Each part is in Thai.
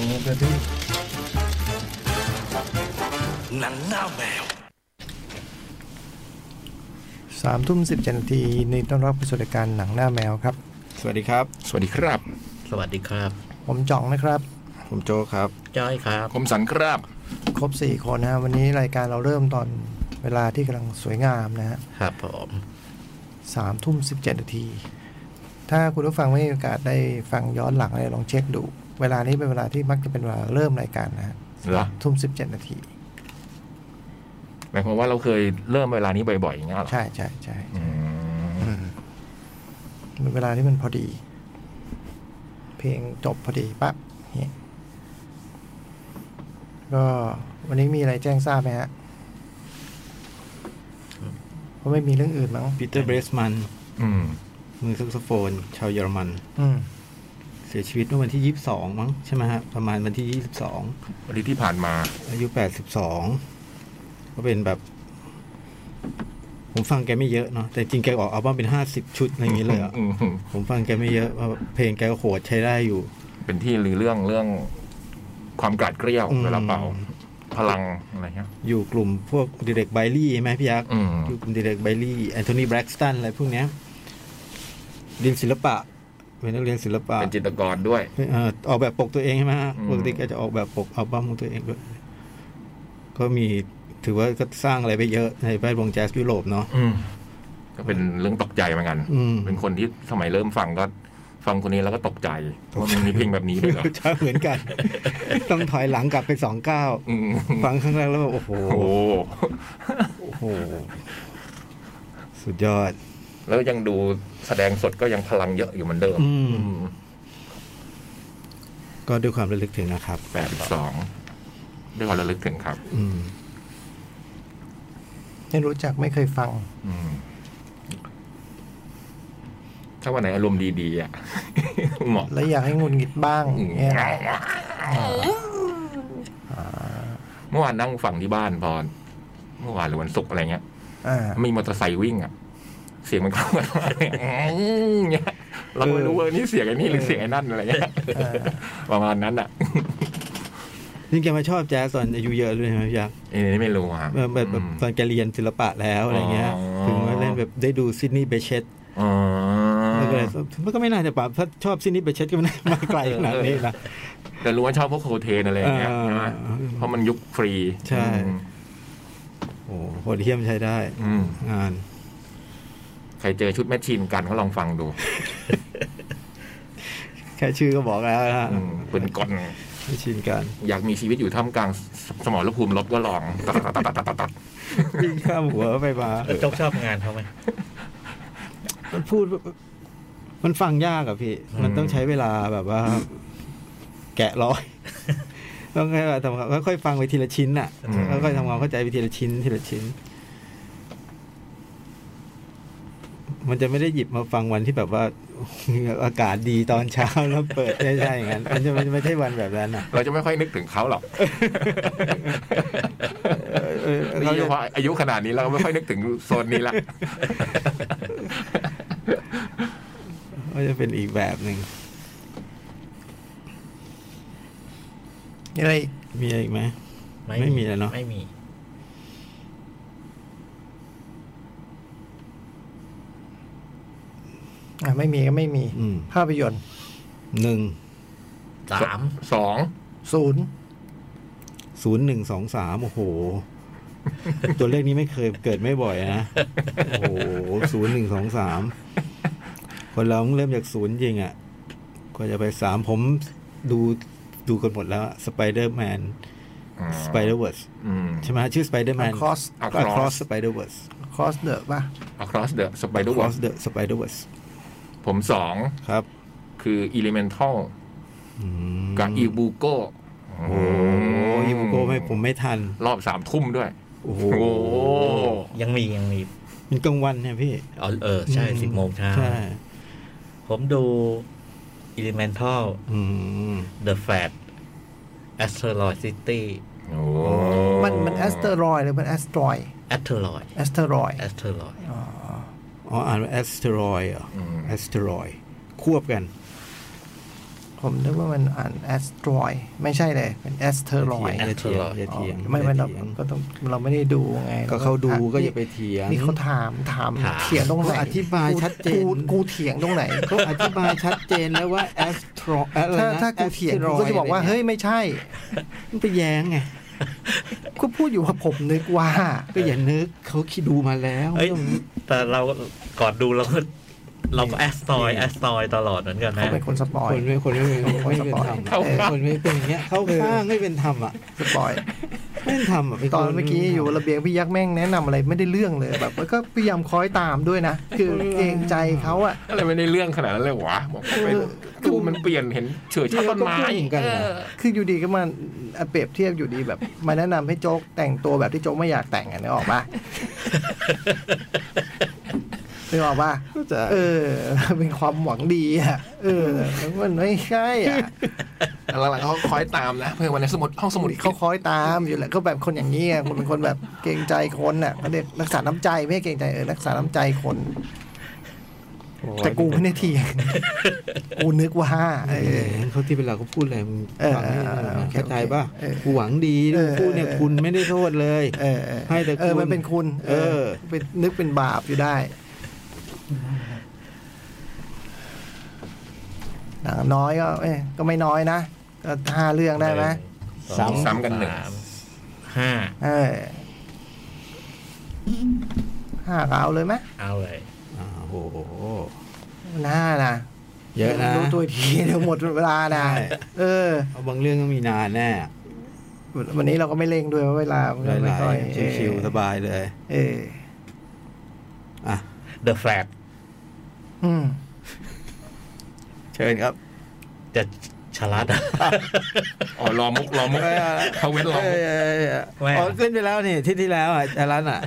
กระทืบหนังหน้าแมว 3:17 นาทีนี่ต้อนรับผู้ชมรายการหนังหน้าแมวครับสวัสดีครับสวัสดีครับสวัสดีครับผมจ่องนะครับผมโจครับจ้อยครับผมสันครับครบ4คนนะวันนี้รายการเราเริ่มตอนเวลาที่กำลังสวยงามนะฮะครับผม 3:17 นาทีถ้าคุณผู้ฟังไม่มีโอกาสได้ฟังย้อนหลังอะไรลองเช็คดูเวลานี้เป็นเวลาที่มักจะเป็นเวลาเริ่มรายการนะฮะ 3:17 นาทีหมายความว่าเราเคยเริ่มเวลานี้บ่อยๆอย่างเงี้ยหรอใช่ใช่ใช่เป็นเวลาที่มันพอดีเพลงจบพอดีปั๊บเนี่ยก็วันนี้มีอะไรแจ้งทราบไหมฮะเพราะไม่มีเรื่องอื่นมั้งปีเตอร์เบรสมันมือแซกโซโฟนชาวเยอรมันเสียชีวิตเมื่อวันที่22มั้งใช่ไหมฮะประมาณวันที่22 วันที่ผ่านมาอายุ82ก็เป็นแบบผมฟังแกไม่เยอะเนาะแต่จริงแกออกอัลบั้มเป็น50ชุดอะไรอย่างนี้เลยอ่ะผมฟังแกไม่เยอะเพลงแกก็โหดใช้ได้อยู่เป็นที่ลือเรื่องความกราดเกรี้ยวเวลาเป่าพลังอะไรเงี้ยอยู่กลุ่มพวกดิเรกไบลี่ใช่ไหมพี่ยักษ์อยู่กลุ่มดิเรกไบลี่แอนโทนีแบล็กสตันอะไรพวกเนี้ยเรียนศิลปะเป็นนักเรียนศิลปะเป็นจิตรกรด้วยออกแบบปกตัวเองใช่ไหมปกติแกจะออกแบบปกอัลบั้มของตัวเองด้วยก็มีถือว่าก็สร้างอะไรไปเยอะในแวดวงแจ๊สยุโรปเนาะก็เป็นเรื่องตกใจเหมือนกันเป็นคนที่สมัยเริ่มฟังก็ฟังคนนี้แล้วก็ตกใจว่ามันมีเพลงแบบนี้ด้วยเหรอใช่เหมือนกันต้องถอยหลังกลับไป2 ก้าวฟังครั้งแรกแล้วแบบโอ้โหสุดยอดแล้วยังดูแสดงสดก็ยังพลังเยอะอยู่เหมือนเดิมก็ด้วยความระลึกถึงนะครับ 82ด้วยความระลึกถึงครับไม่รู้จักไม่เคยฟังถ้าวันไหนอารมณ์ดีๆอ่ะเหมาะแล้วอยากให้งุนงิดบ้างเนี่ยเมื่อวานนั่งฟังที่บ้านพอเมื่อวานหรือวันศุกร์อะไรเงี้ยมีมอเตอร์ไซค์วิ่งอ่ะเสียงมันเข้ามาเนี่ยเราไม่รู้ว่านี่เสียงไอ้นี่หรือเสียงไอ้นั่นอะไรเงี้ยประมาณนั้นอ่ะนี่แกมาชอบแจ๊สตอนอายุเยอะเลยใช่ไหมพี่ยักษ์นี่ไม่รู้ครับแบบตอนแกเรียนศิลปะแล้วอะไรเงี้ยถึงมาเล่นแบบได้ดูซิดนีย์เบเชตมันก็ไม่น่าจะป่ะถ้าชอบซิดนีย์เบเชตก็ไม่น่ามาไกลขนาดนี้นะแต่รู้ว่าชอบพวกโคเทนอะไรเงี้ยเพราะมันยุคฟรีใช่โอ้โหเทียมใช้ได้งานใครเจอชุดแมชชีนกันเขาลองฟังดูแค่ชื่อก็บอกแล้วนะเป็นกลไม่ชินกันอยากมีชีวิตอยู่ท่ามกลางสมรภูมิรบก็ลองตัดวิ่งข้ามหัวไปมาโจ๊กชอบงานเขาไหมมันพูดมันฟังยากอะพี่มันต้องใช้เวลาแบบว่าแกะรอยต้องค่อยๆฟังไปทีละชิ้นอะค่อยๆทำความเข้าใจไปทีละชิ้นมันจะไม่ได้หยิบมาฟังวันที่แบบว่าอากาศดีตอนเช้าแล้วเปิดใช่อย่างนั้นมันจะไม่ใช่วันแบบนั้นอ่ะเราจะไม่ค่อยนึกถึงเขาหรอกนี่เพราะอายุขนาดนี้เราไม่ค่อยนึกถึงโซนนี้ละก็จะเป็นอีกแบบหนึ่งอะไรมีอะไรอีกไหมไม่มีแล้วเนาะไม่มีไม่มีก็ไม่มีภาพยนตร์ 1 3 2 0 โอ้โหตัวเลขนี้ไม่เคยเกิดไม่บ่อยนะโอ้โห0123คนเราเริ่มจาก0จริงอ่ะก็จะไป3ผมดูกันหมดแล้วสไปเดอร์แมนสไปเดอร์เวิร์สใช่ไหมชื่อสไปเดอร์แมนAcross Spider-Verse Across the ป่ะ Across the Spider-Verse ผม2 ครับคือ Elemental กับ Ibugo โอ้อีบุโกผมไม่ทันรอบ3 ทุ่มด้วยโอ้โหยังมีเป็นกลางวันเนี่ยพี่ใช่ 10 โมงเช้าผมดู Elemental The Fat Asteroid City มัน Asteroid หรือมัน Asteroid Asteroid อ่านว่า Asteroid ควบกันผมนึกว่ามันอ่าน asteroid ไม่ใช่เลยเป็น asteroid อย่าเถียงไม่เราก็ต้องเราไม่ได้ดูไงก็เขาดูก็อย่าไปเถียงนี่เขาถามเถียงตรงไหนอธิบายชัดเจนกูเถียงตรงไหนเขาอธิบายชัดเจนแล้วว่า asteroid ถ้ากูเถียงกูก็จะบอกว่าเฮ้ยไม่ใช่มันไปแย้งไงก็พูดอยู่ว่าผมนึกว่าก็อย่านึกเขาคิดดูมาแล้วแต่เราก่อนดูเราก็แอสตอยตลอดเหมือนกันนะเขาเป็นคนสปอยคนไม่เป็นธรรมคนไม่เป็นอย่างเงี้ยเขาข้างไม่เป็นธรรมอ่ะสปอยไม่เป็นธรรมอ่ะตอนเมื่อกี้อยู่ระเบียงพี่ยักษ์แม่งแนะนำอะไรไม่ได้เรื่องเลยแบบก็พยายามคอยตามด้วยนะคือเกรงใจเขาอะอะไรไม่ได้เรื่องขนาดนั้นเลยวะบอกไปดูมันเปลี่ยนเห็นเฉยชอบต้นไม้กันคืออยู่ดีก็มาเปรียบเทียบอยู่ดีแบบมาแนะนำให้โจ๊กแต่งตัวแบบที่โจ๊กไม่อยากแต่งนึกออกป่ะนึกออกป่ะเป็นความหวังดีอ่ะมันไม่ใช่อ่ะหลังๆเขาคอยตามนะเพื่อนวันในห้องสมุดเขาคอยตามอยู่แหละก็แบบคนอย่างนี้คนเป็นคนแบบเกรงใจคนน่ะเขาเรียกรักษาน้ำใจไม่เกรงใจรักษาน้ำใจคนแต่กูไม่ได้เถียงกูนึกว่าเขาที่เวลาเขาพูดอะไรมึงฟังเข้าใจป่ะกูหวังดีพูดเนี่ยคุณไม่ได้โทษเลยให้แต่คุณมันเป็นคุณเป็นนึกเป็นบาปอยู่ได้หนังน้อยก็ไม่น้อยนะก็5 เรื่องได้ไหมซ้ำกัน1 5 เอาเลยไหมเอาเลยโอ้โห 5นะเยอะนะรู้ตัวทีเดี๋ยวหมดเวลานะบางเรื่องก็มีนานแน่วันนี้เราก็ไม่เร่งด้วยเวลาไม่ค่อยชิวๆสบายเลย The Flash เชิญครับจะฉลาดรอมุกเขาเว้นรอมุกเล่นไปแล้วนี่ที่แล้วฉลาดอ่ะ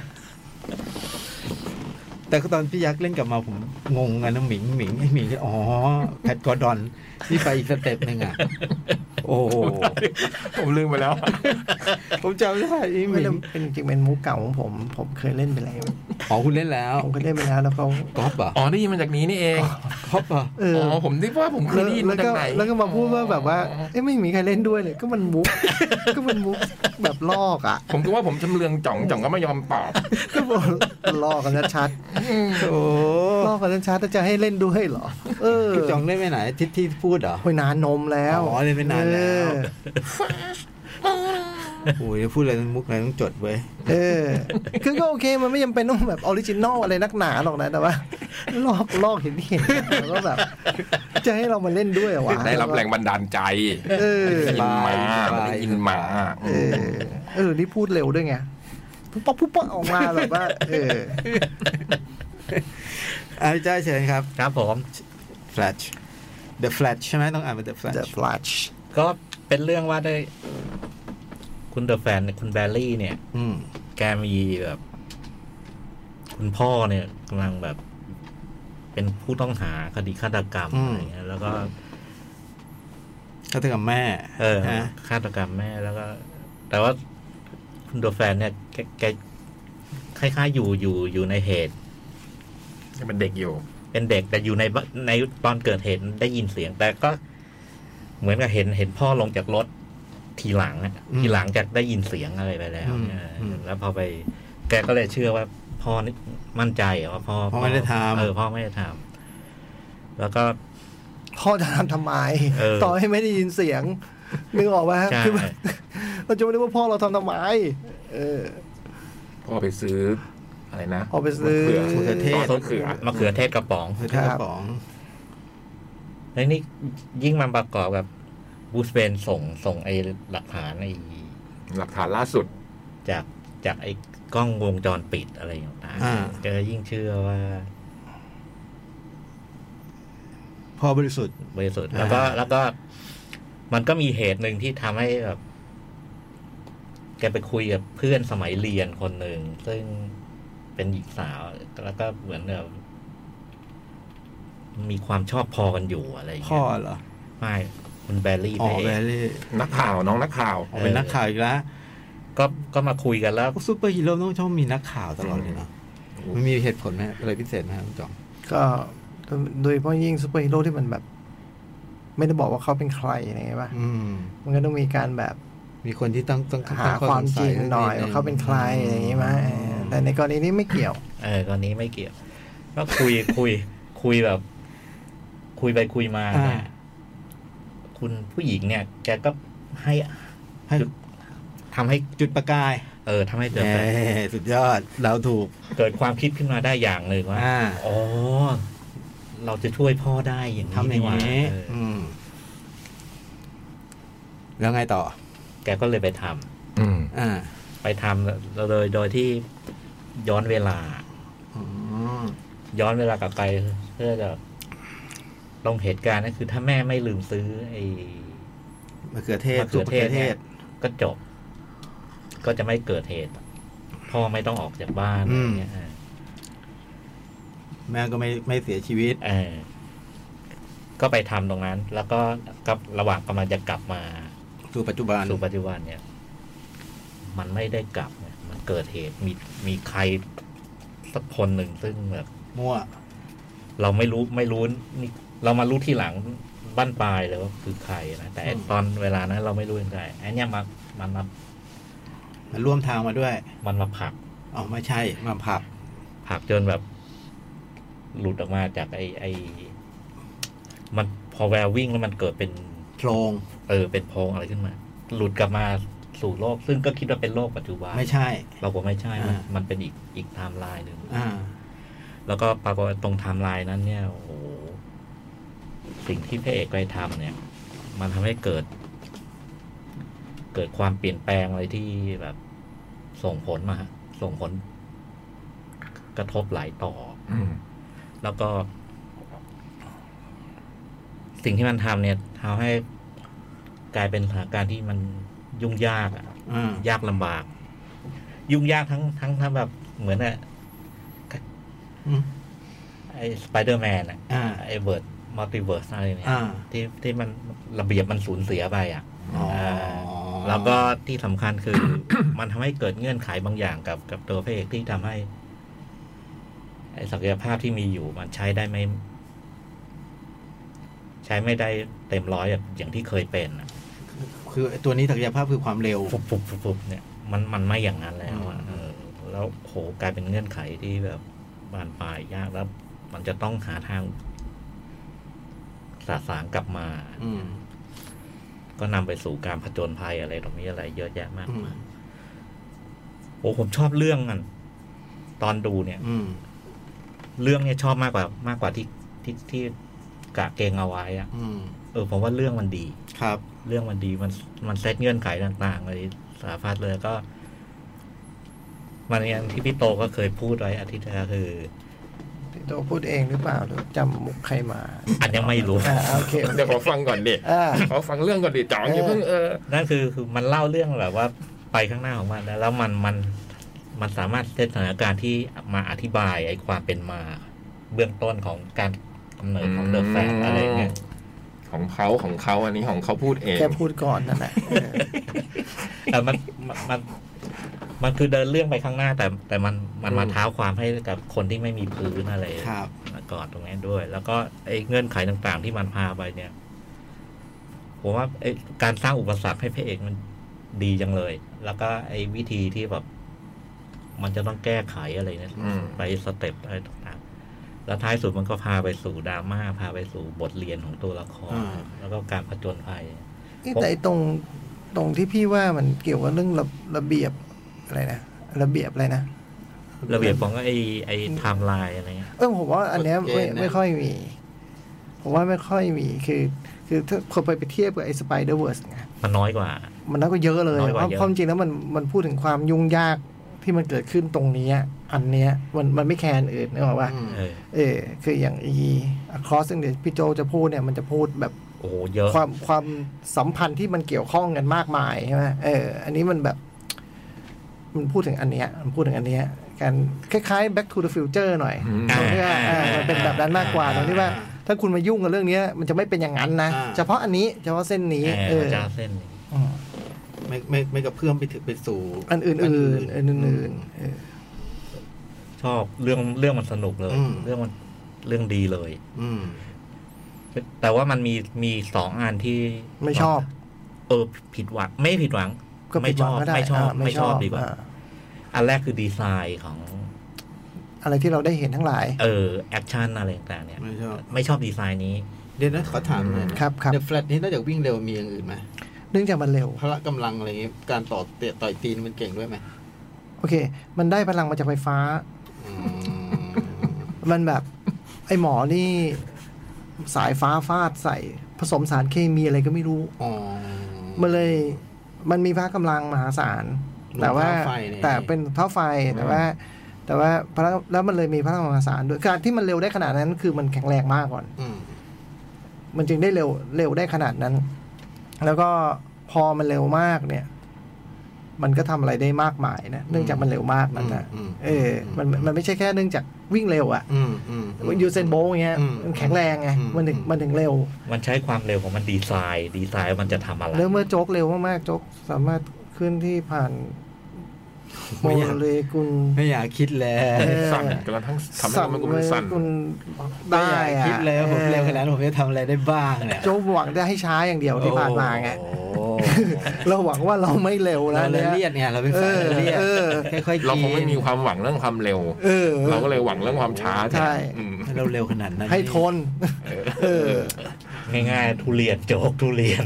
แต่ตอนพี่ยักษ์เล่นกลับมาผมงงกันนะหมิงแพทกอร์ดอนนี่ไปอีกสเต็ปนึงอ่ะโอ้โหผมลืมไปแล้วผมจำได้อีหมิงเป็นจริงเป็นมุกเก่าของผมเคยเล่นไปแล้วคุณเล่นแล้วผมเคยเล่นไปแล้วเขาก๊อปอ่ะได้ยินมาจากนี้นี่เองก๊อปอ่ะผมนึกว่าผมเคยได้ยินมาจากไหนแล้วก็มาพูดว่าแบบว่าไม่มีใครเล่นด้วยเลยก็มันมุกแบบลอกอ่ะผมก็ว่าผมจำเรืองจ่องก็ไม่ยอมตอบก็ลอกกันชัดลอกกันชัดจะให้เล่นด้วยเหรอจ่องเล่นไปไหนที่พูดเหรอนานนมแล้วเล่นไปนานแล้วโอ้ยพูดอะไรมุกอะไรต้องจดไว้คือก็โอเคมันไม่จำเป็นต้องแบบออริจินอลอะไรนักหนาหรอกนะแต่ว่าลอกเห็นแล้วก็แบบจะให้เรามาเล่นด้วยวะได้รับแรงบันดาลใจอินมานี่พูดเร็วด้วยไงปุ๊บออกมาแบบว่าพี่จ้าเชิญครับครับผม Flash The Flash ใช่ไหมต้องอ่านเป็น The Flash ก็เป็นเรื่องว่าได้คุณเดอะแฟนคุณแบลลี่เนี่ยแกมีแบบคุณพ่อเนี่ยกำลังแบบเป็นผู้ต้องหาคดีฆาตกรรมอะไรเงี้ยแล้วก็ฆาตกรรมแม่ฆาตกรรมแม่แล้วก็แต่ว่าคุณเดอะแฟนเนี่ยแกคล้ายๆอยู่ในเหตุเป็นเด็กอยู่เป็นเด็กแต่อยู่ในตอนเกิดเหตุได้ยินเสียงแต่ก็เหมือนกับเห็นพ่อลงจากรถทีหลังจากได้ยินเสียงอะไรไปแล้วแล้วพอไปแกก็เลยเชื่อว่าพ่อนี่มั่นใจว่าพ่อไม่ได้ทำพ่อไม่ได้ทำแล้วก็พ่อจะทำไมต่อให้ไม่ได้ยินเสียงนึกออกไหมคือเราจะไม่รู้ว่าพ่อเราทำไมพ่อไปซื้ออะไรนะพ่อไปซื้อมะเขือเทศกระป๋องแล้วนี่ยิ่งมันประกอบกับบูสเบนส่งไอ้หลักฐานล่าสุดจากไอ้กล้องวงจรปิดอะไรต่างๆก็ยิ่งเชื่อว่าพ่อบริสุทธิ์แล้วก็มันก็มีเหตุหนึ่งที่ทำให้แบบแกไปคุยกับเพื่อนสมัยเรียนคนหนึ่งซึ่งเป็นหญิงสาวแล้วก็เหมือนแบบมีความชอบพอกันอยู่อะไรอย่างเงี้ยพ่อเหรอไม่คุณแบลลี่นักข่าวน้องนักข่าวเป็นนักข่าวอีกแล้วก็มาคุยกันแล้วซูเปอร์ฮีโร่ต้องชอบมีนักข่าวตลอดเลยเนาะมันมีเหตุผลไหมอะไรพิเศษไหมครับจองก็โดยเฉพาะยิ่งซูเปอร์ฮีโร่ที่มันแบบไม่ได้บอกว่าเขาเป็นใครอะไรป่ะมันก็ต้องมีการแบบมีคนที่ต้องหาความจริงหน่อยว่าเขาเป็นใครอย่างนี้ไหมแต่ในกรณีนี้ไม่เกี่ยวกรณีไม่เกี่ยวก็คุยแบบคุยไปคุยมาเนี่ยคุณผู้หญิงเนี่ยแกก็ให้ทำให้จุดประกายทำให้เกิดสุดยอดเราถูกเกิดความคิดขึ้นมาได้อย่างหนึ่งว่าอ๋อเราจะช่วยพ่อได้อย่างนี้นี่หว่าแล้วไงต่อแกก็เลยไปทำไปทำโดยที่ย้อนเวลากลับไปเพื่อจะตรงเหตุการณ์นั่นคือถ้าแม่ไม่ลืมซื้อไอ้มะเขือเทศก็จบก็จะไม่เกิดเหตุพ่อไม่ต้องออกจากบ้านอะไรเงี้ยแม่ก็ไม่เสียชีวิตก็ไปทำตรงนั้นแล้วก็ระหว่างกำลังจะกลับมาสู่ปัจจุบันเนี่ยมันไม่ได้กลับเนี่ยมันเกิดเหตุมีใครสักคนหนึ่งซึ่งแบบมั่วเราไม่รู้นี่เรามารู้ทีหลังบ้านปลายเลยว่าคือใครนะแต่ตอนเวลานั้นเราไม่รู้เป็นใครไอ้เนี่ยมันร่วมทางมาด้วยมันมาผลักไม่ใช่มาผลักจนแบบหลุดออกมาจากไอ้มันพอแวววิ่งแล้วมันเกิดเป็นโพรงเป็นโพรงอะไรขึ้นมาหลุดกลับมาสู่โลกซึ่งก็คิดว่าเป็นโลกปัจจุบันไม่ใช่ปรากฏไม่ใช่มันเป็นอีกไทม์ไลน์นึงแล้วก็ปรากฏตรงไทม์ไลน์นั้นเนี่ยโอ้โหสิ่งที่พระเอกไปทำเนี่ยมันทำให้เกิดความเปลี่ยนแปลงอะไรที่แบบส่งผลกระทบหลายต่อแล้วก็สิ่งที่มันทำเนี่ยทำให้กลายเป็นสถานการณ์ที่มันยุ่งยากยากลำบากยุ่งยากทั้งแบบเหมือนไอ้สไปเดอร์แมนไอ้เวิร์ดมัลติเวิร์สอะไรเนี่ยที่มันระเบียบมันสูญเสียไปแล้วก็ที่สำคัญคือ มันทำให้เกิดเงื่อนไขบางอย่างกับตัวพระเอกที่ทำให้ไอ้ศักยภาพที่มีอยู่มันใช้ไม่ได้เต็มร้อยอย่างที่เคยเป็นคือตัวนี้ศักยภาพคือความเร็วฟุบเนี่ยมันไม่อย่างนั้นแล้วแล้วโหกลายเป็นเงื่อนไขที่แบบบานปลายยากแล้วมันจะต้องหาทางสางกลับมาก็นำไปสู่การผจญภัยอะไรตรงนี้อะไรเยอะแยะมากโอ้ผมชอบเรื่องกันตอนดูเนี่ยเรื่องเนี่ยชอบมากกว่าที่กะเกงเอาไว้ผมว่าเรื่องมันดีครับเรื่องมันดีมันเซตเงื่อนไขต่างๆเลยสารพัดเลยก็มันอย่างที่พี่โตก็เคยพูดไว้อาทิตย์ที่แล้วคือพี่โตพูดเองหรือเปล่าหรือจำมุกใครมาอันยังไม่รู้โอเคเดี๋ยวขอฟังก่อนดิขอฟังเรื่องก่อนดิจ๋องอย่าเพิ่งนั่นคือมันเล่าเรื่องแบบว่าไปข้างหน้าของมันแล้วมันสามารถเซตสถานการณ์ที่มาอธิบายไอ้ความเป็นมาเบื้องต้นของการกำเนิดของเดอะแฟกต์อะไรเงี้ยของเขาอันนี้ของเขาพูดเองแค่พูดก่อนนั่นแหละแต่มันคือเดินเรื่องไปข้างหน้าแต่มันมาเท้าความให้กับคนที่ไม่มีพื้นอะไรก่อนตรงนี้ด้วยแล้วก็ไอ้เงื่อนไขต่างๆที่มันพาไปเนี่ยผมว่าไอ้การสร้างอุปสรรคให้พระเอกมันดีจังเลยแล้วก็ไอ้วิธีที่แบบมันจะต้องแก้ไขอะไรเนี่ยไปสเต็ปอะไรต่างๆแล้วท้ายสุดมันก็พาไปสู่ดราม่าพาไปสู่บทเรียนของตัวละครแล้วก็การผจญภัยแต่ตรงที่พี่ว่ามันเกี่ยวกับเรื่องระเบียบอะไรนะระเบียบอะไรนะระเบียบของไอ้ไทม์ไลน์อะไรเงี้ยผมว่าอันเนี้ยไม่ค่อยมีผมว่าไม่ค่อยมีคือถ้าคนไปเทียบกับไอ้สไปเดอร์เวิร์สไงมันน้อยกว่าเยอะเลยเพราะความจริงแล้วมันพูดถึงความยุ่งยากที่มันเกิดขึ้นตรงนี้อันเนี้ยมันไม่แคร์อื่นนึกออกป่ะคืออย่างacross ซึ่งเดี๋ยวพี่โจจะพูดเนี่ยมันจะพูดแบบโอ้เยอะความสัมพันธ์ที่มันเกี่ยวข้องกันมากมายใช่ไหมอันนี้มันแบบมันพูดถึงอันเนี้ยการคล้ายๆ Back to the Future หน่อยตรงที่ว่ามันเป็นแบบนั้นมากกว่าตรงที่ว่าถ้าคุณมายุ่งกับเรื่องนี้มันจะไม่เป็นอย่างนั้นนะเฉพาะอันนี้เฉพาะเส้นนี้เส้นไม่กระเพื่อมไปสู่อันอื่นชอบเรื่องมันสนุกเลยเรื่องดีเลยแต่ว่ามันมี2อันที่ไม่ชอบผิดหวังไม่ผิดหวังไม่ชอบไม่ชอบดีกว่าอันแรกคือดีไซน์ของอะไรที่เราได้เห็นทั้งหลายแอคชั่นอะไรต่างๆเนี่ยไม่ชอบดีไซน์นี้เดี๋ยวนะขอถามหน่อยครับ The Flash นี่นอกจากวิ่งเร็วมีอย่างอื่นไหมเนื่องจากมันเร็วพละกำลังอะไรเงี้ยการต่อยตีนมันเก่งด้วยไหมโอเคมันได้พลังมาจากไฟฟ้ามันแบบไอหมอนี่สายฟ้าฟาดใส่ผสมสารเคมีอะไรก็ไม่รู้มันเลยมันมีพละกำลังมหาศาลแต่ว่าแต่เป็นเท่าไฟแต่ว่าแล้วมันเลยมีพลังมหาศาลด้วยการที่มันเร็วได้ขนาดนั้นคือมันแข็งแรงมากก่อนมันจึงได้เร็วได้ขนาดนั้นแล้วก็พอมันเร็วมากเนี่ยมันก็ทำอะไรได้มากมายนะเนื่องจากมันเร็วมากนั่นนะมันไม่ใช่แค่เนื่องจากวิ่งเร็วอ่ะยูเซนโบล์อย่างเงี้ยมันแข็งแรงไงมันถึงเร็วมันใช้ความเร็วของมันดีไซน์มันจะทำอะไรแล้วเมื่อโจ๊กเร็วมากๆโจ๊กสามารถขึ้นที่ผ่านโมเลกุลไม่อยากคิดแล้วสั่นจนกระทั่งทำให้มันกุลสั่นได้คิดแล้วผมเร็วขนาดนั้นผมจะทำอะไรได้บ้างเนี่ยโจ๊กหวังได้ให้ช้าอย่างเดียวที่ผ่านมาไงเราหวังว่าเราไม่เร็วแล้วเนี่ยเลียดเนี่ยเราเป็นฝ่ายเลียดค่อยๆเราคงไม่มีความหวังเรื่องความเร็วเราก็เลยหวังเรื่องความช้าใช่เราเร็วขนาดนั้นให้ทนง่ายๆทุเรียนโจ๊กทุเรียน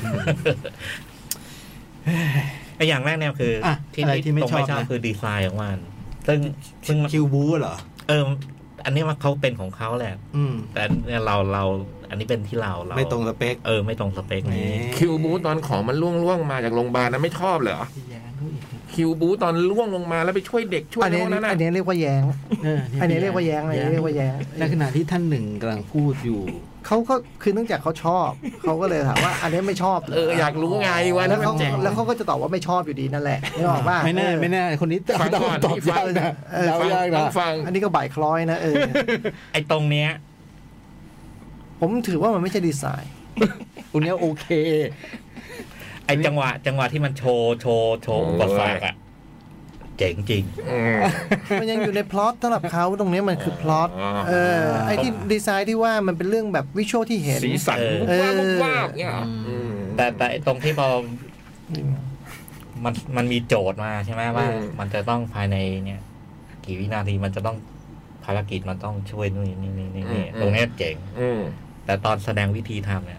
อย่างแรกเนี่ยคือที่ไม่ชอบคือดีไซน์ของมันซึ่งคิวบูเหรออันนี้ว่าเขาเป็นของเขาแหละแต่เราอันนี้เป็นที่เราไม่ตรงสเปคไม่ตรงสเปคนี้คิวบูตอนของมันล่วงมาจากโรงพยาบาลนั้นไม่ชอบเหรอคิวบูตอนล่วงลงมาแล้วไปช่วยเด็กช่วยอะไรนั่นอันนี้เรียกว่าแย้งอันนี้เรียกว่าแย้งในขณะที่ท่านหนึ่งกำลังพูดอยู่เขาก็คือเนื่องจากเขาชอบเขาก็เลยถามว่าอันนี้ไม่ชอบอยากรู้ไงว่าแล้วเขาก็จะตอบว่าไม่ชอบอยู่ดีนั่นแหละไม่บอกว่าไม่แน่คนนี้ตอบยากนะฟังอันนี้ก็บ่ายคล้อยนะไอ้ตรงเนี้ยผมถือว่ามันไม่ใช่ดีไซน์ตรงนี้โอเคไอ้จังหวะที่มันโชว์อุปสรรคอะเจ๋งจริงมันยังอยู่ในพล็อตสำหรับเขาตรงนี้มันคือพล็อตไอ้ที่ดีไซน์ที่ว่ามันเป็นเรื่องแบบวิชวลที่เห็นสีสันว่าเนี่ยแต่ตรงที่พอมันมีโจทย์มาใช่ไหมว่ามันจะต้องภายในเนี่ยกี่วินาทีมันจะต้องภารกิจมันต้องช่วยนู่นนี่ตรงนี้เจ๋งแต่ตอนแสดงวิธีทำเนี่ย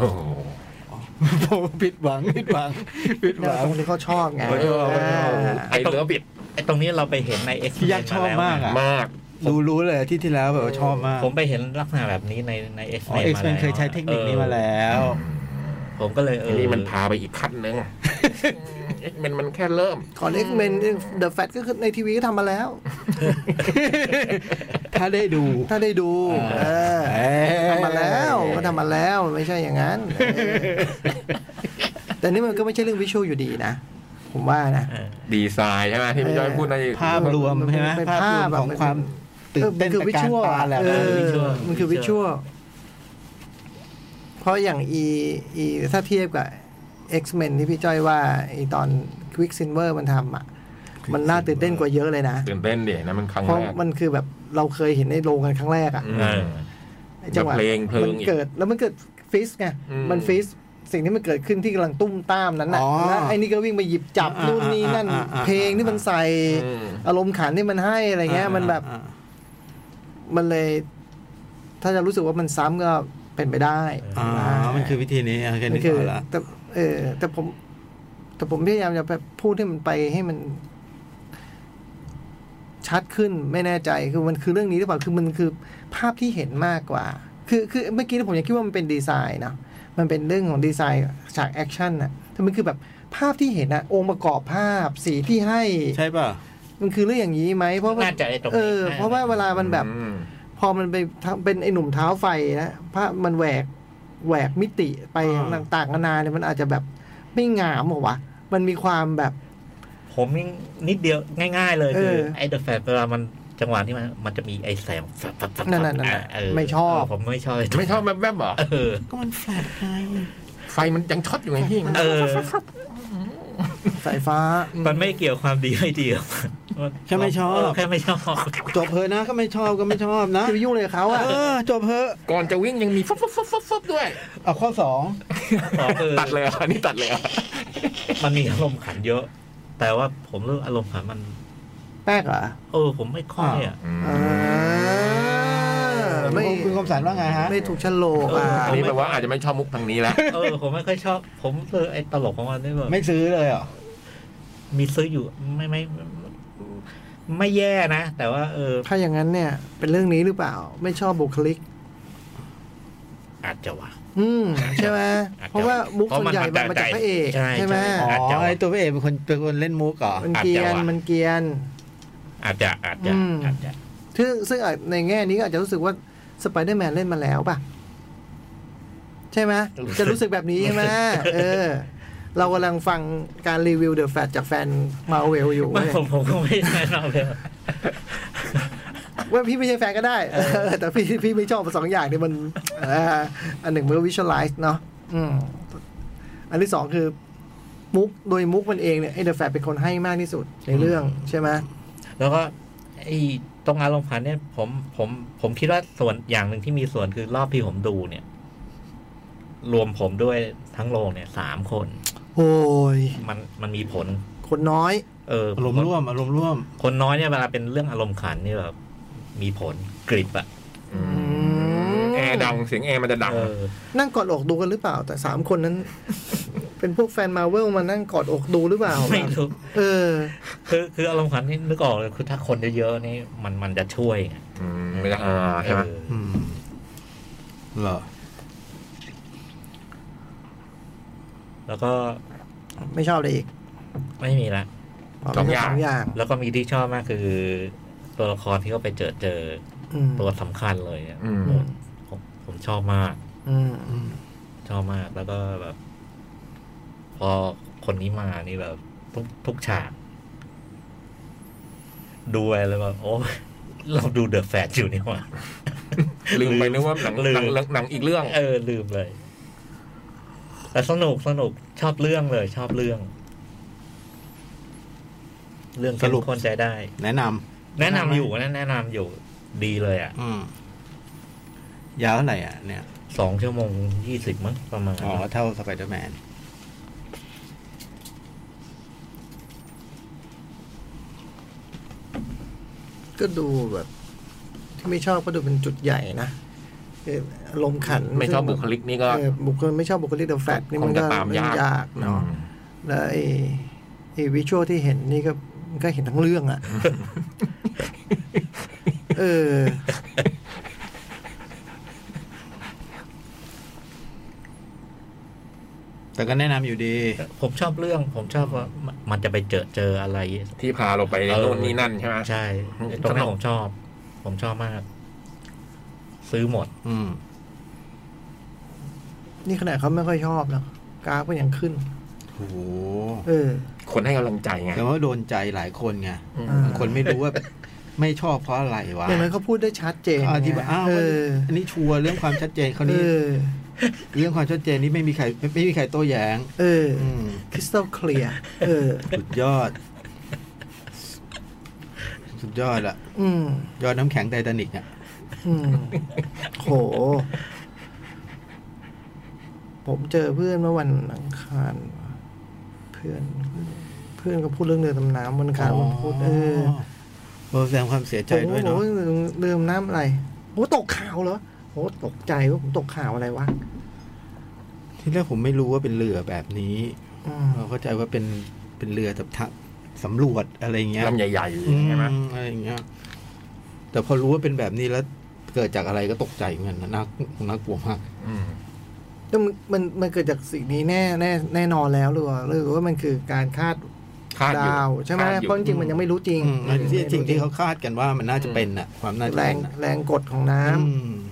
ผิดหวังตรงที่เขาชอบไงไอ้ตรงบิดไอ้ตรงนี้เราไปเห็นในเอ็กซ์ที่ยักษ์ชอบมากรู้เลยที่แล้วแบบว่าชอบมากผมไปเห็นลักษณะแบบนี้ในเอ็กซ์เอ็กซ์เคยใช้เทคนิคนี้มาแล้วผมก็เลยนี่มันพาไปอีกขั้นนึงมันแค่เริ่มก่อนX-Men The Flash ก็คือในทีวีก็ทำมาแล้วถ้าได้ดูทำมาแล้วก็ทำมาแล้วไม่ใช่อย่างนั้นแต่นี่มันก็ไม่ใช่เรื่องวิชวลอยู่ดีนะผมว่านะดีไซน์ใช่ไหมที่พี่ย้อยพูดในภาพรวมใช่ไหมภาพของความตื่นเต้นกับการตาแหละมันคือวิชวลเพราะอย่างถ้าเทียบกับ X-Men ที่พี่จ้อยว่าไอตอน Quicksilver มันทำอ่ะมันน่าตื่นเต้นกว่าเยอะเลยนะตื่นเต้นดินะมันครั้งแรกเพราะมันคือแบบเราเคยเห็นในโรงกันครั้งแรกอ่ะจังหวะมันเกิดแล้วมันเกิดฟิสไงมันฟิสสิ่งที่มันเกิดขึ้นที่กำลังตุ้มตามนั้นน่ะแล้วไอ้นี่ก็วิ่งไปหยิบจับนู่นนี่นั่นเพลงที่มันใส่อารมณ์ขันที่มันให้อะไรเงี้ยมันแบบมันเลยถ้าจะรู้สึกว่ามันซ้ำก็เป็นไปได้มันคือวิธีนี้แค่นี้พอละแต่ผมพยายามจะไปพูดให้มันไปให้มันชัดขึ้นไม่แน่ใจคือมันคือเรื่องนี้หรือเปล่าคือมันคือภาพที่เห็นมากกว่าคือเมื่อกี้ผมยังคิดว่ามันเป็นดีไซน์นะมันเป็นเรื่องของดีไซน์ฉากแอคชั่นน่ะแต่มันคือแบบภาพที่เห็นอะองค์ประกอบภาพสีที่ให้ใช่ป่ะมันคือเรื่องอย่างนี้ไหมเพราะว่าเพราะว่าเวลามันแบบพอมันไปเป็นไอ้หนุ่มเท้าไฟนะภาพมันแหวกมิติไปต่างๆนานาเนี่ยมันอาจจะแบบไม่งามหรอวะมันมีความแบบผมนิดเดียวง่ายๆเลยคือไอ้เดอะแฟลชเวลามันจังหวะที่มันจะมีไอ้แสงนั่นไม่ชอบผมไม่ชอบแวบๆหรอก็มันแฟลชไงไฟมันยังช็อตอยู่ไงพี่สายฟ้ามันไม่เกี่ยวความดีไม่ดีแค่ไม่ชอบแค่ไม่ชอบจบเพอนะก็ไม่ชอบก็ไม่ชอบนะจะไปยุ่งเลยกับเขาอ่ะจบเพอก่อนจะวิ่งยังมีฟับด้วยเอาข้อสองตัดเลยอ่ะนี่ตัดเลยอ่ะมันมีอารมณ์ขันเยอะ แต่ว่าผมรู้อารมณ์ขันมันแป๊กเหรอผมไม่ค่อยอ่ะไม่คุณคมสันว่าไงฮะไม่ถูกฉลกอ่ะอันนี้แปลว่าอาจจะไม่ชอบมุกทางนี้แล้วผมไม่ค่อยชอบ ผมไอ้ตลกของมันนี่แบบไม่ซื้อเลยเหรอมีซื้ออยู่ไม่แย่นะ แต่ว่าถ้าอย่างนั้นเนี่ย เป็นเรื่องนี้หรือเปล่า ไม่ชอบบุคลิกอาจจะว่ะใช่ไหมเพราะว่ามุกส่วนใหญ่มันมาจากพระเอกใช่ไหมอ๋อไอตัวพระเอกเป็นคนเล่นมุกเหรอมันเกรียนมันเกรียนอาจจะซึ่งในแง่นี้ก็อาจจะรู้สึกว่าสไปเดอร์แมนเล่นมาแล้วป่ะใช่ไหมจะรู้สึกแบบนี้ใช่ไหมเรากำลังฟังการรีวิวเดอะแฟตจากแฟนมาเวลอยู่ผมก็ไม่ใช่มาเวลว่าพี่ไม่ใช่แฟนก็ได้แต่พี่ไม่ชอบสองอย่างนี่มันอันหนึ่งมันก็วิชวลไลซ์เนาะอันที่สองคือมุกโดยมุกมันเองเนี่ยไอ้เดอะแฟตเป็นคนให้มากที่สุดในเรื่องใช่ไหมแล้วก็ไอ้ตรงอารมณ์ขันเนี่ยผมคิดว่าส่วนอย่างหนึ่งที่มีส่วนคือรอบที่ผมดูเนี่ย รวมผมด้วยทั้งโรงเนี่ย3 คนโอ้ยมันมีผลคนน้อยอารมณ์ร่วมคนน้อยเนี่ยเวลาเป็นเรื่องอารมณ์ขันนี่แบบมีผลกริบอะแอร์ดังเสียงแอร์มันจะดังนั่งกอดอกดูกันหรือเปล่าแต่3 คนนั้น เป็นพวกแฟนมาเวลมานั่งกอดอกดูหรือเปล่าไม่รู้คืออารมณ์ขันนี่นึกออกเลยคือถ้าคนเยอะๆนี่มันจะช่วยไงไม่ได้ใช่ไหมเหรอแล้วก็ไม่ชอบเลยอีกไม่มีละ 2 อย่างแล้วก็มีที่ชอบมากคือตัวละครที่เขาไปเจอตัวสำคัญเลยผมชอบมากชอบมากแล้วก็แบบพอคนนี้มานี่แบบทุกฉากดูอะไรแบบโอ้เราดูเดอะแฟตอยู่นี่หว่าลืมไปนึกว่าหนังอีกเรื่องลืมเลยแต่สนุกชอบเรื่องเลยชอบเรื่องเข้มข้นใจได้แนะนำอยู่ดีเลยอ่ะยาวเท่าไหร่อ่ะเนี่ย 2 ชั่วโมง 20มั้งประมาณเท่าสไปเดอร์แมนก็ดูแบบที่ไม่ชอบก็ดูเป็นจุดใหญ่นะลมขันไม่ชอบบุคลิกนี่ก็บุคลิกไม่ชอบบุคลิกเดอะแฟตนี่มันก็ยากเนาะแล้วไอ้วิชวลที่เห็นนี่ก็เห็นทั้งเรื่องอ่ะแต่ก็แนะนำอยู่ดีผมชอบเรื่องผมชอบว่ามันจะไปเจออะไรที่พาเราไปโน่นนี่นั่นใช่ไหมใช่ตรงนั้นผมชอบมากซื้อหมดนี่ขนาดเขาไม่ค่อยชอบนะกราฟก็ยังขึ้นโอ้โหคนให้กำลังใจไงแต่ว่าโดนใจหลายคนไงบางคนไม่รู้ว่าไม่ชอบเพราะอะไรวะอย่างนั้นเขาพูดได้ชัดเจนที่ว่าอันนี้ชัวร์เรื่องความชัดเจนเขานี่เรื่องความชัดเจนนี้ไม่มีใครโต้แย้งคริสตัลเคลียร์สุดยอดอ่ะยอดน้ำแข็งไททานิกอ่ะโหผมเจอเพื่อนเมื่อวันอังคารเพื่อนก็พูดเรื่องเรือดำน้ำวันอังคารวันพุธแสดงความเสียใจด้วยเนาะเรือดำน้ำอะไรโอ้ตกข่าวเหรอโอ้ตกใจว่าผมตกข่าวอะไรวะที่แรกผมไม่รู้ว่าเป็นเรือแบบนี้เราเข้าใจว่าเป็นเรือแบบสำรวจอะไรเงี้ยลำใหญ่ๆใช่ไหมอะไรเงี้ยแต่พอรู้ว่าเป็นแบบนี้แล้วเกิดจากอะไรก็ตกใจเหมือนกันน่ากลัวมากแล้วมันเกิดจากสิ่งนี้แน่นอนแล้วหรือว่ามันคือการคาดดาวใช่ไหมเพราะจริงมันยังไม่รู้จริงสิ่งที่เขาคาดกันว่ามันน่าจะเป็นอ่ะความน่าจะแรงกดของน้ำ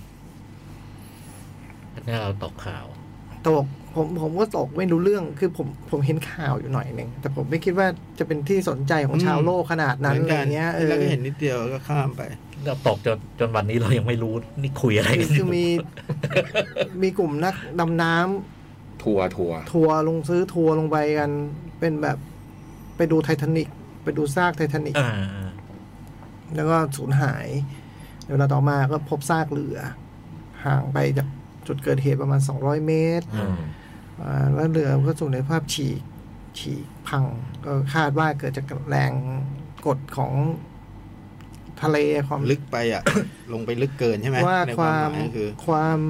นี่เราตกข่าวผมก็ตกไม่รู้เรื่องคือผมเห็นข่าวอยู่หน่อยนึงแต่ผมไม่คิดว่าจะเป็นที่สนใจของชาวโลกขนาดนั้นอะไรเงี้ยแล้วก็เห็นนิดเดียวก็ข้ามไปเราตกจนวันนี้เรายังไม่รู้นี่คุยอะไรกันคือมีกลุ่มนักดำน้ำทัวร์ลงซื้อทัวร์ลงไปกันเป็นแบบไปดูไททานิกไปไปดูซากไททานิกแล้วก็สูญหายเวลาต่อมาก็พบซากเรือห่างไปจากจุดเกิดเหตุประมาณ200 เมตรแล้วเรือก็สู่ในภาพฉีกพังก็คาดว่าเกิดจากแรงกดของทะเลความลึกไปอ่ะ ลงไปลึกเกินใช่ไหมว่าความ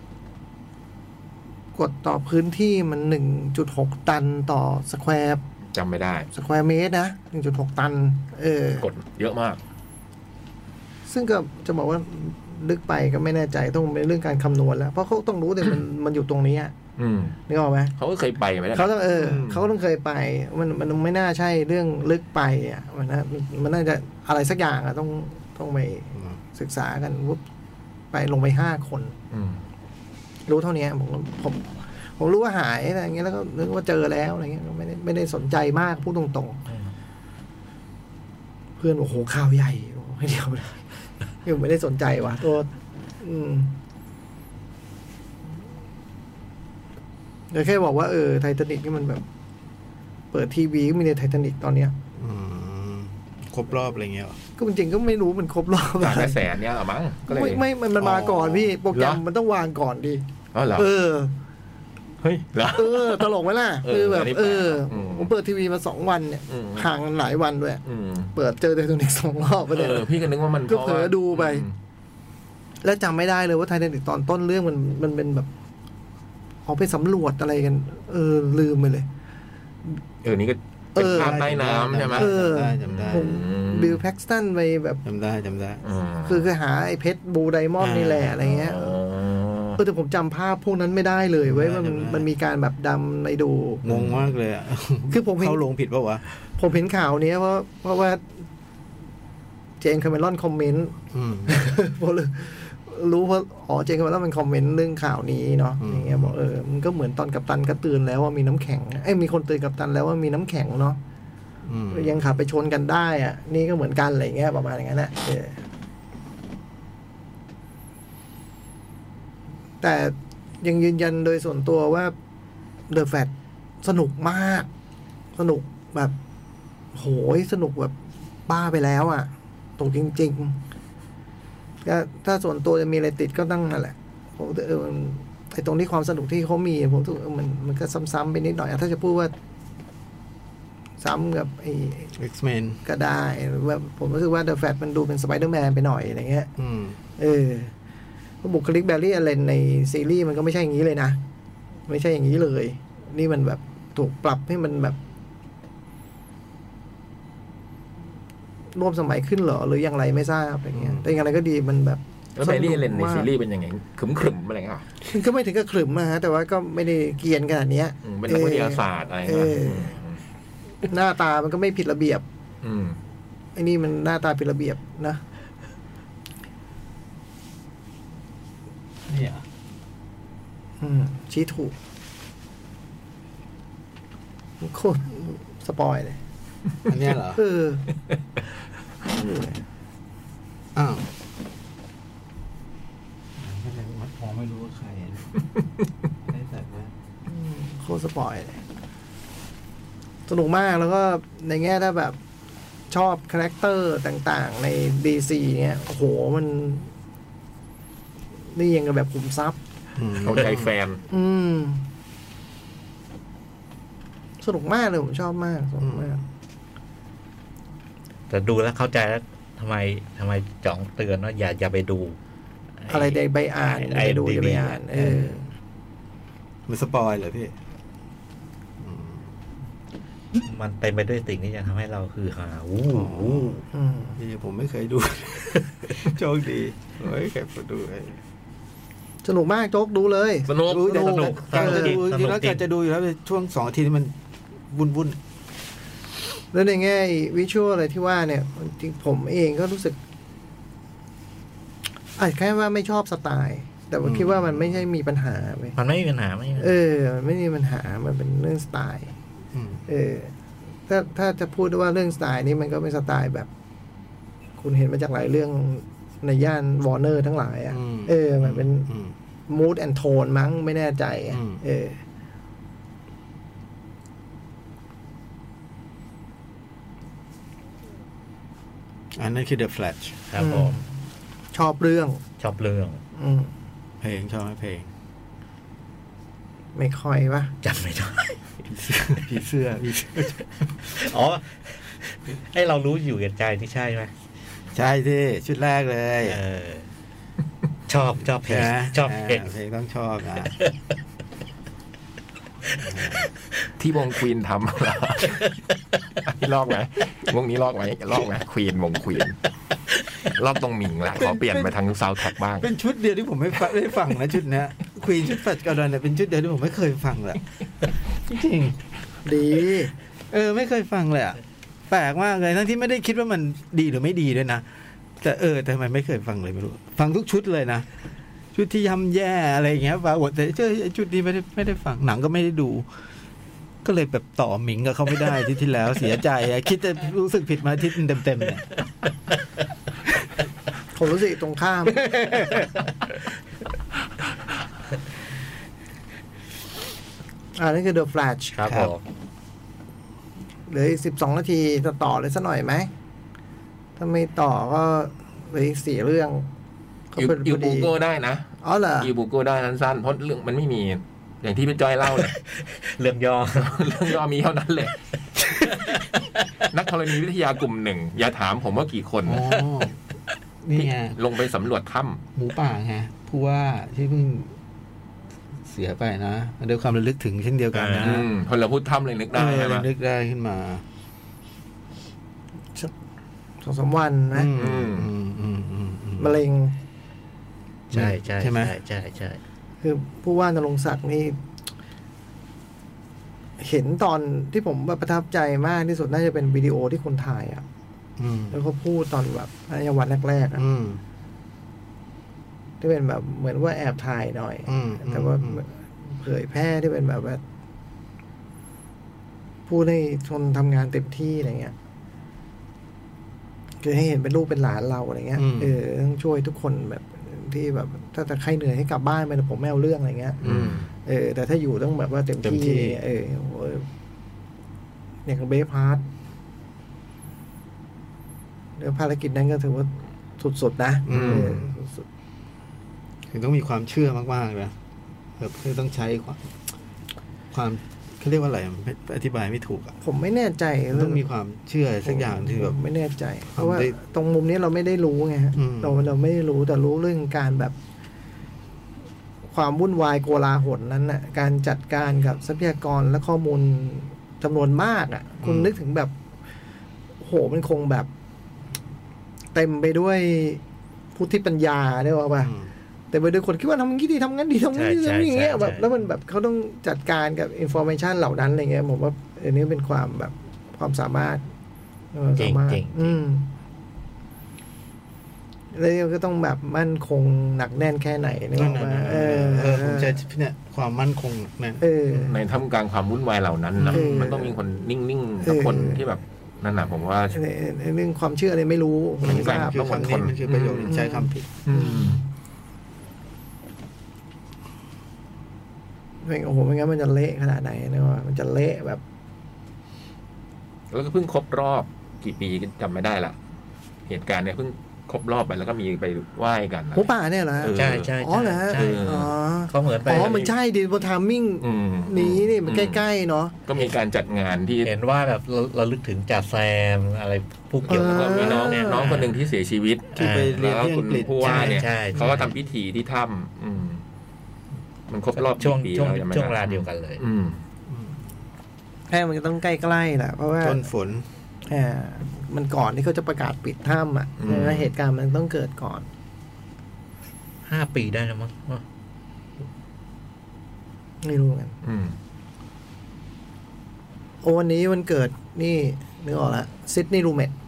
กดต่อพื้นที่มัน 1.6 ตันต่อสแควร์จำไม่ได้สแควร์เมตรนะ 1.6 ตันกดเยอะมากซึ่งก็จะบอกว่าลึกไปก็ไม่แน่ใจต้องเป็นเรื่องการคำนวณแล้วเพราะเขาต้องรู้แต่มันอยู่ตรงนี้นึกออกไหมเขาก็เคยไปไหมเขาต้องเขาต้องเคยไปมันไม่น่าใช่เรื่องลึกไปอ่ะมันน่าจะอะไรสักอย่างอ่ะต้องไปศึกษากันวุบไปลงไป5 คนรู้เท่านี้ผมรู้ว่าหายอะไรอย่างเงี้ยแล้วก็นึกว่าเจอแล้วอะไรเงี้ยไม่ได้สนใจมากพูดตรงๆเพื่อนโอ้โหข่าวใหญ่ไม่เดียวเลยยังไม่ได้สนใจว่ะตัวแต่แค่บอกว่าไททานิกนี่มันแบบเปิดทีวีก็มีในไททานิกตอนเนี้ยครบรอบอะไรเงี้ยก็จริงๆก็ไม่รู้มันครบรอบอะไรแสนเนี่ยหรอมั้งก็เลยไม่มันมาก่อนพี่โปรแกรมมันต้องวางก่อนดิเฮ้ยตลกไหมล่ะคือแบบผมเปิดทีวีมา2 วันเนี่ยห่างกันหลายวันด้วยเปิดเจอไททานิก2 รอบไปเลยพี่ก็นึกว่ามันก็เผลอดูไปแล้วจำไม่ได้เลยว่าไททานิกตอนต้นเรื่องมันเป็นแบบเขาไปสำรวจอะไรกันลืมไปเลยนี่ก็เป็นภาพใต้น้ำใช่ไหมจำได้บิลแพ็กสตันไปแบบจำได้คือหาไอ้เพชรบูไดมอนด์นี่แหละอะไรเงี้ยแต่ผมจำภาพพวกนั้นไม่ได้เลยเว้ยมันมีการแบบดำในดูงงมากเลยอ่ะคือผมเขาลงผิดป่าวะผมเห็นข่าวนี้เพราะว่าเจนคาเมรอนคอมเมนต์ผมเลยรู้ว่าเจนคาเมรอนมันคอมเมนต์เรื่องข่าวนี้เนาะอย่างเงี้ยบอกมันก็เหมือนตอนกัปตันก็เตือนแล้วว่ามีน้ำแข็งมีคนเตือนกัปตันแล้วว่ามีน้ำแข็งเนาะยังขับไปชนกันได้อ่ะนี่ก็เหมือนกันอะไรเงี้ยประมาณอย่างนั้นแหละแต่ยังยืนยันโดยส่วนตัวว่า The Flash สนุกมากสนุกแบบโหยสนุกแบบบ้าไปแล้วอ่ะตรงจริงๆก็ถ้าส่วนตัวจะมีอะไรติดก็ตั้งนั่นแหละผมไอ้ตรงที่ความสนุกที่เขามีผมรู้สึกมันก็ซ้ำๆไปนิดหน่อยถ้าจะพูดว่าซ้ำกับไอ้ X-Men ก็ได้แบบผมรู้สึกว่า The Flash มันดูเป็น Spider-Man ไปหน่อยอะไรเงี้ยบุคลิกแบร์รี่อเลนในซีรีส์มันก็ไม่ใช่อย่างนี้เลยนะไม่ใช่อย่างนี้เลยนี่มันแบบถูกปรับให้มันแบบร่วมสมัยขึ้นเหรอหรืออย่างไรไม่ทราบอะไรเงี้ยแต่อย่างไรก็ดีมันแบบแล้วแบร์รี่อเลนในซีรีส์เป็นยังไงขรึมๆอะไรเงี้ยก็ไม่ถึงกับขรึมนะฮะแต่ว่าก็ไม่ได้เกรียนขนาดนี้เป็นนักวิทยาศาสตร์อะไรหน้าตามันก็ไม่ผิดระเบียบไอ้นี่มันหน้าตาผิดระเบียบนะเนี่ยชี้ถูกโคตรสปอยเลยอันนี้เหรออ้าวมองไม่รู้ว่าใครได้แต่ว่าโคตรสปอยเลยสนุกมากแล้วก็ในแง่ถ้าแบบชอบคาแรคเตอร์ต่างๆใน DC เนี่ยโอ้โหมันนี่ยังกับแบบขุมทรัพย์เอาใจแฟนสนุกมากเลยผมชอบมากสนุกมากแต่ดูแล้วเข้าใจแล้วทำไมจ่องเตือนว่าอย่าไปดูอะไรใดใบอ่านไอ้ดูใบอ่านมันสปอยเหรอพี่มันเต็มไปด้วยสิ่งที่จะทำให้เราคือหานี่ผมไม่เคยดูโชคดีไม่เคยดูสนุกมากโจ๊กดูเลยสนุกจะดูจริงแล้วจะดูอยู่แล้วช่วง2 อาทิตย์ที่มันวุ่นแล้วในแง่วิชวลอะไรที่ว่าเนี่ยจริงผมเองก็รู้สึกแค่ว่าไม่ชอบสไตล์แต่ว่าคิดว่ามันไม่ใช่มีปัญหาไหมมันไม่มีปัญหาไม่มันไม่มีปัญหามันเป็นเรื่องสไตล์ถ้าจะพูดว่าเรื่องสไตล์นี้มันก็เป็นสไตล์แบบคุณเห็นมาจากหลายเรื่องในย่านวอร์เนอร์ทั้งหลายมันเป็นmood and tone มั้งไม่แน่ใจอันนั้นคือ The Flash ครับผมชอบเรื่องเพลงชอบไหมเพลงไม่ค่อยปะจำไม่ได้ผีเสื้ออ๋อให้เรารู้อยู่กับใจที่ใช่ไหมใช่สิชุดแรกเลยชอบเพลงนะชอบเพลงเพลงต้องชอบนะที่วงควีนทำเหรอลอกไหมวงนี้ลอกไหมควีนวงควีนลอกตรงหมิงละขอเปลี่ยนไปทางซาวด์แทร็กบ้างเป็นชุดเดียวที่ผมไม่ได้ฟังนะชุดเนี้ยควีนชุดแฟลชกอร์ดอนเนี่ยเป็นชุดเดียวที่ผมไม่เคยฟังเลยจริงดีไม่เคยฟังเลยอ่ะแปลกมากเลยทั้งที่ไม่ได้คิดว่ามันดีหรือไม่ดีด้วยนะแต่แต่ทำไมไม่เคยฟังเลยไม่รู้ฟังทุกชุดเลยนะชุดที่ย่ำแย่อะไรอย่างเงี้ยฟังหมดแต่ชุดนี้ไม่ได้ฟังหนังก็ไม่ได้ดู ก็เลยแบบต่อหมิงกับเขาไม่ได้ที่แล้วเสียใจคิดจะรู้สึกผิดมาที่เต็มๆเนี่ยผมรู้สึกตรงข้าม นั่นคือ The Flash ครับผมเหลืออีก12 นาทีจะต่อเลยสักหน่อยไหมถ้าไม่ต่อก็เหลืออีก4 เรื่องยูบูโก้ได้นะอ๋อเหรอยูบูโก้ได้สั้นๆเพราะเรื่องมันไม่มีอย่างที่พี่จ้อยเล่าเลยเรื่องย่อเรื่องย่อมีเท่านั้นเลย นักธรณีวิทยากลุ่มหนึ่งอย่าถามผมว่ากี่คนอ๋อนี่ไงลงไปสำรวจถ้หมูป่าไงผู้ว่าที่เพิ่งเสียไปนะด้วยความระลึกถึงเช่นเดียวกันนะำพอเราพูดถ้ำเลยนึกได้ใช่ไหมนึกได้ขึ้นมา 2-3 วันนะมะเร็งใช่ใช่ไหมใช่คือผู้ว่านรงค์ศักดิ์นี่ เห็นตอนที่ผมประทับใจมากที่สุดน่าจะเป็นวิดีโอที่คนถ่ายอ่ะแล้วเขาพูดตอนแบบในวันแรกๆอ่ะที่เป็นแบบเหมือนว่าแอบถ่ายหน่อยแต่ว่าเผยแพร่ที่เป็นแบบว่าพูดให้ชนทำงานเต็มที่อะไรเงี้ยคือให้เห็นเป็นลูกเป็นหลานเราอะไรเงี้ยต้องช่วยทุกคนแบบที่แบบถ้าใครเหนื่อยให้กลับบ้านไปผมไม่เอาเรื่องอะไรเงี้ยแต่ถ้าอยู่ต้องแบบว่าเต็มที่อย่างเบฟพาร์ทเดี๋ยวภารกิจนั้นก็ถือว่าสุดๆนะสุดคือต้องมีความเชื่อมากๆนะแบบคือต้องใช้ความเขาเรียกว่าอะไรอธิบายไม่ถูกอ่ะผมไม่แน่ใจต้องมีความเชื่อสักอย่างที่แบบไม่แน่ใจเพราะว่าตรงมุมนี้เราไม่ได้รู้ไงเราไม่ได้รู้แต่รู้เรื่องการแบบความวุ่นวายโกลาหลนั้นน่ะการจัดการกับทรัพยากรและข้อมูลจำนวนมากอ่ะคุณนึกถึงแบบโหมันคงแบบเต็มไปด้วยพุทธิปัญญาได้ป่ะแต่ไปด้วยคนคิดว่าทำงี้ดีทำงั้นดีทำงั้นดีอย่างเงี้ยแบบแล้วมันแบบเขาต้องจัดการกับอินโฟอร์เมชันเหล่านั้นอะไรเงี้ยผมว่าอันนี้เป็นความแบบความสามารถจริงแล้วก็ต้องแบบมั่นคงหนักแน่นแค่ไหนนี่ว่าผมจะเนี่ยความมั่นคงนั่นในท่ามกลางความวุ่นวายเหล่านั้นนะมันต้องมีคนนิ่งๆกับคนที่แบบนั่นแหละผมว่าเรื่องความเชื่ออะไรไม่รู้มันคือคำนี้มันคือประโยชน์ใช้คำผิดโอ้โหไม่งั้นมันจะเละขนาดไหนนะว่ามันจะเละแบบแล้วก็เพิ่งครบรอบกี่ปีจำไม่ได้ละเหตุการณ์เนี่ยเพิ่งครบรอบไปแล้วก็มีไปไหว้กันหมูป่าเนี่ยเหรอใช่อ๋อเหรอเขาเหมือนไปมันใช่ดิบนทามมิ่งนี้นี่มันใกล้ๆเนาะก็มีการจัดงานที่เห็นว่าแบบเราลึกถึงจ่าแซมอะไรผู้เกี่ยวกับมีน้องคนหนึ่งที่เสียชีวิตที่ไปเรียนที่อังกฤษผู้ว่าเนี่ยเขาก็ทำพิธีที่ถ้ำมันครบรอบช่วงเวลาเดียวกันเลยแค่มันจะต้องใกล้ๆแหละเพราะว่าต้นฝนมันก่อนที่เขาจะประกาศปิดถ้ำอ่ะเหตุการณ์มันต้องเกิดก่อน 5 ปีได้แล้วมั้งไม่รู้กันวันนี้วันเกิดนี่นึกออกละซิดนีย์รูเมต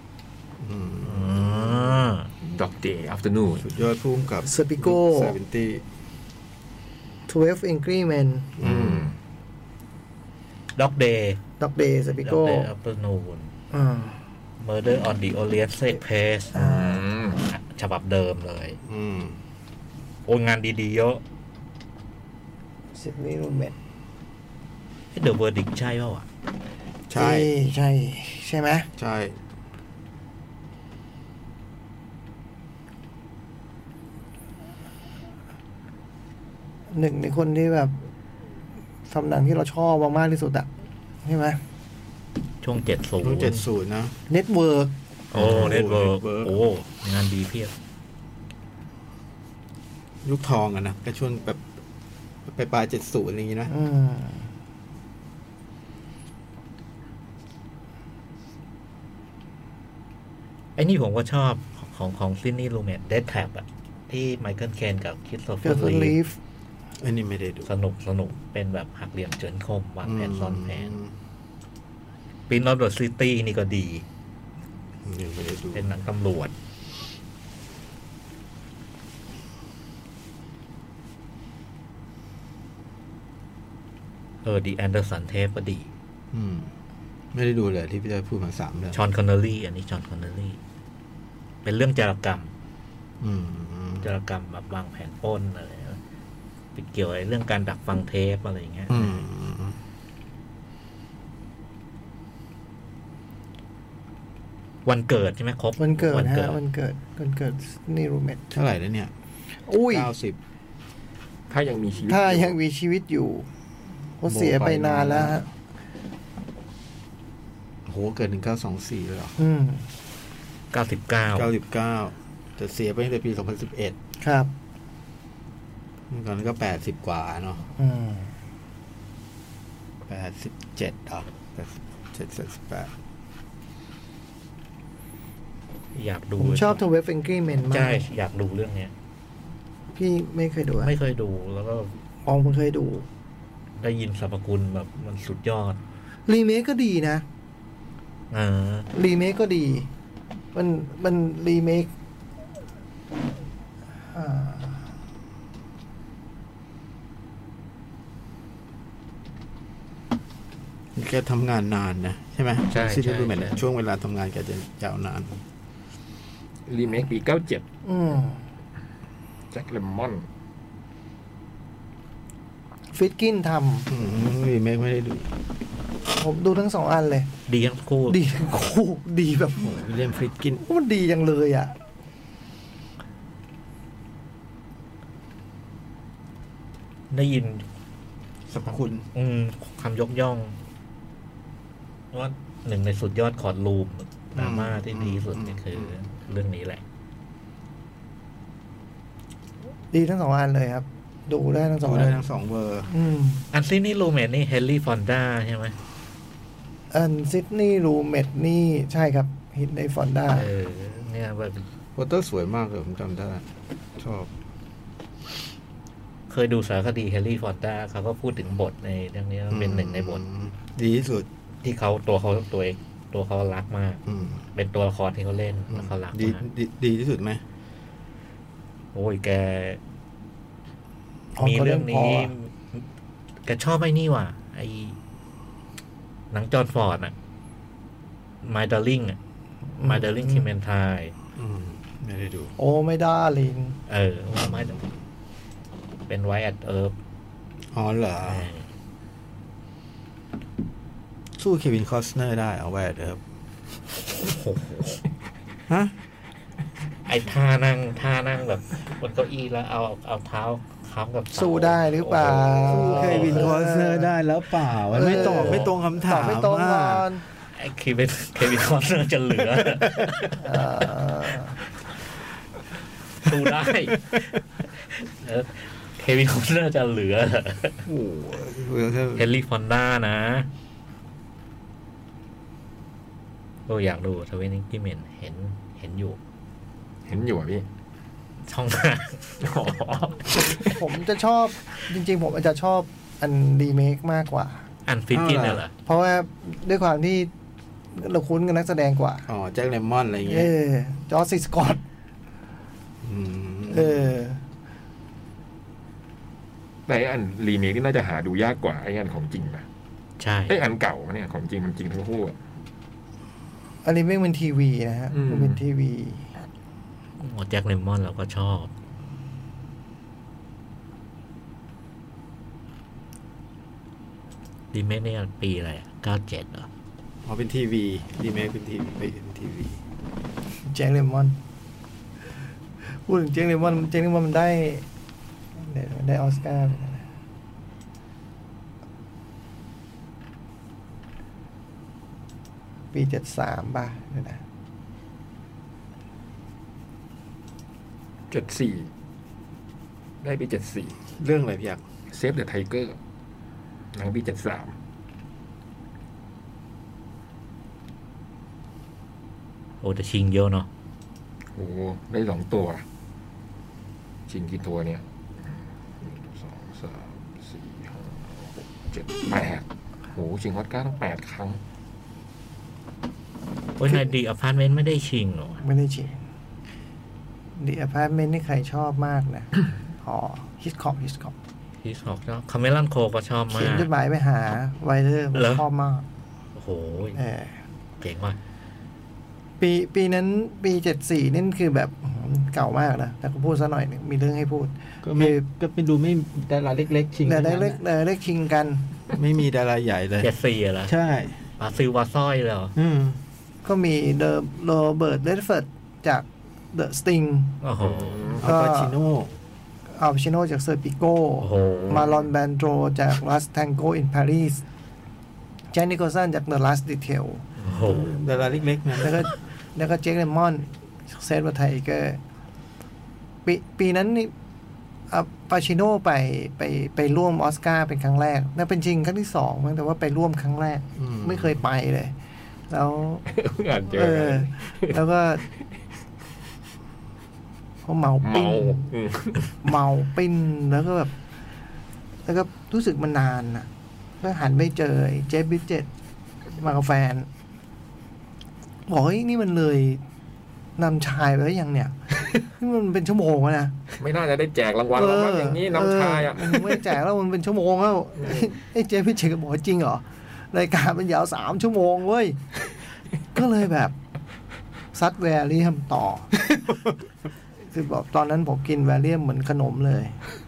Dog Day Afternoon สุดยอดพุ่มกับเซปิโก้12 Angry Men Dog Day เซปิโก้ Afternoon Murder on the Orient Express ฉบับเดิมเลยโอ้งานดีๆเยอะซิดนีย์รูเมต The Verdict ใช่ป่าวอ่ะใช่ไหมใช่หนึ่งในคนที่แบบทำหนังที่เราชอบมากๆที่สุดอะใช่ไหมช่วงรุ่น 70 70 นะเน็ตเวิร์กโอ้เน็ตเวิร์ก Network โอ้งานดีเพียบยุคทองอะนะก็ช่วงแบบไปปลาย70อะไรอย่างงี้นะไอ้นี่ผมก็ชอบของซินนี่ลูเมตเดดแท็บอะที่ไมเคิลเคนกับคริสโตเฟเฟอลร์ต์ลีลีฟฟอันนี้ไม่ได้ดูสนุกเป็นแบบหักเหลี่ยมเฉินคมวางแผนซ้อนแผนปินออฟเดอะซิตี้นี่ก็ดียังไม่ได้ดูเป็นหนังตำรวจดีแอนเดอร์สันเทปก็ดีไม่ได้ดูเลยที่พี่ได้พูดมา3เรื่องชอนคอนเนอรี่อันนี้ชอนคอนเนอรี่เป็นเรื่องจารกรรม จารกรรมแบบวางแผนปล้นอะไรไปเกี่ยวกับเรื่องการดักฟังเทปอะไรอย่างเงี้ยวันเกิดใช่ไหมครบวันเกิดฮะวันเกิดนี่รูเมทเท่าไหร่แล้วเนี่ยอุ้ย 90 ถ้ายังมีชีวิตถ้ายังมีชีวิตอยู่เขาเสียไปนานแล้วฮะโหเกิด1924เลยเหรอ 99 99แต่เสียไปตั้งแต่ปี2011 ครับตอนนั้นก็80กว่าเนาะ87อ่ะ87 อยากดูผมชอบทเวฟเฟนกรีแมนมากใช่อยากดูเรื่องเนี้ยพี่ไม่เคยดูอะไม่เคยดูแล้วก็อ๋อผมเคยดูได้ยินสรรพคุณแบบมันสุดยอดรีเมคก็ดีนะ รีเมคก็ดี มันรีเมคแกทำงานนานนะใช่ไหมใช่ซีรีส์ดูเหมือนใช่ช่วงเวลาทำงานแกจะยาวนานรีเมคปี 97 แจ็คเลมมอนฟิตกินทรีเมคไม่ได้ดูำผมดูทั้ง2 อันเลยดีทั้งคู่ดีทั้งคู่ดีแบบวิลเลียมฟริดกินมันดีจังเลยอ่ะได้ยินสรรพคุณคำยกย่องว่าหนึ่งในสุดยอดคอร์ดรูมดราม่าที่ดีที่สุดนี่คือเรื่องนี้แหละดีทั้ง2 อันเลยครับ ดูได้ทั้ง2 ดูอัได้นทั้ง2เวอร์อันซินี่ลูเมนนี่เฮนรี่ฟอนด้าใช่ไหมอันซิดนีย์รูเมทนี่ใช่ครับฮิตในฟอนด้าเนี่ยแบบโปสเตอร์สวยมากเลยผมจำได้ชอบเคยดูสารคดีเฮนรี่ฟอนด้าเขาก็พูดถึงบทในเรื่องนี้มันเป็นหนึ่งในบทดีที่สุดที่ตัวเขารักมาก เป็นตัวละครที่เขาเล่นแล้วเขารักดีมากดีที่สุดไหมโอ้ยแก มีเรื่องนี้แกชอบไอ้นี่ว่ะไอ้หนังจอห์นฟอร์ดอ่ะ My Darling อ่ะ My Darling Clementine ไม่ได้ดูโอ้ไม่ได้ลิงว่าไม่เป็นไวท์แอดเอิร์ฟอ๋อเหรอ สู้เควินคอสเนอร์ได้เอาไว้เด้อฮะไอ้ท่านั่งแบบบนเก้าอี้แล้วเอาเท้าค้ำกับเสาสู้ได้หรือเปล่าสู้เควินคอสเนอร์ได้แล้วเปล่ามันไม่ตอบไม่ตรงคำถามไม่ตรงก่อนไอ้เควินคอสเนอร์จะเหลือสู้ได้เควินคอสเนอร์จะเหลือโอ้โหเฮนรี่ฟอนด้านะอยากดูทเวนิกิเมนเห็นอยู่อ่ะพี่ช่องมาผมจะชอบจริงๆผมอาจจะชอบอันรีเมคมากกว่าอันฟิตกินเหรอเพราะว่าด้วยความที่เราคุ้นกับนักแสดงกว่าอ๋อแจ็คเลมอนอะไรอย่างเงี้ยจอร์จซีสกอตแต่อันรีเมคนี่น่าจะหาดูยากกว่าไอ้อันของจริงนะใช่ไอ้อันเก่าเนี่ยของจริงมันจริงทั้งคู่อันนี้ไม่เป็นทีวีนะฮะมันเป็นทีวีแจ็คเลมอนเราก็ชอบรีเมคเนี่ยปีอะไร97เหรออ๋อเป็นทีวีรีเมคเป็นทีวีแจ็คเลมอนพูดถึงแจ็คเลมอนมันเดี๋ยวได้ออสการ์ปี73ป่ะเดี๋ยวนะ 74ได้ปี74 เรื่องอะไรพี่ยักษ์เซฟเดอะไทเกอร์หนังปี73 โอ้แต่ชิงเยอะเนาะโอ้ได้2ตัวชิงกี่ตัวเนี่ย2 3 4 5 6 7 8โอ้ชิงออสการ์ตั้ง8ครั้งโอ้ยในดีอพาร์ตเมนต์ไม่ได้ชิงหรอไม่ได้ชิงดีอพาร์ตเมนต์นี่ใครชอบมากนะอ๋อฮิตคอกชอบคาเมลอนโคก็ชอบมากเขียนจดหมายไปหาไวเลอร์ชอบมากโอ้โหเก่งมากปีนั้นปี74นี่คือแบบเก่ามากนะแต่ก็พูดซะหน่อยนึงมีเรื่องให้พูดก็ไปดูไม่ดาราเล็กๆชิงดาราเล็กชิงกันไม่มีดาราใหญ่เลย 74เหรอใช่ปาซิลวาซ้อยเหรอก็มีโรเบิร์ตเรดเฟิร์ดจากเดอะสติงโอ้โหอัลปาชิโน่จากเซอร์ปิโก้มาลอนแบนโดรจากลัสแทงโกอินปารีสแจ็คนิโคลสันจากเดอะลัสดีเทลดาราเล็กๆนะแล้วก็เจคเลมอนเซตว่าไทเกอร์ปีนั้นนี่ปาชิโน่ไปร่วมออสการ์เป็นครั้งแรกนั่นเป็นจริงครั้งที่2มั้งแต่ว่าไปร่วมครั้งแรกไม่เคยไปเลยแล้วแล้วก็เขาเมาปิ้นแล้วก็แบบแล้วก็รู้สึกมันนานน่ะก็หันไปเจอเจฟบิดเจ็ตมากับแฟนบอกเฮ้ยนี่มันเลยนำชายไปแล้วยังเนี่ยนี่มันเป็นชั่วโมงแล้วนะไม่น่าจะได้แจกรางวัลแล้วอย่างนี้นำชายอ่ะไม่แจกแล้วมันเป็นชั่วโมงแล้วไอ้เจฟบิดเจ็ตก็บอกจริงเหรอรายการมันยาว3 ชั่วโมงเว้ยก็เลยแบบซัดแวร์เรียมต่อคือบอกตอนนั้นผมกินแวร์เรียมเหมือนขนมเลย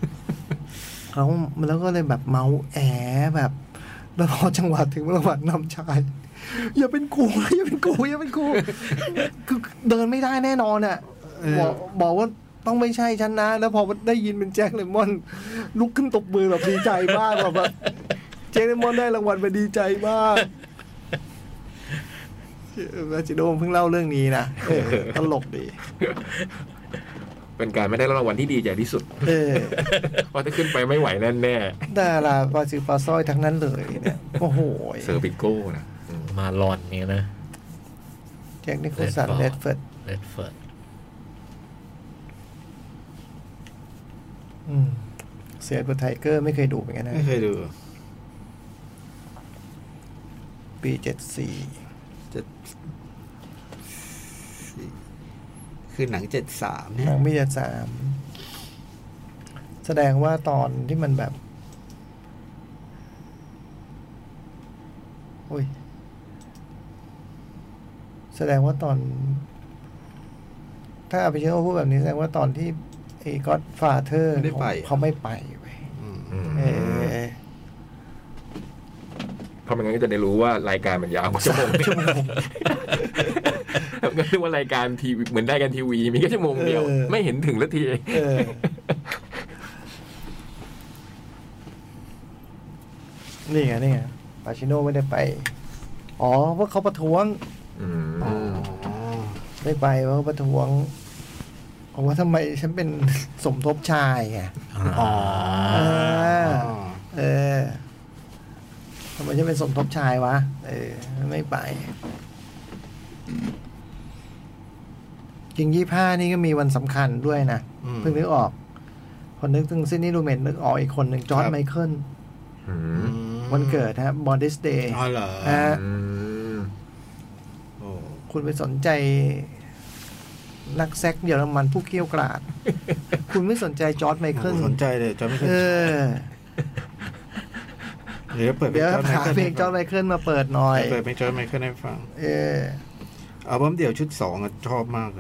แล้วก็เลยแบบเมาแอแบบแล้วพอจังหวะถึงระหว่างนำชายอย่าเป็นกูคือเดินไม่ได้แน่นอนอ่ะบอกว่าต้องไม่ใช่ฉันนะแล้วพอได้ยินเป็นแจ็คเลมอนลุกขึ้นตบมือแบบดีใจมากแบบแจ็คเลมอนได้รางวัลไปดีใจมากอาจิโดมเพิ่งเล่าเรื่องนี้นะตลกดีเป็นการไม่ได้รางวัลที่ดีใจที่สุดเพราะถ้าขึ้นไปไม่ไหวแน่ๆดาราปาซิลปาซ้อยทั้งนั้นเลยเนี่ยโอ้โหเซอร์ปิโก้นะมาลอนนี่นะแจ็คนิโคลสันเรดเฟิร์ดเสียบนไทเกอร์ไม่เคยดูเหมือนกันนะไม่เคยดูปี74 คือหนัง73เนี่ยหนังไม่73แสดงว่าตอนที่มันแบบโอ้ยแสดงว่าตอนถ้าอาไปเชื่อพูดแบบนี้แสดงว่าตอนที่ไอ้ก็อดฟาเธอร์เขาไม่ไปเว้ยเพราะมันงั้นก็จะได้รู้ว่ารายการมันยาวกว่าชั่วโมงก็คือว่ารายการทีวีเหมือนได้กันทีวีมีแค่ชั่วโมงเดียวไม่เห็นถึงสักทีนี่ไงปาชิโน่ไม่ได้ไปอ๋อเพราะเขาประท้วงไม่ไปเพราะประท้วงว่าทำไมฉันเป็นสมทบชายไงทำไมฉันเป็นสมทบชายวะไม่ไปจริง25นี่ก็มีวันสำคัญด้วยนะเพิ่งนึกออกพอนึกถึงซิดนีย์ลูเมนนึกออกอีกคนหนึ่งจอร์จไมเคิลวันเกิดฮะบอดี้สเดย์ฮะคุณไปสนใจนักแซกเยอรมันผู้เกี้ยวกราดคุณไม่สนใจจอร์จไมเคิลสนใจเลยจอร์จไมเคิลเดี๋ยวหาเพลงจอร์จไมเคิลมาเปิดหน่อยเปิดเพลงจอร์จไมเคิลให้ฟังอัลบั้มเดี่ยวชุด2ชอบมากอะ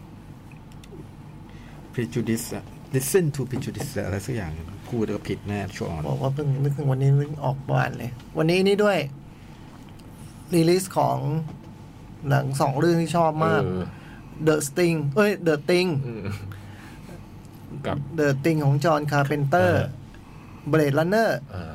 Prejudice Listen to Prejudice อะไรสักอย่างพูดก็ผิดแน่ช่วงบอกว่าเพิ่งนึกถึงวันนี้นึกออกบ้านเลยวันนี้นี่ด้วยรีลิสของหนัง2 เรื่องที่ชอบมากThe Sting The Thing กับ The Thing ของจอห์นคาร์เพนเตอร์ Blade Runner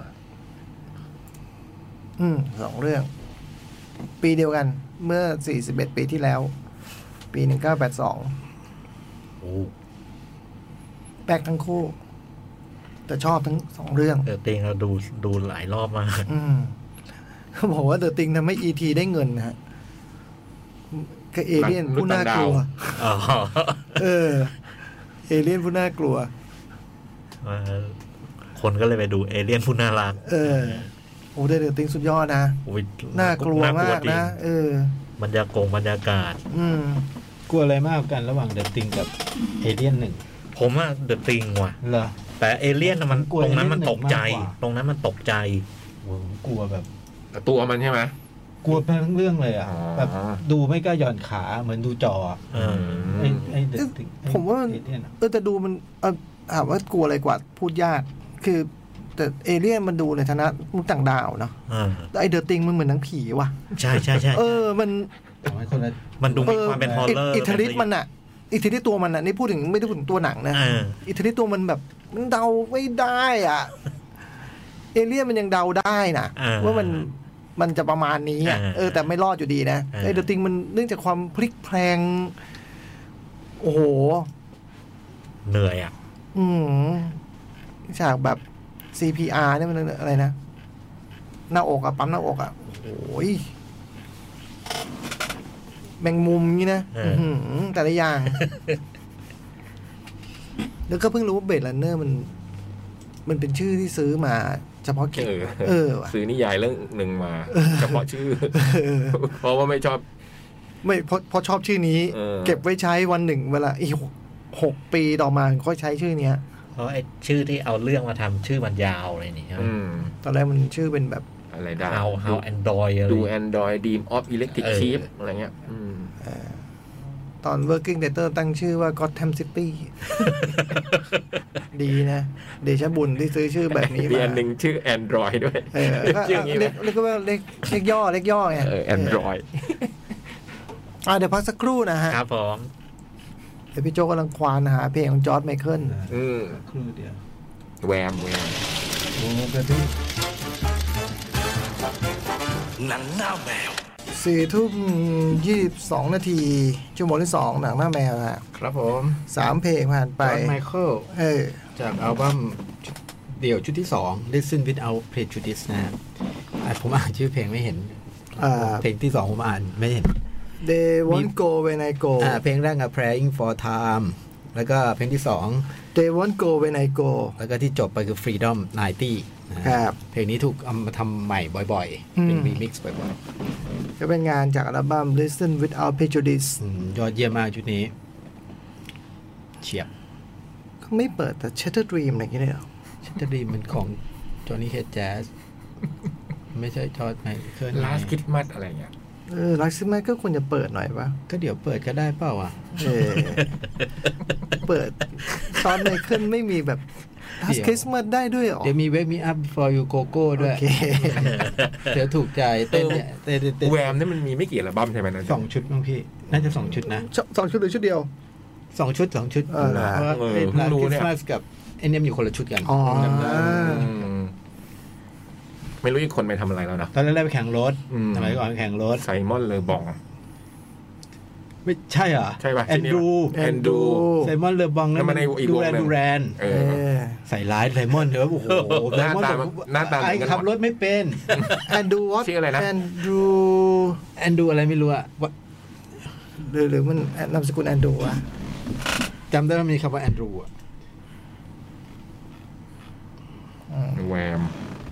2 เรื่อง ปีเดียวกันเมื่อ41ปีที่แล้ว ปี 1982 โอ้แปลกทั้งคู่ แต่ชอบทั้ง2 เรื่องเติงเราดูหลายรอบมากเขาบอกว่า The Thing ทำให้ E.T. ได้เงินนะฮะก็เอเลี่ยนผู้น่ากลัวเอเลี่ยนผู้น่ากลัวคนก็เลยไปดูเอเลี่ยนผู้น่ารักโอ้ได้เดอะติงสุดยอดนะน่ากลัวมากนะบรรยากาศกลัวอะไรมากกันระหว่างเดอะติงกับเอเลี่ยน1 ผมว่าเดอะติงว่ะเหรอแต่เอเลี่ยนมันตรงนั้นมันตกใจผมกลัวแบบตัวมันใช่ไหมกลัวทั้งเรื่องเลยอ่ะแบบดูไม่กล้าหย่อนขาเหมือนดูจอไอ้เดอะติงผมว่าแต่ดูมันถามว่ากลัวอะไรกว่าพูดยากคือแต่เอเลี่ยนมันดูในฐานะมนุษย์ต่างดาวเนาะแต่ไอเดอะติงมันเหมือนหนังผีว่ะใช่มันดูมีความเป็นฮอร์เรอร์อิทธิฤทธิ์มันอะอิทธิฤทธิ์ตัวมันอะนี่พูดถึงไม่ได้พูดถึงตัวหนังนะอิทธิฤทธิ์ตัวมันแบบมันเดาไม่ได้อ่ะเอเลี่ยนมันยังเดาได้นะว่ามันจะประมาณนี้อ่ะแต่ไม่รอดอยู่ดีนะไอเดอะติงมันเนื่องจากความพลิกแพลงโอ้โหเหนื่อยอ่ะฉากแบบ CPR เนี่ยมันอะไรนะหน้าอกอะปั๊มหน้าอกอะโอ้ยแมงมุมนี่นะแต่ละอย่างแล้วก็เพิ่งรู้ว่าเบดลันเนอร์มันเป็นชื่อที่ซื้อมาเฉพาะเก็บซื้อนิยายเรื่องหนึ่งมาเฉพาะชื่อเพราะว่าไม่ชอบไม่เพราะชอบชื่อนี้เก็บไว้ใช้วันหนึ่งเวลาอีก6 ปีต่อมาก็ใช้ชื่อเนี้ยเพราะไอ้ชื่อที่เอาเรื่องมาทำชื่อมันยาวอะไรนี่ตอนแรกมันชื่อเป็นแบบอะไรได้ How Android ดู Android Dream of Electric Sheep อะไรเงี้ยตอน Working Title ตั้งชื่อว่า Gotham City ดีนะเดชะบุญที่ซื้อชื่อแบบนี้มาเรียนหนึ่งชื่อ Android ด้วยชื่ออย่างนี้เรียกว่าเล็กย่อไง Android เดี๋ยวพักสักครู่นะฮะครับผมเดี๋ยวพี่โจกำลังควานหาเพลงของจอร์จไมเคิลครู่เดียวแวมโอ้กระทุ่มหนังหน้าแมว 4:22 นาทีชั่วโมงที่2หนังหน้าแมวครับผม 3 เพลงผ่านไปจอร์จไมเคิลจากอัลบั้มเดี่ยวชุดที่2 Listen Without Prejudice นะผมอ่านชื่อเพลงไม่เห็นเพลงที่2ผมอ่านไม่เห็น They Won't Go When I Go เพลงแรกPraying for Time แล้วก็เพลงที่2 They Won't Go When I Go แล้วก็ที่จบไปคือ Freedom 90ครับเพลงนี้ถูกเอามาทำใหม่บ่อยๆเป็นรีมิกซ์บ่อยๆก็เป็นงานจากอัลบั้ม Listen Without Prejudice ยอดเยี่ยมมากชุดนี้เฉียบเขาไม่เปิดแต่ Shattered Dream อะไรอย่างเงี้ยหรอ Shattered Dream มันของ Johnny Cash Jazz ไม่ใช่จอร์จไมเคิล Last Christmas อะไรอย่างเงี้ยลักซิมัสก็ควรจะเปิดหน่อยปะก็เดี๋ยวเปิดก็ได้เปล่าอ่ะเปิดตอนไมเคิลไม่มีแบบLast Christmas ได้ด้วยหรอเดี๋ยวมี Wake Me Up Before You Go Go ด้วยเดี๋ยวถูกใจเต้นแวมนี่มันมีไม่กี่อัลบั้มใช่ไหมนะ 2 ชุดมั้งพี่น่าจะ2 ชุดนะ 2 ชุดหรือชุดเดียว 2 ชุดเพราะว่า Last Christmas กับไอ้เนี่ยมีคนละชุดกันไม่รู้อีกคนไปทำอะไรแล้วนะตอนแรกไปแข่งรถสมัยก่อนแข่งรถไซมอนเลอบองไม่ใช่เหรอใช่ป่ะแอนดรูไซมอนเลอบองนั่นมันดูแรนใส่ร้ายไซมอนเถอะโอ้โหหน้าตาไอ้ขับรถไม่เป็นแอนดรูชื่ออะไรนะแอนดรูอะไรไม่รู้อะหรือมันนามสกุลแอนดรูอะจำได้ว่ามีคำว่าแอนดรูอะแวม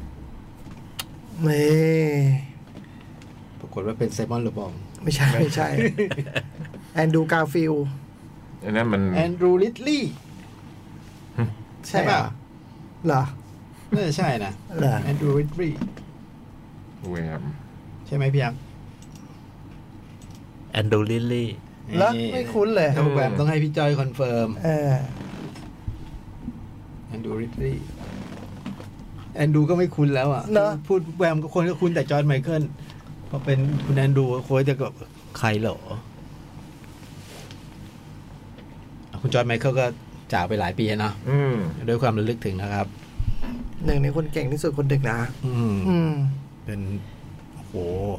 ปรากฏว่าเป็นไซมอนเลอบองไม่ใช่แอนดรูการ์ฟิลด์อันนั้นมันแอนดรูลิตลี่ใช่ป่ะเหรอน่าจะใช่นะแอนดรูลิตลี่แวมใช่ไหมพี่ยักษ์แอนดรูลิตลี่แล้วไม่คุ้นเลยแบบต้องให้พี่จอยคอนเฟิร์มแอนดรูลิตลี่แอนดูก็ไม่คุ้นแล้วอ่ะพูดแวมก็คนก็คุ้นแต่จอร์จไมเคิลพอเป็นคุณแอนดูโค้ชจะกับใครเหรอคุณจอร์จไมเคิลก็จากไปหลายปีเนาะด้วยความระลึกถึงนะครับหนึ่งในคนเก่งที่สุดคนหนึ่งนะเป็นโอ้โห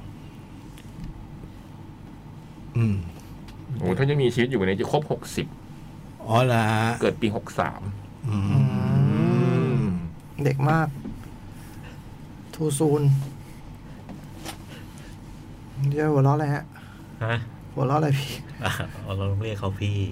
โอ้ถ้ายังมีชีวิตอยู่ในจะครบ60 อ๋อล่ะเกิดปี63 เด็กมากทูซูนเดี๋ยวหัวเราะอะไรฮะหัวเราะอะไรพี่เราเรียกเขาพี่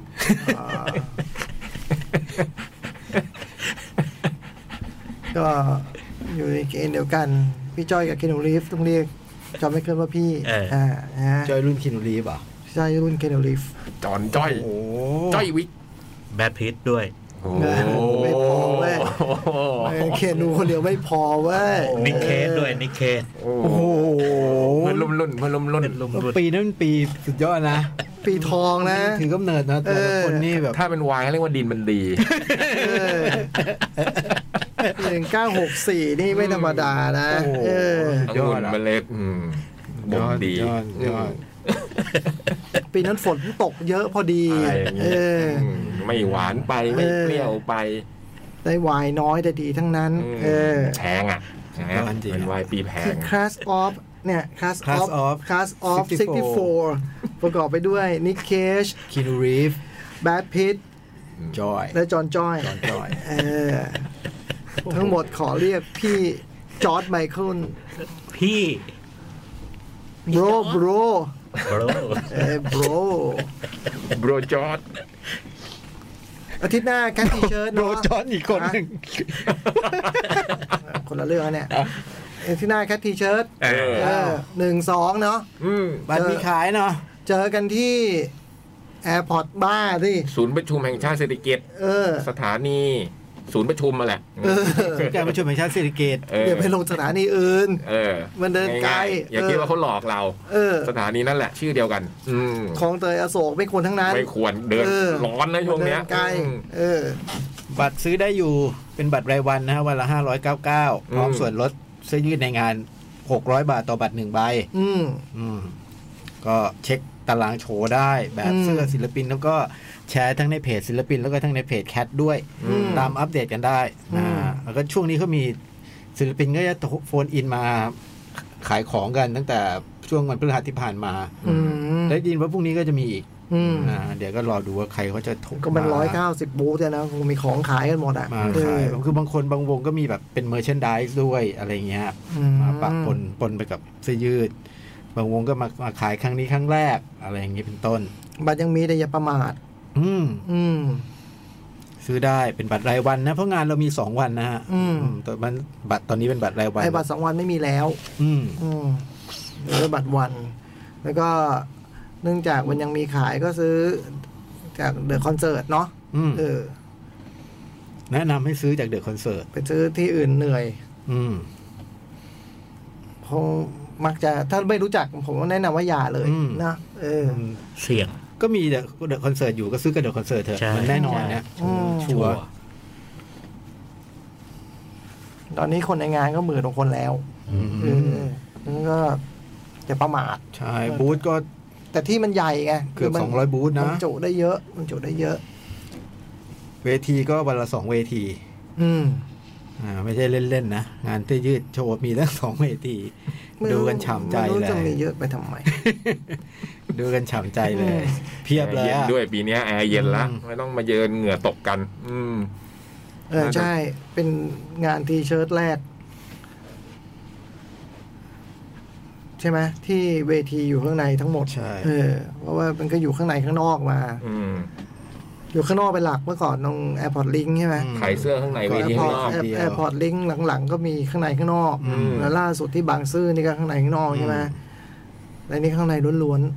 ก็อยู่ในเกณฑ์เดียวกันพี่จ้อยกับเคนนูรีฟต้องเรียกจำไม่เกินว่าพี่จ้อยรุ่นเคนนูรีฟอ่ะจ้อยรุ่นเคนนูรีฟจอนจ้อยจ้อยวิกแบทพิทด้วยไม่พอเว้ยเคนนูคนเดียวไม่พอเว้ยนิกเคสด้วยนิกเคสโอ้โหเพื่อนลุ่มรุ่นปีนั้นปีสุดยอดนะปีทองนะถือกำเนิดนะแต่คนนี้แบบถ้าเป็นวายเขาเรียกว่าดินมันดี 1964นี่ไม่ธรรมดานะยอดเมล็ดบ่มดีปีนั้นฝนตกเยอะพอดีไม่หวานไปไม่เปรี้ยวไปได้วายน้อยแต่ดีทั้งนั้นแพงอ่ะเป็นวายปีแพง Class of เนี่ย Class of 64ประกอบไปด้วยนิกเคจคีนูรีฟแบทพิทจอยและจอห์นจอยทั้งหมดขอเรียกพี่จอร์จไมเคิลพี่โบรจอร์จอาทิตย์หน้าแคททีเชิร์ตโบรจอร์จอีกคนนึงคนละเรื่องเนี่ยอาทิตย์หน้าแคททีเชิร์ต1-2เนาะบัตรมีขายเนาะเจอกันที่แอร์พอร์ตบ้าสิศูนย์ประชุมแห่งชาติเศรษฐกิจสถานีศูนย์ประชุมมาแหละการประชุมแห่งชาติเศรษฐกิจอย่าไปลงสถานีอื่นมันเดินไกลอย่าคิดว่าเขาหลอกเราสถานีนั่นแหละชื่อเดียวกันคลองเตยอโศกไม่ควรทั้งนั้นไม่ควรเดินร้อนนะช่วงนี้ไกลบัตรซื้อได้อยู่เป็นบัตรรายวันนะฮะวันละ599พร้อมส่วนลดเสื้อยืดในงาน600 บาทต่อบัตร1ใบก็เช็คตารางโชว์ได้แบบเสื้อศิลปินแล้วก็แชร์ทั้งในเพจศิลปินแล้วก็ทั้งในเพจแคทด้วยตามอัปเดตกันได้แล้วก็ช่วงนี้เขามีศิลปินก็จะโฟนอินมาขายของกันตั้งแต่ช่วงวันพฤหัสที่ผ่านมาแล้วยินว่าพรุ่งนี้ก็จะมีอีกเดี๋ยวก็รอดูว่าใครเขาจะก็มัน190บูธนะคงมีของขายกันหมดอ่ะคือบางคนบางวงก็มีแบบเป็นเมอร์แชนไดส์ด้วยอะไรเงี้ยมาปะปนไปกับเสื้อยืดบางวงก็มาขายครั้งนี้ครั้งแรกอะไรอย่างนี้เป็นต้นบัตรยังมีแต่อย่าประมาทซื้อได้เป็นบัตรรายวันนะเพราะงานเรามี2วันนะฮะแต่มันบัตรตอนนี้เป็นบัตรรายวันไอ้บัตร2วันไม่มีแล้วเหลือบัตรวันแล้วก็เนื่องจากมันยังมีขายก็ซื้อจากเดอะคอนเสิร์ตเนาะแนะนำให้ซื้อจากเดอะคอนเสิร์ตไปซื้อที่อื่นเหนื่อยคงมักจะถ้าไม่รู้จักผมก็แนะนำว่าอย่าเลยนะเสี่ยงก็มีเดอะคอนเสิร์ตอยู่ก็ซื้อกับเดอะคอนเสิร์ตเถอะมันแน่นอนนะชัวร์ตอนนี้คนในงานก็10,000 กว่าคนแล้วนั่นก็จะประมาทใช่บูธก็แต่ที่มันใหญ่ไงเกือบ200บูธนะมันจุได้เยอะเวทีก็วันละ2เวทีไม่ใช่เล่นๆนะงานที่ยืดโชว์มีตั้ง2เวทีดูกันฉ่ำใจเลยไม่รู้จะมีเยอะไปทำไมดูกันฉ่ำใจเลยเพียบเลยด้วยปีนี้แอร์เย็นแล้วไม่ต้องมาเยินเหงื่อตกกันใช่เป็นงานทีเชิ้ตแรกใช่ไหมที่เวทีอยู่ข้างในทั้งหมดใช่เพราะว่ามันก็อยู่ข้างในข้างนอกมาอยู่ข้างนอกเป็นหลักเมื่อก่อนตรง Airport Link ใช่ไหมขายเสื้อข้างในเวทีข้างนอก Airport Link หลังๆก็มีข้างในข้างนอกแล้วล่าสุดที่บางซื่อนี่ก็ข้างในข้างนอกใช่ไหมและนี่ข้างในล้วน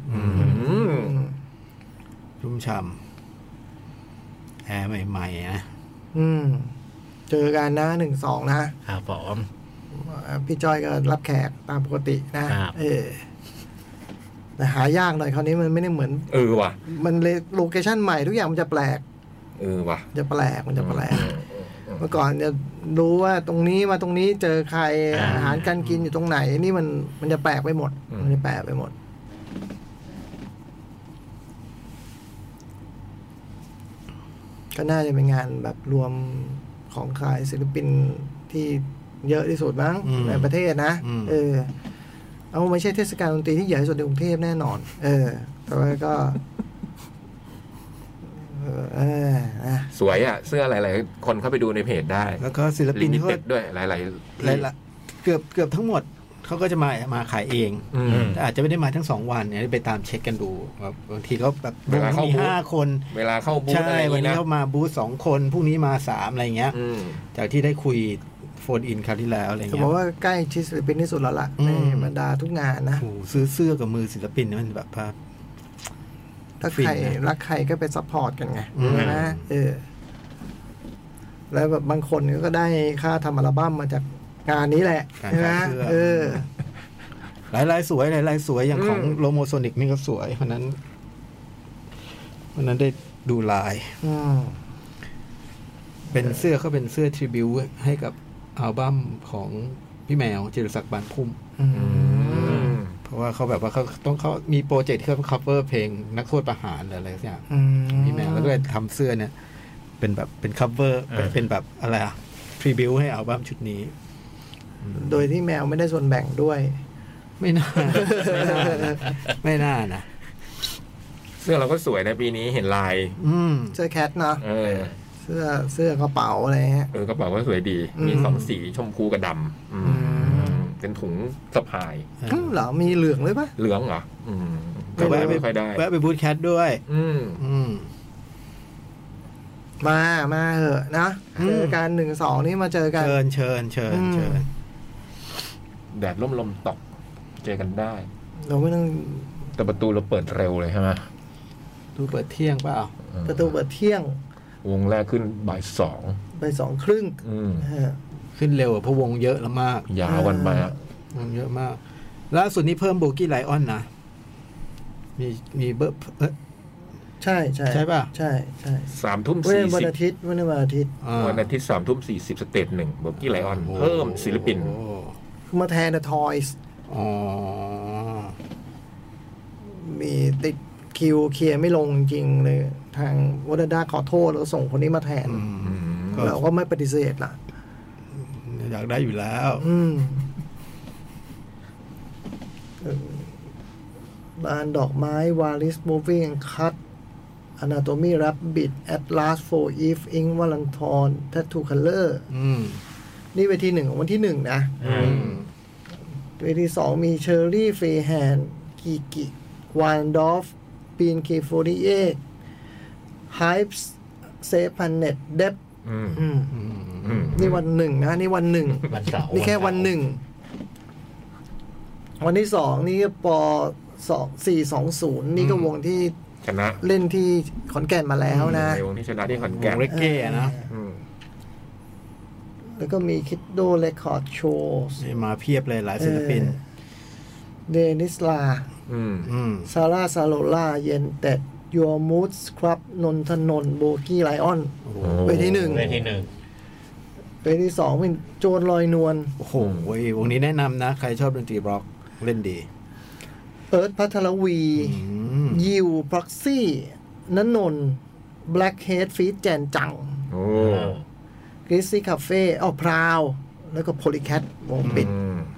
ๆชุ่มฉ่ำแอร์ใหม่ๆนะเจอกันนะ1-2 นะครับผมพี่จอยก็รับแขกตามปกตินะแต่หายากหน่อยคราวนี้มันไม่ได้เหมือนว่ะมันเลยโลเคชั่นใหม่ทุกอย่างมันจะแปลกว่ะจะแปลกมันจะแปลกเมื่อก่อนจะรู้ว่าตรงนี้มาตรงนี้เจอใครอาหารการกินอยู่ตรงไหนนี่มันจะแปลกไปหมดมันจะแปลกไปหมดก็น่าจะเป็นงานแบบรวมของขายศิลปินที่เยอะที่สุดมั้งในประเทศนะเอาไม่ใช่เทศกาลดนตรีที่ใหญ่ที่สุดในกรุงเทพแน่นอนแต่ว่าก็สวยอ่ะเสื้อหลายๆคนเข้าไปดูในเพจได้แล้วก็ศิลปินที่ด้วยหลายเกือบทั้งหมดเขาก็จะมาขายเองแต่อาจจะไม่ได้มาทั้ง2 วันเนี่ยไปตามเช็คกันดูบางทีเขาแบบวงมี5 คนเวลาเข้าบูธใช่วันนี้เขามาบูธ2 คนพรุ่งนี้มา3อะไรเงี้ยจากที่ได้คุยโฟนอินคราวที่แล้วอะไรเงี้ยบอกว่าใกล้ชิดศิลปินที่สุดแล้วล่ะในบรรดาทุกงานนะซื้อเสื้อกับมือศิลปินนี่มันแบบถ้าใครรักใครก็ไปซัพพอร์ตกันไงนะแล้วแบบบางคนก็ได้ค่าทำอัลบั้มมาจากงานนี้แหละใช่ไหมหลายสวยอย่างของโลโมโซนิกนี่ก็สวยเพราะนั้นได้ดูลายเป็นเสื้อเขาเป็นเสื้อทริบิวต์ให้กับอัลบั้มของพี่แมวจิรศักดิ์บานพุ่มเพราะว่าเขาแบบว่าเขามีโปรเจกต์ที่เขาคัฟเวอร์เพลงนักโทษประหารอะไรสักอย่างพี่แมวแล้วก็เลยทำเสื้อเนี่ยเป็นแบบเป็นคัฟเวอร์เป็นแบบอะไรอะทริบิวต์ให้อัลบั้มชุดนี้โดยที่แมวไม่ได้ส่วนแบ่งด้วยไม่น่านะเสื้อเราก็สวยนะปีนี้เห็นลายเสื้อแคทเนาะเสื้อกระเป๋าอะไรฮะกระเป๋าก็สวยดีมี2 สีชมพูกับดำเป็นถุงสะพายเหรอมีเหลืองเลยปะเหลืองเหรอก็แวะไปบูธแคทด้วยมาเหอะนะเจอกัน1-2นี่มาเจอกันเชิญแดดลมตกเจอกันได้เราไม่ต้องแต่ประตูเราเปิดเร็วเลยใช่ไหมประตูเปิดเที่ยงเปล่าประตูเปิดเที่ยงวงแรกขึ้นบ่าย 2:30 ขึ้นเร็วเพราะวงเยอะแล้วมากยาวกันไปวงเยอะมากล่าสุดนี้เพิ่มโบกี้ไลออนนะมีเบอร์ใช่ป่ะใช่ 3:40 วันอาทิตย์วันอาทิตย์ 3:40สเตจ1โบกี้ไลออนเพิ่มศิลปินมาแทนทอยส์มีติดคิวเคลียร์ไม่ลงจริงเลยทางวอร์ดาขอโทษแล้วส่งคนนี้มาแทนเราก็ไม่ปฏิเสธล่ะอยากได้อยู่แล้วบานดอกไม้วาลิสมูฟวิ่งคัทอนาโตมีรับบิดแอตลาสโฟอีฟอิงวาลันทอนแทททูคัลเลอร์นี่เวที1ของวันที่1นะเวที2มีเชอร์รี่เฟย์แฮนกิวานดอฟปีนเคโฟดีเอไฮป์เซพันเน็ตเดฟนี่วัน1นะนี่วัน1นี่แค่วัน1วันที่2นี่ก็ป420นี่ก็วงที่ชนะเล่นที่ขอนแก่นมาแล้วนะวงที่ชนะที่ขอนแก่นเรเก้นะแล้วก็มีคิดโดเรคคอร์ดโชว์มาเพียบเลยหลายศิลปินเดนิสลาซาร่าซาโลล่าเยนเต็ดยัวมูสครับนนทนนท์โบกี้ไลออนเวที1เวที2เป็นโจนลอยนวลโอ้โหวงนี้แนะนำนะใครชอบดนตรีร็อกเล่นดีเอิร์ธพัทรวียิวพร็อกซี่ณนนท์แบล็กเฮดฟีดแจนจังกริซซี่คาเฟ่พราวแล้วก็โพลีแคทวงปิด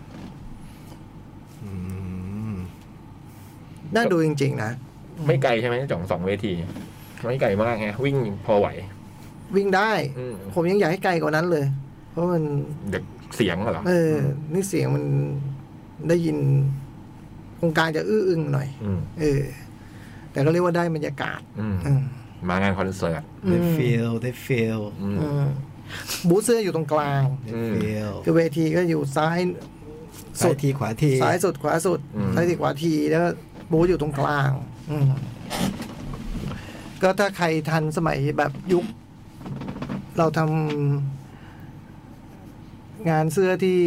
น่าดูจริงๆนะไม่ไกลใช่ไหมจ่อง2 เวทีไม่ไกลมากไงวิ่งพอไหววิ่งได้ผมยังอยากให้ไกลกว่านั้นเลยเพราะมันเด็กเสียงเหรอนี่เสียงมันได้ยินโครงการจะอื้ออึงหน่อยแต่ก็เรียกว่าได้บรรยากาศมางานคอนเสิร์ตได้ฟีลบูธเสื้ออยู่ตรงกลางคือเวทีก็อยู่ซ้ายสุดทีขวาทีซ้ายสุดขวาสุดซ้ายทีขวาทีแล้วบูธอยู่ตรงกลางก็ถ้าใครทันสมัยแบบยุคเราทำงานเสื้อที่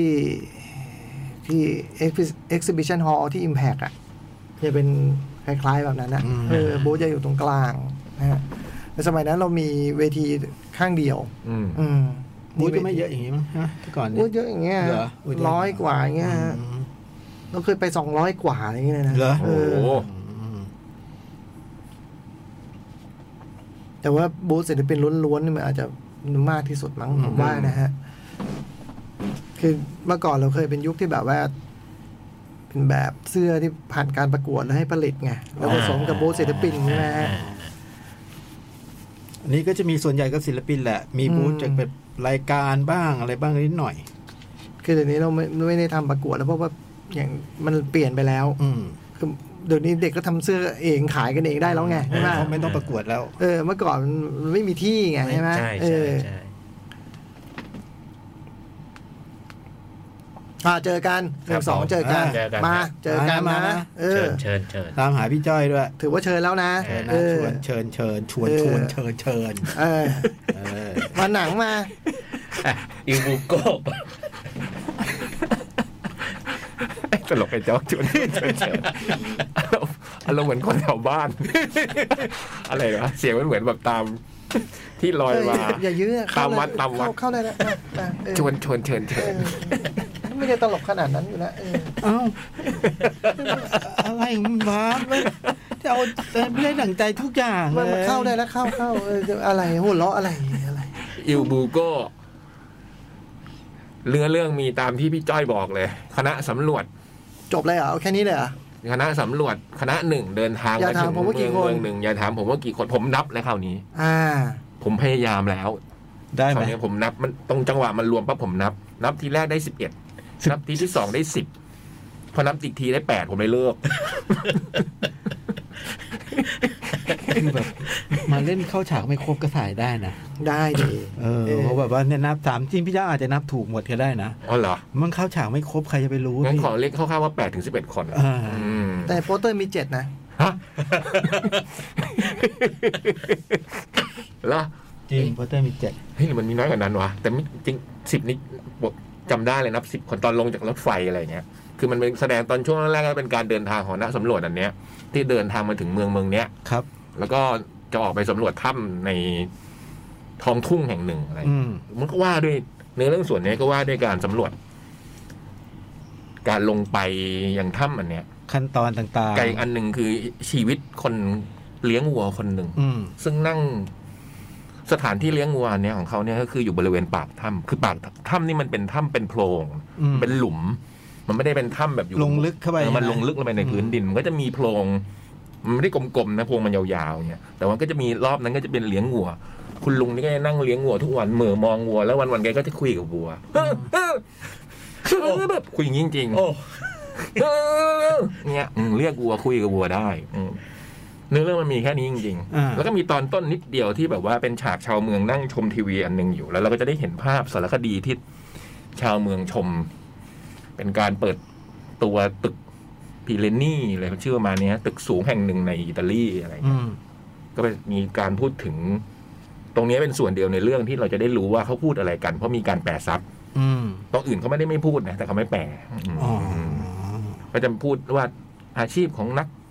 Exhibition Hall ที่ Impact อ่ะจะเป็นคล้ายๆแบบนั้นนะบูธจะอยู่ตรงกลางนะฮะในสมัยนั้นเรามีเวทีข้างเดียวบูธก็ไม่เยอะอย่างนี้มั้งฮะที่ก่อนบูธเยอะอย่างเงี้ย100 กว่าอย่างเงี้ยเราเคยไป200 กว่าอย่างเงี้ยนะแต่ว่าบูธศิลปินล้วนๆนี่มันอาจจะมากที่สุดมั้งผมว่านะฮะคือเมื่อก่อนเราเคยเป็นยุคที่แบบว่าเป็นแบบเสื้อที่ผ่านการประกวดแล้วให้ผลิตไงแล้วผสมกับบูธศิลปินใช่ไหมฮะอันนี้ก็จะมีส่วนใหญ่ก็ศิลปินแหละมีบูธจากแบบรายการบ้างอะไรบ้างนิดหน่อยคือเดี๋ยวนี้เราไม่ได้ทำประกวดแล้วเพราะว่าอย่างมันเปลี่ยนไปแล้วคือเดี๋ยวนี้เด็กก็ทำเสื้อเองขายกันเองได้แล้วไงใช่ไหมไม่ต้องประกวดแล้วเมื่อก่อนมันไม่มีที่ไงใช่ไหมใช่เจอกัน1-2เจอกันมาเจอกันนะเชิญตามหาพี่จ้อยด้วยถือว่าเชิญแล้วนะเชิญมาหนังมาอิวบุโก้ตลกไอ้จ๊อกชวนอารมณ์เหมือนคนแถวบ้านอะไรวะเสียงมันเหมือนแบบตามที่ลอยมาอย่ายื้อตามวัดเข้าได้แล้วชวนเชิญไม่ได้ตลกขนาดนั้นอยู่แล้วอะไรของบ้าจะเอาไม่ได้หนังใจทุกอย่างมันเข้าได้แล้วเข้าอะไรหัวเราะอะไรอิวบูโก้เรื่องมีตามที่พี่จ้อยบอกเลยคณะสำรวจจบเลยเหรอแค่นี้เลยเหรอคณะสำรวจคณะหนึ่งเดินทางมาถึงเมืองหนึ่งอย่าถามผมว่ากี่คนผมนับแล้วคราวนี้ผมพยายามแล้วได้ไหมผมนับมันตรงจังหวะมันรวมปั๊บผมนับทีแรกได้11นับทีที่2ได้10พอนับอีกทีได้8ผมเลยเลิกคือแบบมาเล่นเข้าฉากไม่ครบก็ถ่ายได้นะได้ดิเพราะแบบว่าเนี่ยนับ3จริงพี่เจ้าอาจจะนับถูกหมดก็ได้นะอ๋อเหรอมันเข้าฉากไม่ครบใครจะไปรู้งั้นขอเรียกคร่าวๆว่า8ถึง11คนแต่โปสเตอร์มี7นะฮะแล้วจริงโปสเตอร์มี7 เฮ้ยมันมีน้อยกว่านั้นวะแต่จริง10นี่จำได้เลยนับ10คนตอนลงจากรถไฟอะไรเงี้ยคือมันเป็นแสดงตอนช่วงแรกก็เป็นการเดินทางของนักสำรวจอันเนี้ยที่เดินทางมาถึงเมืองเนี้ยครับแล้วก็จะออกไปสำรวจถ้ำในท้องทุ่งแห่งหนึ่งอะไรมันก็ว่าด้วยเนื้อเรื่องส่วนนี้ก็ว่าด้วยการสำรวจการลงไปยังถ้ำอันเนี้ยขั้นตอนต่างๆไกลอันหนึ่งคือชีวิตคนเลี้ยงวัวคนหนึ่งซึ่งนั่งสถานที่เลี้ยงวัวเนี่ยของเขาเนี่ยก็คืออยู่บริเวณปากถ้ำคือปากถ้ำนี่มันเป็นถ้ำเป็นโพรงเป็นหลุมมันไม่ได้เป็นถ้ำแบบอยู่ลงลึกเข้าไปมันลงลึกลงไปในพื้นดินมันก็จะมีโพรงมันไม่ได้กลมๆนะโพรงมันยาวๆเนี่ยแต่ว่าก็จะมีรอบนั้นก็จะเป็นเลี้ยงวัวคุณลุงนี่ก็นั่งเลี้ยงวัวทุกวันเหม่อมองวัวแล้ววันๆแกก็จะคุยกับวัวแบบคุยจริงๆเนี่ยเรียกวัวคุยกับวัวได้เนื้อเรื่องมันมีแค่นี้จริงๆแล้วก็มีตอนต้นนิดเดียวที่แบบว่าเป็นฉากชาวเมืองนั่งชมทีวีอันนึงอยู่แล้วเราก็จะได้เห็นภาพสารคดีที่ชาวเมืองชมเป็นการเปิดตัวตึกพิเรนีอะไรชื่อประมาณนี้ตึกสูงแห่งหนึ่งในอิตาลีอะไรก็มีการพูดถึงตรงนี้เป็นส่วนเดียวในเรื่องที่เราจะได้รู้ว่าเขาพูดอะไรกันเพราะมีการแปลซับตรงอื่นเขาไม่พูดนะแต่เขาไม่แปลก็จะพูดว่าอาชีพของ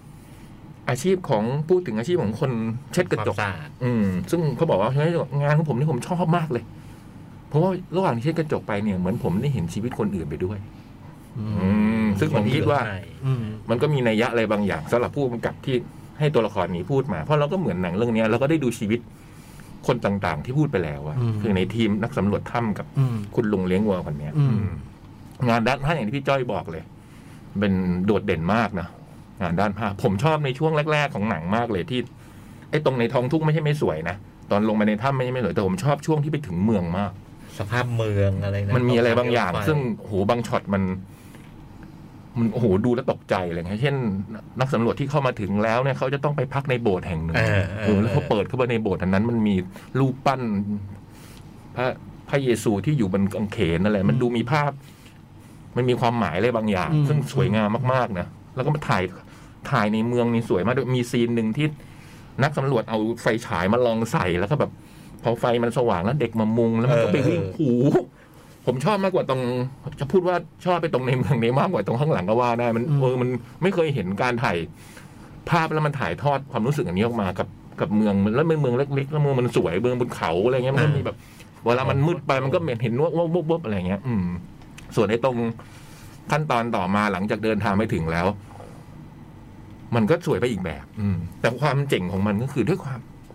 พูดถึงอาชีพของคนเช็ดกระจกซึ่งเขาบอกว่าเฮ้ยงานของผมนี่ผมชอบมากเลยเพราะว่าระหว่างที่เช็ดกระจกไปเนี่ยเหมือนผมได้เห็นชีวิตคนอื่นไปด้วยซึ่งผมคิดว่ามันก็มีนัยยะอะไรบางอย่างสำหรับผู้กำกับที่ให้ตัวละครนี้พูดมาเพราะเราก็เหมือนหนังเรื่องนี้เราก็ได้ดูชีวิตคนต่างๆที่พูดไปแล้วอะคือในทีมนักสำรวจถ้ำกับคุณลุงเลี้ยงวัวคนนี้งานด้านภาพอย่างที่พี่จ้อยบอกเลยเป็นโดดเด่นมากนะงานด้านภาพผมชอบในช่วงแรกๆของหนังมากเลยที่ไอ้ตรงในท้องทุ่งไม่ใช่ไม่สวยนะตอนลงมาในถ้ำไม่ใช่ไม่สวยแต่ผมชอบช่วงที่ไปถึงเมืองมากสภาพเมืองอะไรนะมันมีอะไรบางอย่างซึ่งโหบางช็อตมันโอ้โหดูแล้วตกใจเลยเช่นนักสำรวจที่เข้ามาถึงแล้วเนี่ยเขาจะต้องไปพักในโบสถ์แห่งหนึ่งแล้วเขาเปิดเข้าไปในโบสถ์อันนั้นมันมีรูปปั้นพระเยซูที่อยู่บนกางเขนอะไรมันดูมีภาพมันมีความหมายอะไรบางอย่างซึ่งสวยงามมากๆนะแล้วก็มาถ่ายในเมืองนี่สวยมากมีซีนหนึ่งที่นักสำรวจเอาไฟฉายมาลองใส่แล้วก็แบบพอไฟมันสว่างแล้วเด็กมามุงแล้วมันก็ไปวิ่งหูผมชอบมากกว่าตรงจะพูดว่าชอบไปตรงในเมืองนี้มากกว่าตรงข้างหลังก็ว่าได้มันมันไม่เคยเห็นการถ่ายภาพแล้วมันถ่ายทอดความรู้สึกอันนี้ออกมากับเมืองแล้วเมืองเล็กๆแล้วเมืองมันสวยเมืองบนเขาอะไรเงี้ยมันก็มีแบบเวลามันมืดไปมันก็เห็นว่าอะไรเงี้ยส่วนในตรงขั้นตอนต่อมาหลังจากเดินทางไปถึงแล้วมันก็สวยไปอีกแบบแต่ความเจ๋งของมันก็คือด้วยความ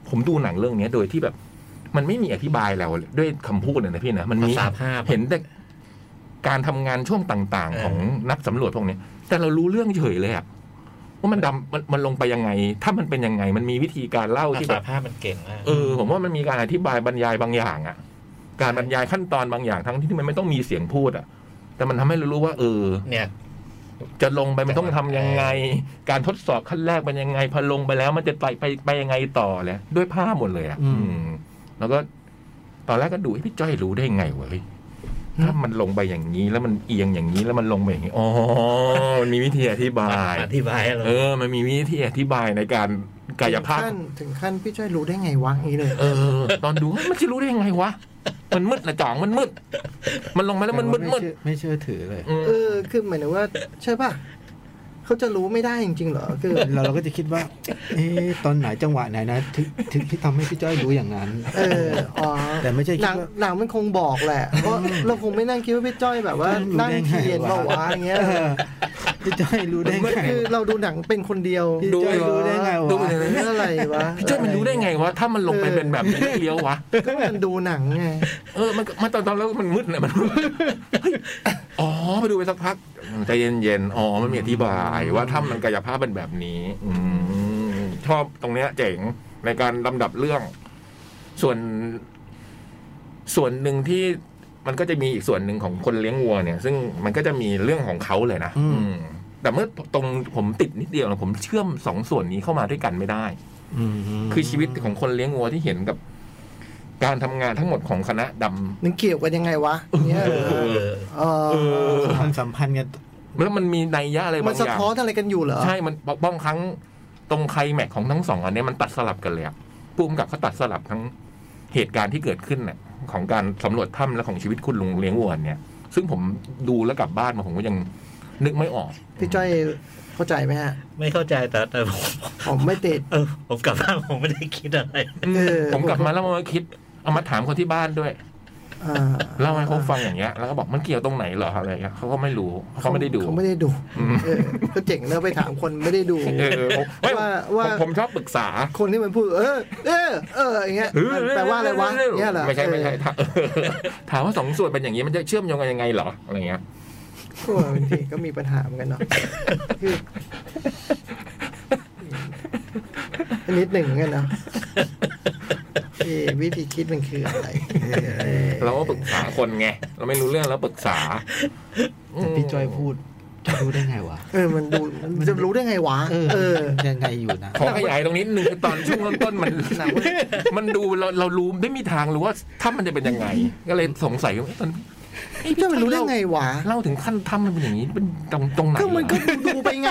ผมดูหนังเรื่องนี้โดยที่แบบ มันไม่มีอธิบายแล้วด้วยคำพูดเลยนะพี่นะมันมีภาษาภาพเห็นแต่การทำงานช่วงต่างๆของนักสำรวจพวกนี้แต่เรารู้เรื่องเฉยเลยอะว่ามันดำมันลงไปยังไงถ้ามันเป็นยังไงมันมีวิธีการเล่าที่แบบภาษาภาพมันเก่งมากผมว่ามันมีการอธิบายบรรยายบางอย่างอะการบรรยายขั้นตอนบางอย่างทั้งที่มันไม่ต้องมีเสียงพูดอะแต่มันทำให้เรารู้ว่าเนี่ยจะลงไปมันต้องทำยังไงการทดสอบขั้นแรกเป็นยังไงพอลงไปแล้วมันจะไปยังไงต่อเลยด้วยภาพหมดเลยอะแล้วก็ตอนแรกก็ดูพี่จ้อยรู้ได้ไงวะถ้ามันลงไปอย่างนี้แล้วมันเอียงอย่างนี้แล้วมันลงไปอย่างนี้อ๋อมันมีวิธีอธิบายมันมีวิธีอธิบายในการกายภาพถึงขั้นพี่จ้อยรู้ได้ไงวะอย่างนี้เลยตอนดูมันจะรู้ได้ยังไงวะมันมืดนะจ่องมันมืดมันลงมาแล้วมันมืดไม่เชื่อถือเลยคือหมายถึงว่าใช่ป่ะเขาจะรู้ไม่ได้จริงๆเหรอคือเราก็จะคิดว่าตอนไหนจังหวะไหนนะถึงที่ทำให้พี่จ้อยรู้อย่างนั้นแต่ไม่ใช่คิดว่าหนังมันคงบอกแหละเพราะเราคงไม่นั่งคิดว่าพี่จ้อยแบบว่านั่งเขียนบอกว่าอย่างเงี้ยพี่จ้อยรู้ได้ไงคือเราดูหนังเป็นคนเดียวดูได้ไงวะอะไรวะพี่จ้อยมันรู้ได้ไงวะถ้ามันลงไปเป็นแบบนี้เลี้ยววะก็มันดูหนังไงมันตอนแล้วมันมืดเนี่ยมันไปดูไปสักพักใจเย็นๆมันมีอธิบายว่าถ้ามันกายภาพเป็นแบบนี้ชอบตรงเนี้ยเจ๋งในการลำดับเรื่องส่วนหนึ่งที่มันก็จะมีอีกส่วนหนึ่งของคนเลี้ยงวัวเนี่ยซึ่งมันก็จะมีเรื่องของเขาเลยนะแต่เมื่อตรงผมติดนิดเดียวนะผมเชื่อมสองส่วนนี้เข้ามาด้วยกันไม่ได้คือชีวิตของคนเลี้ยงวัวที่เห็นกับการทำงานทั้งหมดของคณะดำมันเกี่ยวกันยังไงวะเนี่ยมันสัมพันธ์กันแล้วมันมีนัยยะอะไรบางอย่างมันสะท้อนอะไรกันอยู่เหรอใช่มันบางครั้งตรงไคลแม็กซ์ของทั้งสองอันนี้มันตัดสลับกันเลยผู้กำกับเขาตัดสลับทั้งเหตุการณ์ที่เกิดขึ้นเนี่ยของการสำรวจถ้ำและของชีวิตคุณลุงเลี้ยงวัวเนี่ยซึ่งผมดูแล้วกลับบ้านมาผมก็ยังนึกไม่ออกพี่จ้อยเข้าใจไหมฮะไม่เข้าใจแต่ผมไม่ติดผมกลับบ้านผมไม่ได้คิดอะไรผมกลับมาแล้วมาคิดเอามาถามคนที่บ้านด้วยเล่าให้เขาฟังอย่างเงี้ยแล้วก็บอกมันเกี่ยวตรงไหนเหรออะไรเงี้ยเขาก็ไม่รู้เขาไม่ได้ดูก็เจ๋งเนอะไปถามคนไม่ได้ดูว่าผมชอบปรึกษาคนที่มันพูดอย่างเงี้ยแปลว่าอะไรวะเนี่ยเหรอไม่ใช่ถามว่าสองส่วนเป็นอย่างนี้มันจะเชื่อมโยงกันยังไงเหรออะไรเงี้ยก็บางทีก็มีปัญหาเหมือนกันเนาะนิดหนึ่งเหมือนกันเนาะวิธีคิดมันคืออะไรเราก็ปรึกษาคนไงเราไม่รู้เรื่องแล้วปรึกษาแต่พี่จ้อยพูดจะรู้ได้ไงวะมันดูจะรู้ได้ไงวะยังไงอยู่นะขอขยายตรงนี้นึงคือตอนช่วงต้นมันดูเรารู้ไม่มีทางรู้ว่าถ้ามันจะเป็นยังไงก็เลยสงสัยว่าตอนพี่จะรู้ได้ไงวะเล่าถึงขั้นถ้ำมันเป็นอย่างนี้เป็นตรงไหนก็มันก็ดูไปไง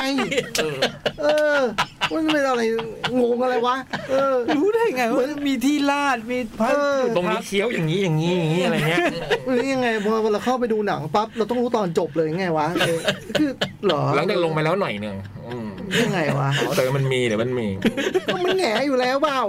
มันเป็นอะไรงงอะไรวะรู้ได้ไงว่ามีที่ลาดมีพักตรงนี้เคี้ยวอย่างนี้อะไรเงี้ยนี่ยังไงพอเราเข้าไปดูหนังปั๊บเราต้องรู้ตอนจบเลยไงวะคือหรอหลังจากลงไปแล้วหน่อยนึงยังไงวะแต่มันมีเดี๋ยวมันมีก็มันแหงอยู่แล้วเปล่า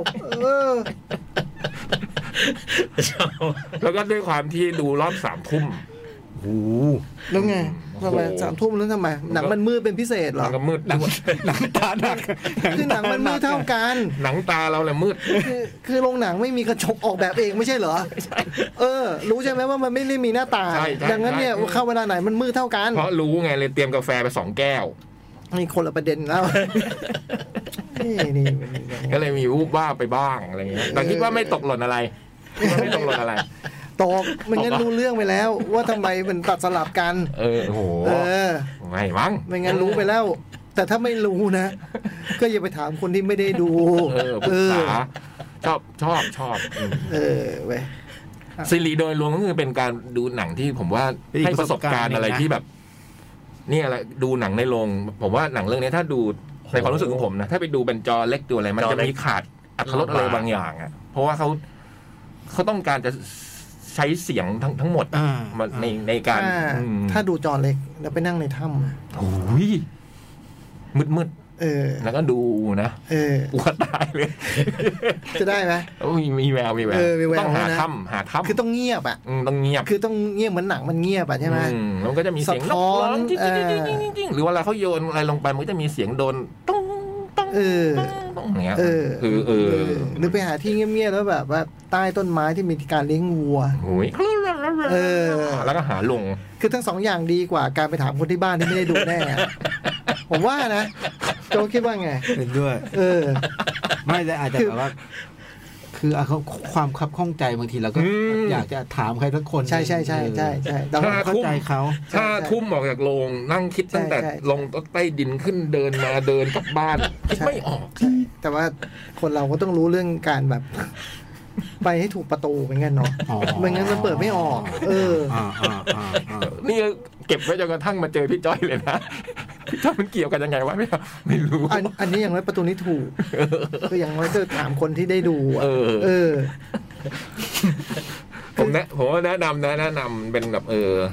แล้วก็ด้วยความที่ดูรอบ3 ทุ่มแล้วไงทำไม3 ทุ่มแล้วทำไมหนังมันมืดเป็นพิเศษเหรอหนังมืดหนังตาหนักคือหนังมันมืดเท่ากันหนังตาเราแหละมืดคือโรงหนังไม่มีกระจกออกแบบเองไม่ใช่เหรอรู้ใช่ไหมว่ามันไม่ได้มีหน้าตาดังนั้นเนี่ยเข้าเวลาไหนมันมืดเท่ากันเพราะรู้ไงเลยเตรียมกาแฟไป2 แก้วนี่คนละประเด็นแล้วนี่ก็เลยมีวูบว่าไปบ้างอะไรเงี้ยแต่คิดว่าไม่ตกหล่นอะไรไม่ตกหล่นอะไรตกมันงั้นรู้เรื่องไปแล้วว่าทำไมมันตัดสลับกันโอ้โหไม่มั้งไม่งั้นรู้ไปแล้วแต่ถ้าไม่รู้นะก็อย่าไปถามคนที่ไม่ได้ดูปรึกษาชอบเว้ยซีรีส์โดยรวมก็คือเป็นการดูหนังที่ผมว่าให้ประสบการณ์อะไรที่แบบนี่อะไรดูหนังในโรงผมว่าหนังเรื่องนี้ถ้าดูในความรู้สึกของผมนะถ้าไปดูเป็นจอเล็กดูอะไรมันจะมีขาดอรรถรสอะไรบางอย่างอ่ะเพราะว่าเขาต้องการจะใช้เสียงทั้งหมดในการถ้าดูจอเล็กแล้วไปนั่งในถ้ำโอ้ยมืดแล้วก็ดูนะอ้วกตายเลยจะได้ไหมมีแววต้องหาถ้ำคือต้องเงียบอ่ะต้องเงียบคือต้องเงียบเหมือนหนังมันเงียบอ่ะใช่ไหมมันก็จะมีเสียงร้องจริงๆหรือว่าเวลาเขาโยนอะไรลงไปมันก็จะมีเสียงโดนต้องอย่างเงี้ยคือหรือไปหาที่เงียบๆแล้วแบบว่าใต้ต้นไม้ที่มีการเลี้ยงวัวแล้วก็หาลงคือทั้งสองอย่างดีกว่าการไปถามคนที่บ้านที่ไม่ได้ดูแน่ผมว่านะโจคิดว่าไงเห็นด้วยไม่ได้อาจจะแบบว่าคือความคับข้องใจบางทีเราก็อยากจะถามใครสักคนใช่ใช่ใช่ใช่ใช่ต้องเข้าใจเขาทุ่มออกจากโรงนั่งคิดตั้งแต่ลงใต้ดินขึ้นเดินมาเดินกลับบ้านคิดไม่ออกแต่ว่าคนเราก็ต้องรู้เรื่องการแบบไปให้ถูกประตูเหมือนกันเนาะไม่งั้นมันเปิดไม่ออกนี่เก็บไว้จนกระทั่งมาเจอพี่จ้อยเลยนะพี่จ้อยมันเกี่ยวกันยังไงวะไม่รู้อันนี้อย่างไรประตูนี้ถูกก็อย่างไรจะถามคนที่ได้ดูผมแนะนำเป็นแบบ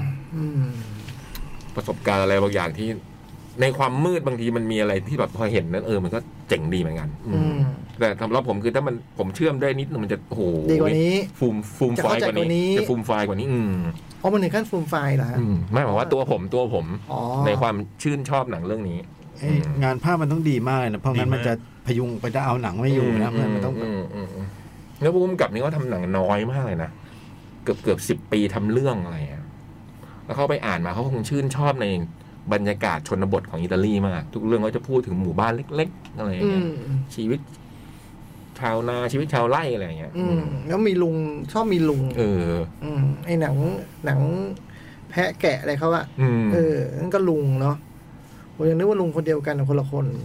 ประสบการณ์อะไรบางอย่างที่ในความมืดบางทีมันมีอะไรที่แบบพอเห็นนั้นมันก็เจ๋งดีเหมือนกันแต่สำหรับผมคือถ้าผมเชื่อมได้นิดนึงมันจะโอ้โหดีกว่านี้ฟูมไฟกว่านี้จะฟูมไฟกว่านี้มันถึงขั้นฟูมไฟเหรอฮะไม่หมายว่าตัวผมในความชื่นชอบหนังเรื่องนี้งานภาพมันต้องดีมากนะเพราะงั้นมันจะพยุงไปจะเอาหนังไม่อยู่นะมันต้องแล้วผู้กำกับนี่เขาทำหนังน้อยมากเลยนะเกือบ10 ปีทำเรื่องอะไรแล้วเขาไปอ่านมาเขาคงชื่นชอบในบรรยากาศชนบทของอิตาลีมากทุกเรื่องเขาจะพูดถึงหมู่บ้านเล็กๆอะไรอย่างเงี้ยชีวิตชาวนาชีวิตชาวไร่อะไรอย่างเงี้ยแล้วมีลุงชอบมีลุงไอ้หนังแพะแกะอะไรเขาอะนั่นก็ลุงเนาะผมยังนึกว่าลุงคนเดียวกันคนละคน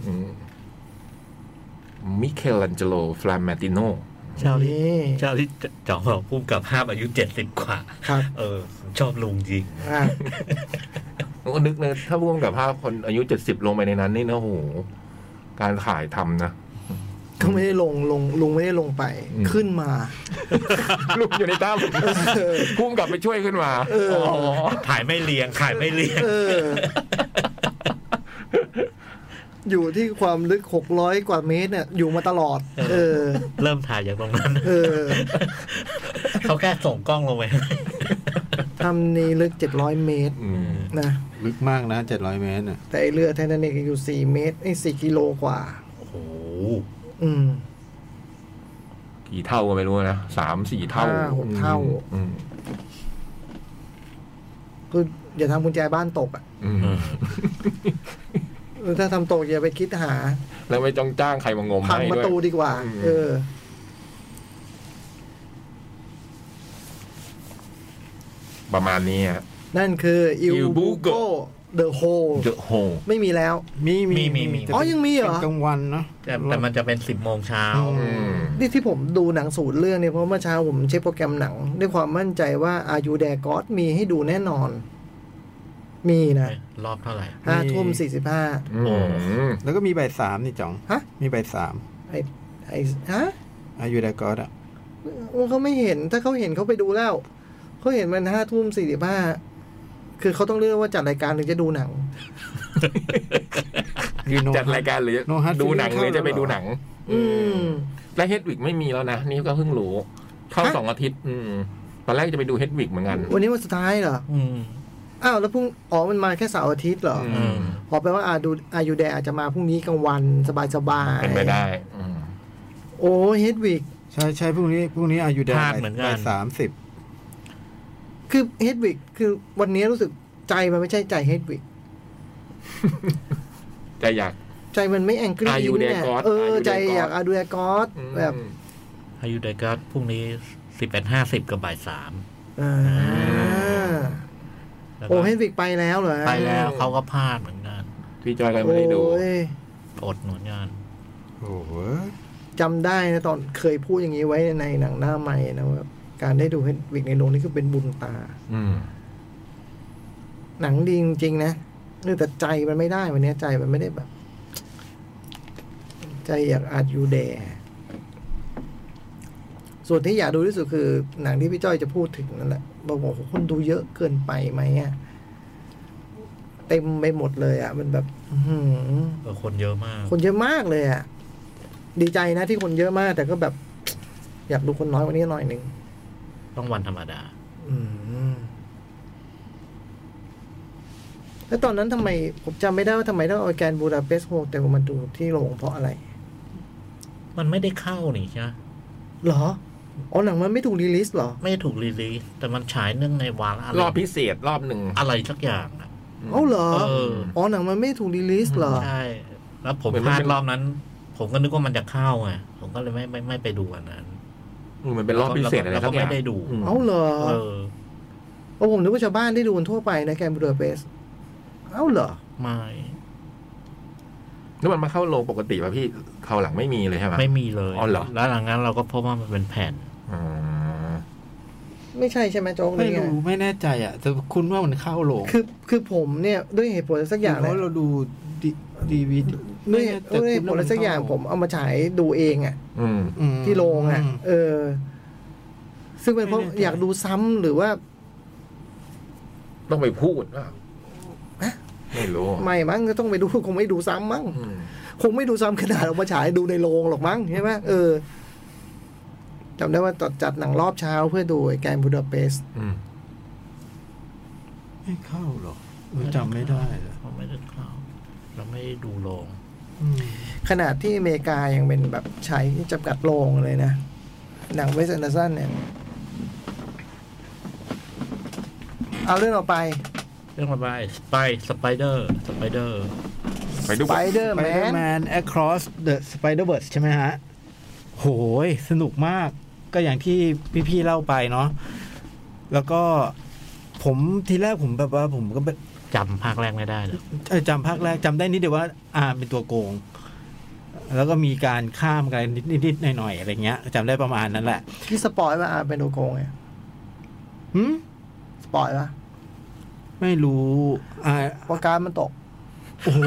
มิเคลันเจโลฟลามมาติโนเจ้าที่จ่อบอกพุ่มกับภาพอายุ70 กว่าชอบลุงจริงก็นึกเลยถ้าพุ่มกับภาพคนอายุ70ลงไปในนั้นนี่นะโหการถ่ายทำนะก็ไม่ได้ลุงไม่ได้ลงไปขึ้นมาลุงอยู่ในถ้ำพุ่มกับไปช่วยขึ้นมาถ่ายไม่เรียงอยู่ที่ความลึก600 กว่าเมตรเนี่ยอยู่มาตลอดเริ่มถ่ายจากตรงนั้นเขาแค่ส่งกล้องลงไปทำนี่ลึก700 เมตรนะลึกมากนะ700 เมตรน่ะแต่เรือไททานิคอยู่4 เมตร4 กิโลกว่าโอ้โหกี่เท่าก็ไม่รู้นะ3-4 เท่า 6 เท่าคืออย่าทำกุญแจบ้านตกถ้าทำตกอย่าไปคิดหาแล้วไม่จ้างใครมางมให้ด้วยพังประตูดีกว่าประมาณนี้นั่นคืออิลบูโกเดอะโฮไม่มีแล้วมียังมีเหรอกลางวันเนาะแต่มันจะเป็น10 โมงเช้านี่ที่ผมดูหนังสูตรเรื่องเนี่ยเพราะเมื่อเช้าผมเช็คโปรแกรมหนังด้วยความมั่นใจว่าอายุแดกอสมีให้ดูแน่นอนมีนะรอบเท่าไหร่ 5:45 แล้วก็มีบ่าย 3นี่จ่องมีบ่าย 3อายุแดกอสเขาไม่เห็นถ้าเขาเห็นเขาไปดูแล้วเขาเห็นมัน5:45คือเขาต้องเลือกว่าจัดรายการหรือจะดูหนังจัดรายการหรือดูหนังหรือจะไปดูหนังและเฮดวิกไม่มีแล้วนะนี่ก็เพิ่งรู้เข้า2 อาทิตย์ตอนแรกจะไปดูเฮดวิกเหมือนกันวันนี้วันสุดท้ายเหรออ้าวแล้วพรุ่งมันมาแค่เสาร์อาทิตย์เหรอพอแปลว่าดูอายุแดอาจจะมาพรุ่งนี้กลางวันสบายๆเป็นไปได้โอ้เฮดวิกใช่พรุ่งนี้อายุแดบ่าย 30 คือเฮดวิกคือวันนี้รู้สึกใจมันไม่ใช่ใจเฮดวิกใจมันไม่แองกี้เนี่ยใจอยากอาดูแดกอสแบบอายุแดกอสพรุ่งนี้11:50กับบ่าย 3 โอ้เฮดวิกไปแล้วเหรอไปแล้วเขาก็พลาดเหมือนกันพี่จอยก็ไม่ได้ดูอดหนุนงานโอ้โหจำได้นะตอนเคยพูดอย่างนี้ไว้ในหนังหน้าใหม่นะว่าการได้ดูเฮดวิกในโรงนี่คือเป็นบุญตาหนังดีจริงๆนะแต่ใจมันไม่ได้วันนี้ใจมันไม่ได้แบบใจอยากอาจอยู่แดส่วนที่อยากดูที่สุดคือหนังที่พี่จ้อยจะพูดถึงนั่นแหละบอกคนดูเยอะเกินไปไหมเต็มไปหมดเลยมันแบบคนเยอะมากเลยดีใจนะที่คนเยอะมากแต่ก็แบบอยากดูคนน้อยกว่านี้หน่อยนึงต้องวันธรรมดาแล้วตอนนั้นทำไมผมจำไม่ได้ว่าทำไมต้องเอาแกรนด์บูดาเปสต์โฮเทลมาดูที่โรงเพราะอะไรมันไม่ได้เข้านี่ใช่ไหมเหรออ๋อหนังมันไม่ถูกรีลิสเหรอไม่ได้ถูกรีลีสแต่มันฉายเนื่องในวาระอะไรรอบพิเศษรอบหนึ่งอะไรสักอย่างอะเอ้าเหรอเอออ๋อหนังมันไม่ถูกรีลิสเหรอใช่ แล้วผมพลาดรอบนั้น ผมก็นึกว่ามันจะเข้าไงผมก็เลยไม่ไปดูอันนั้นมันเป็นรอบพิเศษอะไรแล้วสัก็กอย่าไม่งได้ดูเอ้าเหรอเออโอ้ผมนึกว่าชาวบ้านได้ดูกันทั่วไปนะแกรนด์บูดาเปสต์เอ้าเหรอไม่แล้วมันมาเข้าโรงปกติป่ะพี่เข้าหลังไม่มีเลยใช่ไหมไม่มีเลยอ๋อเหรอแล้วหลังนั้นเราก็พบว่ามันเป็นแผ่นอ๋อไม่ใช่ใช่ไหมโจ๊กไม่เลยไงรู้ไม่แน่ใจอ่ะแต่คุณว่ามันเข้าโรงคือผมเนี่ยด้วยเหตุผลสักอย่างเพเลยราะเราดูดีวีด้วยเหตุผลสักอย่างผมเอามาฉายดูเองอ่ะอืมที่โรงอ่ะ ซึ่งเป็นเพราะอยากดูซ้ำหรือว่าต้องไปพูดว่าไม่รู้ไม่มั้งก็ต้องไปดูคงไม่ดูซ้ำมั้งอืมคงไม่ดูซ้ำขนาดเอามาฉายดูในโรงหรอกมั้งใช่ไหมจำได้ว่าจัดหนังรอบเช้าเพื่อดูแกรนด์บูดาเปสต์อืมไม่เข้าหรอกจำไม่ได้เลยเราไม่ได้เข้าเราไม่ได้ดูโรงขนาดที่อเมริกายังเป็นแบบใช้จำกัดโรงเลยนะ หนังเวส แอนเดอร์สันเนี่ย เอาเรื่องเราไปเรื่องอะไรสไปเดอร์ไปดู Spider-Man Spider-Man Across the Spider-Verse ใช่ไหมฮะโหยสนุกมากก็อย่างที่พี่ๆเล่าไปเนาะแล้วก็ผมทีแรกผมแบบว่าผมก็จำภาคแรกไม่ได้เลยจำภาคแรกจำได้นิดเดียวว่าเป็นตัวโกง แล้วก็มีการข้ามกันนิดๆหน่อยๆอะไรเงี้ยจำได้ประมาณนั้นแหละที่สปอยว่าเป็นโดโกงไงหืมสปอยป่ะไม่รู้เพราะการมันตกโอ้โห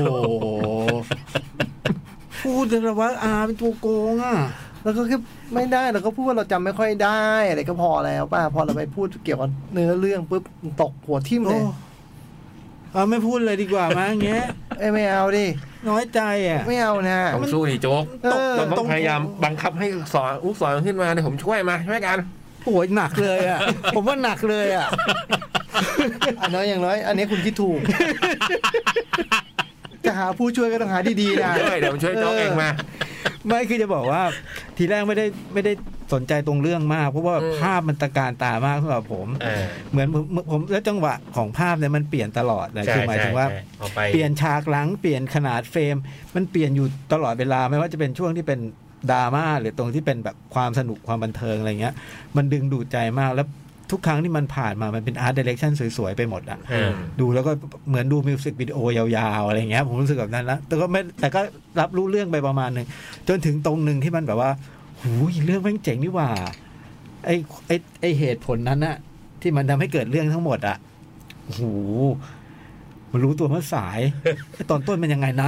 พูดเลยว่าเป็นตัวโกงอ่ะแล้วก็แค่ไม่ได้เราก็พูดว่าเราจำไม่ค่อยได้อะไรก็พอแล้วป่ะพอเราไปพูดเกี่ยวกับเนื้อเรื่องปุ๊บตกหัวทิ่มเลยไม่พูดเลยดีกว่ามั้งเงี้ยไม่เอาดิน้อยใจอ่ะไม่เอานะต้องสู้ดิโจ๊ก เราต้องพยายามบังคับให้สอนขึ้นมาเดี๋ยวผมช่วยกันโอ้ยหนักเลยอ่ะ ผมว่าหนักเลยอ่ะอันน้อยอย่างน้อยอันนี้คุณคิดถูก จะหาผู้ช่วยก็ต้องหาดีๆนะเดี๋ยวผมช่วยโจ๊กเองมาไม่คือจะบอกว่า ทีแรกไม่ได้สนใจตรงเรื่องมาก เพราะว่าภาพมันตะการตามากสำหรับผมเหมือนผมแล้วจังหวะของภาพเนี่ยมันเปลี่ยนตลอดเลยคือหมายถึงว่าเปลี่ยนฉากหลังเปลี่ยนขนาดเฟรมมันเปลี่ยนอยู่ตลอดเวลาไม่ว่าจะเป็นช่วงที่เป็นดราม่าหรือตรงที่เป็นแบบความสนุกความบันเทิงอะไรเงี้ยมันดึงดูดใจมากแล้วทุกครั้งที่มันผ่านมามันเป็นอาร์ตดิเรกชันสวยๆไปหมดอ่ะดูแล้วก็เหมือนดูมิวสิกวิดีโอยาวๆอะไรเงี้ยผมรู้สึกแบบนั้นแล้วแต่ก็รับรู้เรื่องไปประมาณนึงจนถึงตรงนึงที่มันแบบว่าหูยเรื่องแม่งเจ๋งนี่หว่าไอเหตุผลนั้นน่ะที่มันทำให้เกิดเรื่องทั้งหมดอ่ะโอ้โหมันรู้ตัวเมื่อสายตอนต้นมันยังไงนะ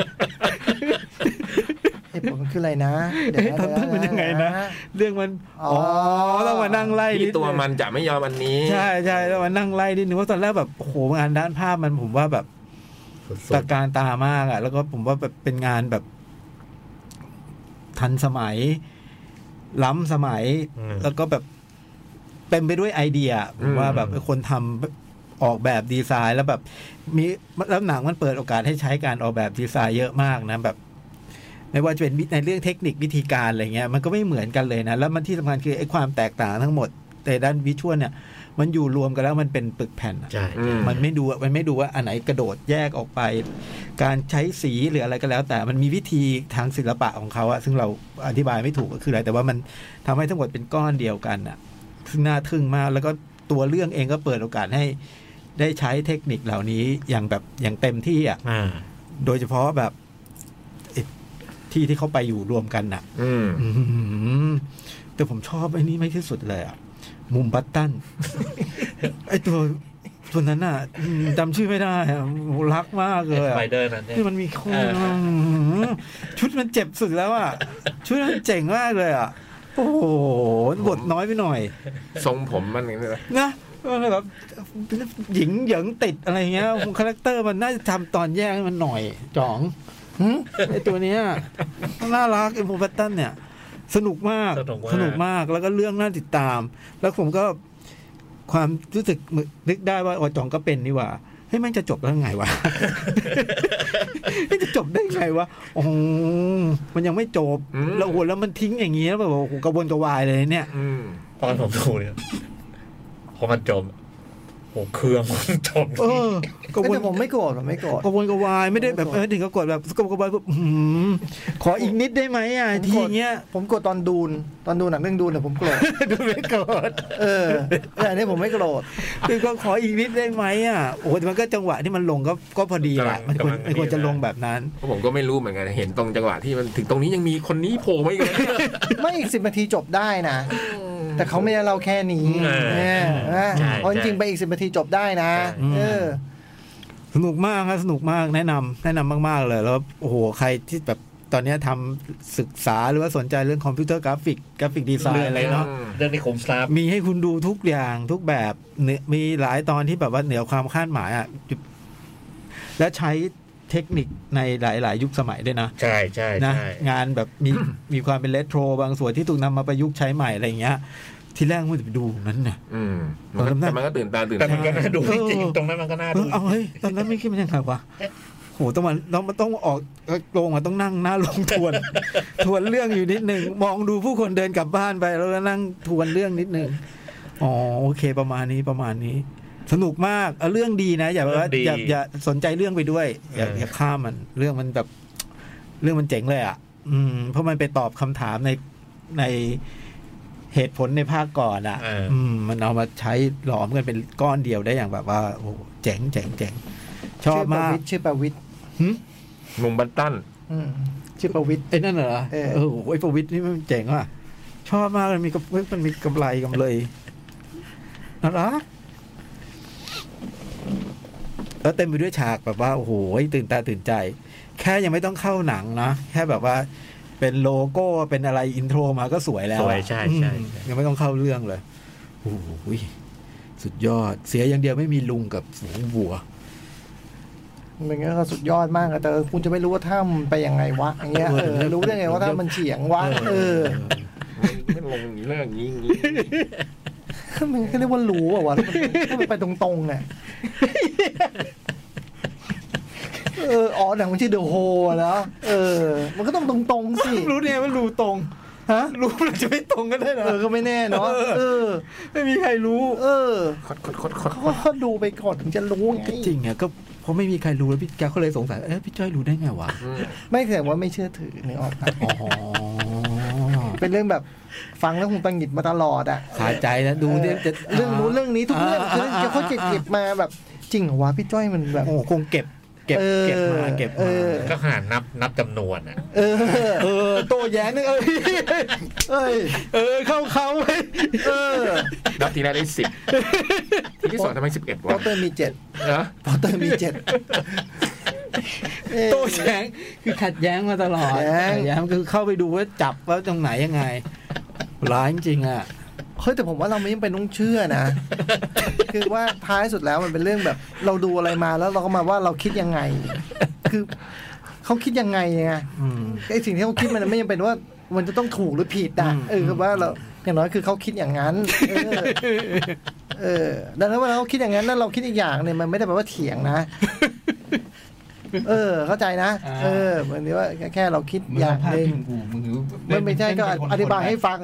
เหตุผลมันคืออะไรนะตอนต้นมันยังไงนะเรื่องมันต้องมานั่งไล่ที่ตัวมันจะไม่ยอมอันนี้ใช่แล้วมานั่งไล่นิดนึงว่าตอนแรกแบบโอ้โหงานด้านภาพมันผมว่าแบบตะการตามากอ่ะแล้วก็ผมว่าแบบเป็นงานแบบทันสมัยล้ำสมัยแล้วก็แบบเต็มไปด้วยไอเดียผมว่าแบบคนทำออกแบบดีไซน์แล้วแบบมีแล้วหนังมันเปิดโอกาสให้ใช้การออกแบบดีไซน์เยอะมากนะแบบไม่ว่าจะเป็นในเรื่องเทคนิควิธีการอะไรเงี้ยมันก็ไม่เหมือนกันเลยนะแล้วมันที่สำคัญคือไอ้ความแตกต่างทั้งหมดแต่ด้านวิชวลเนี่ยมันอยู่รวมกันแล้วมันเป็นปึกแผ่นใช่มันไม่ดูว่าอันไหนกระโดดแยกออกไปการใช้สีหรืออะไรก็แล้วแต่มันมีวิธีทางศิลปะของเขาอะซึ่งเราอธิบายไม่ถูกก็คืออะไรแต่ว่ามันทำให้ทั้งหมดเป็นก้อนเดียวกันอะซึ่งน่าทึ่งมากแล้วก็ตัวเรื่องเองก็เปิดโอกาสให้ได้ใช้เทคนิคเหล่านี้อย่างเต็มที่อะโดยเฉพาะแบบที่เขาไปอยู่รวมกันน่ะแต่ผมชอบไอ้นี่ไม่ที่สุดเลยอ่ะมุมบัตตัน ไอ้ตัวนั้นน่ะจำชื่อไม่ได้รักมากเลยสไปเดอร์นั่นที่มันมีชุดมันเจ็บสุดแล้วอ่ะชุดมันเจ๋งมากเลยอ่ะโอ้โหบทน้อยไปหน่อยทรงผมมันอย่างนี้นะแบบหญิงเหยิงติดอะไรเงี้ยคาแรคเตอร์มันน่าจะทำตอนแยกมันหน่อยจ๋องไอตัวเนี้ยน่ารักไอโมบัตตันเนี่ยสนุกมากแล้วก็เรื่องน่าติดตามแล้วผมก็ความรู้สึกนึกได้ว่าจองก็เป็นนี่หว่าเฮ้ยมันจะจบได้ไงวะ มันจะจบได้ไงวะโอ้มันยังไม่จบแล้วโอ้แล้วมันทิ้งอย่างงี้แล้วแบบโอ้กระวนกระวายเลยเนี่ยตอนผมดูเนี่ยพอมันจบโอ้เครื่องมันจบแต่ผมไม่โกรธกระวนกระวายไม่ได้แบบถึงก็กดแบบกระวนกระวายแบบขออีกนิดได้ไหมอ่ะทีเงี้ยผมกดตอนดูหนังเรื่องดูนผมโกรธดูไม่โกรธแต่อันนี้ผมไม่โกรธคือก็ขออีกนิดได้ไหมอ่ะโอ้แต่มันก็จังหวะที่มันลงก็พอดีแหละมันควรจะลงแบบนั้นผมก็ไม่รู้เหมือนกันเห็นตรงจังหวะที่มันถึงตรงนี้ยังมีคนนี้โผล่มาอีกไม่อีก10 นาทีจบได้นะแต่เขาไม่ได้เล่าแค่นี้เพราะจริงๆไปอีก10 นาทีจบได้นะสนุกมากครับสนุกมากแนะนำมากๆเลยแล้วโอ้โหใครที่แบบตอนนี้ทำศึกษาหรือว่าสนใจเรื่องคอมพิวเตอร์กราฟิกดีไซน์อะไรเนาะเรื่องนี้ผมทราบมีให้คุณดูทุกอย่างทุกแบบมีหลายตอนที่แบบว่าเหนือความคาดหมายอ่ะและใช้เทคนิคในหลายๆยุคสมัยด้วยนะใช่ๆนะงานแบบมีความเป็นเรโทรบางส่วนที่ถูกนำมาประยุกต์ใช้ใหม่อะไรอย่างเงี้ยที่แรกมันจะไปดูนั้นน่ะมันก็ตื่นตาตื่นใจแต่มันก็น่าดูจริงตรงนั้นมันก็น่าดูเฮ้ยตอนนั้นไม่คิดมันยังไงวะโหมันต้องออกโรงมาต้องนั่งหน้าลงทวนเรื่องอยู่นิดนึงมองดูผู้คนเดินกลับบ้านไปแล้วก็นั่งทวนเรื่องนิดนึงอ๋อโอเคประมาณนี้สนุกมากเรื่องดีนะอย่าว่าอย่าสนใจเรื่องไปด้วยอย่าข้ามมันเรื่องมันแบบเรื่องมันเจ๋งเลยอ่ะเพราะมันไปตอบคำถามในเหตุผลในภาคก่อนอ่ะมันเอามาใช้หลอมกันเป็นก้อนเดียวได้อย่างแบบว่าโอ้เจ๋งชอบมากชื่อประวิตรหนุ่มบันตันชื่อประวิตรไอ้นั่นเหรอไอ้ประวิตรนี่มันเจ๋งว่ะชอบมากมันมีกำไรน่ารักแล้วเต็มไปด้วยฉากแบบว่าโอ้โหตื่นตาตื่นใจแค่ยังไม่ต้องเข้าหนังนะแค่แบบว่าเป็นโลโก้เป็นอะไรอินโทรมาก็สวยแล้วสวยใช่ยังไม่ต้องเข้าเรื่องเลยโอ้โหสุดยอดเสียอย่างเดียวไม่มีลุงกับฝูงวัวมันก็สุดยอดมากแต่คุณจะไม่รู้ว่าถ้ามันไปยังไงวะอย่างเงี้ยรู้ได้ไงว่าถ้ามันเฉียงวะไม่ลงเรื่องนี้มันก็เรียกว่ารู้อะวะถ้ามันไปตรงๆไงอ๋อหนังมันชื่อเดอะโฮแล้วมันก็ต้องตรงๆสิรู้เนี่ยว่ารู้ตรงฮะรู้มันจะไม่ตรงกันได้เหรอก็ไม่แน่เนาะไม่มีใครรู้เขาดูไปก่อนถึงจะรู้ไงจริงอะก็เพราะไม่มีใครรู้แล้วพี่แกก็เลยสงสัยพี่จ้อยรู้ได้ไงวะไม่แต่ว่าไม่เชื่อถือนึกออกป่ะเป็นเรื่องแบบฟังแล้วคงตังหงิดมาตลอดอ่ะขาใจนะดูเนี่ยเรื่องนู้นเรื่องนี้ทุกเรื่องคือเขาเก็บมาแบบจริงเหรอวะพี่จ้อยมันแบบโอ้คงเก็บมาก็ขนาดนับจำนวนอ่ะโตแย้งนึงเข้าไปนับทีแรกได้10ทีที่2ทำไม11วะพอเตอร์มี7 นะพอเตอร์มี7 โตแย้งคือขัดแย้งมาตลอดแย้งคือเข้าไปดูว่าจับว่าตรงไหนยังไงร้ายจริงอ่ะเฮ้ยแต่ผมว่าเราไม่จำเป็นต้องเชื่อนะคือว่าท้ายสุดแล้วมันเป็นเรื่องแบบเราดูอะไรมาแล้วเราก็มาว่าเราคิดยังไงคือเขาคิดยังไงไงไอ้สิ่งที่เขาคิดมันไม่จำเป็นว่ามันจะต้องถูกหรือผิดอ่ะคือว่าเราอย่างน้อยคือเขาคิดอย่างนั้นดังนั้นเวลาเขาคิดอย่างนั้นแล้วเราคิดอีกอย่างเนี่ยมันไม่ได้แปลว่าเถียงนะเข้าใจนะเหมือนที่ว่าแค่เราคิดอย่างนึงมันไม่ใช่ก็อธิบายให้ฟัง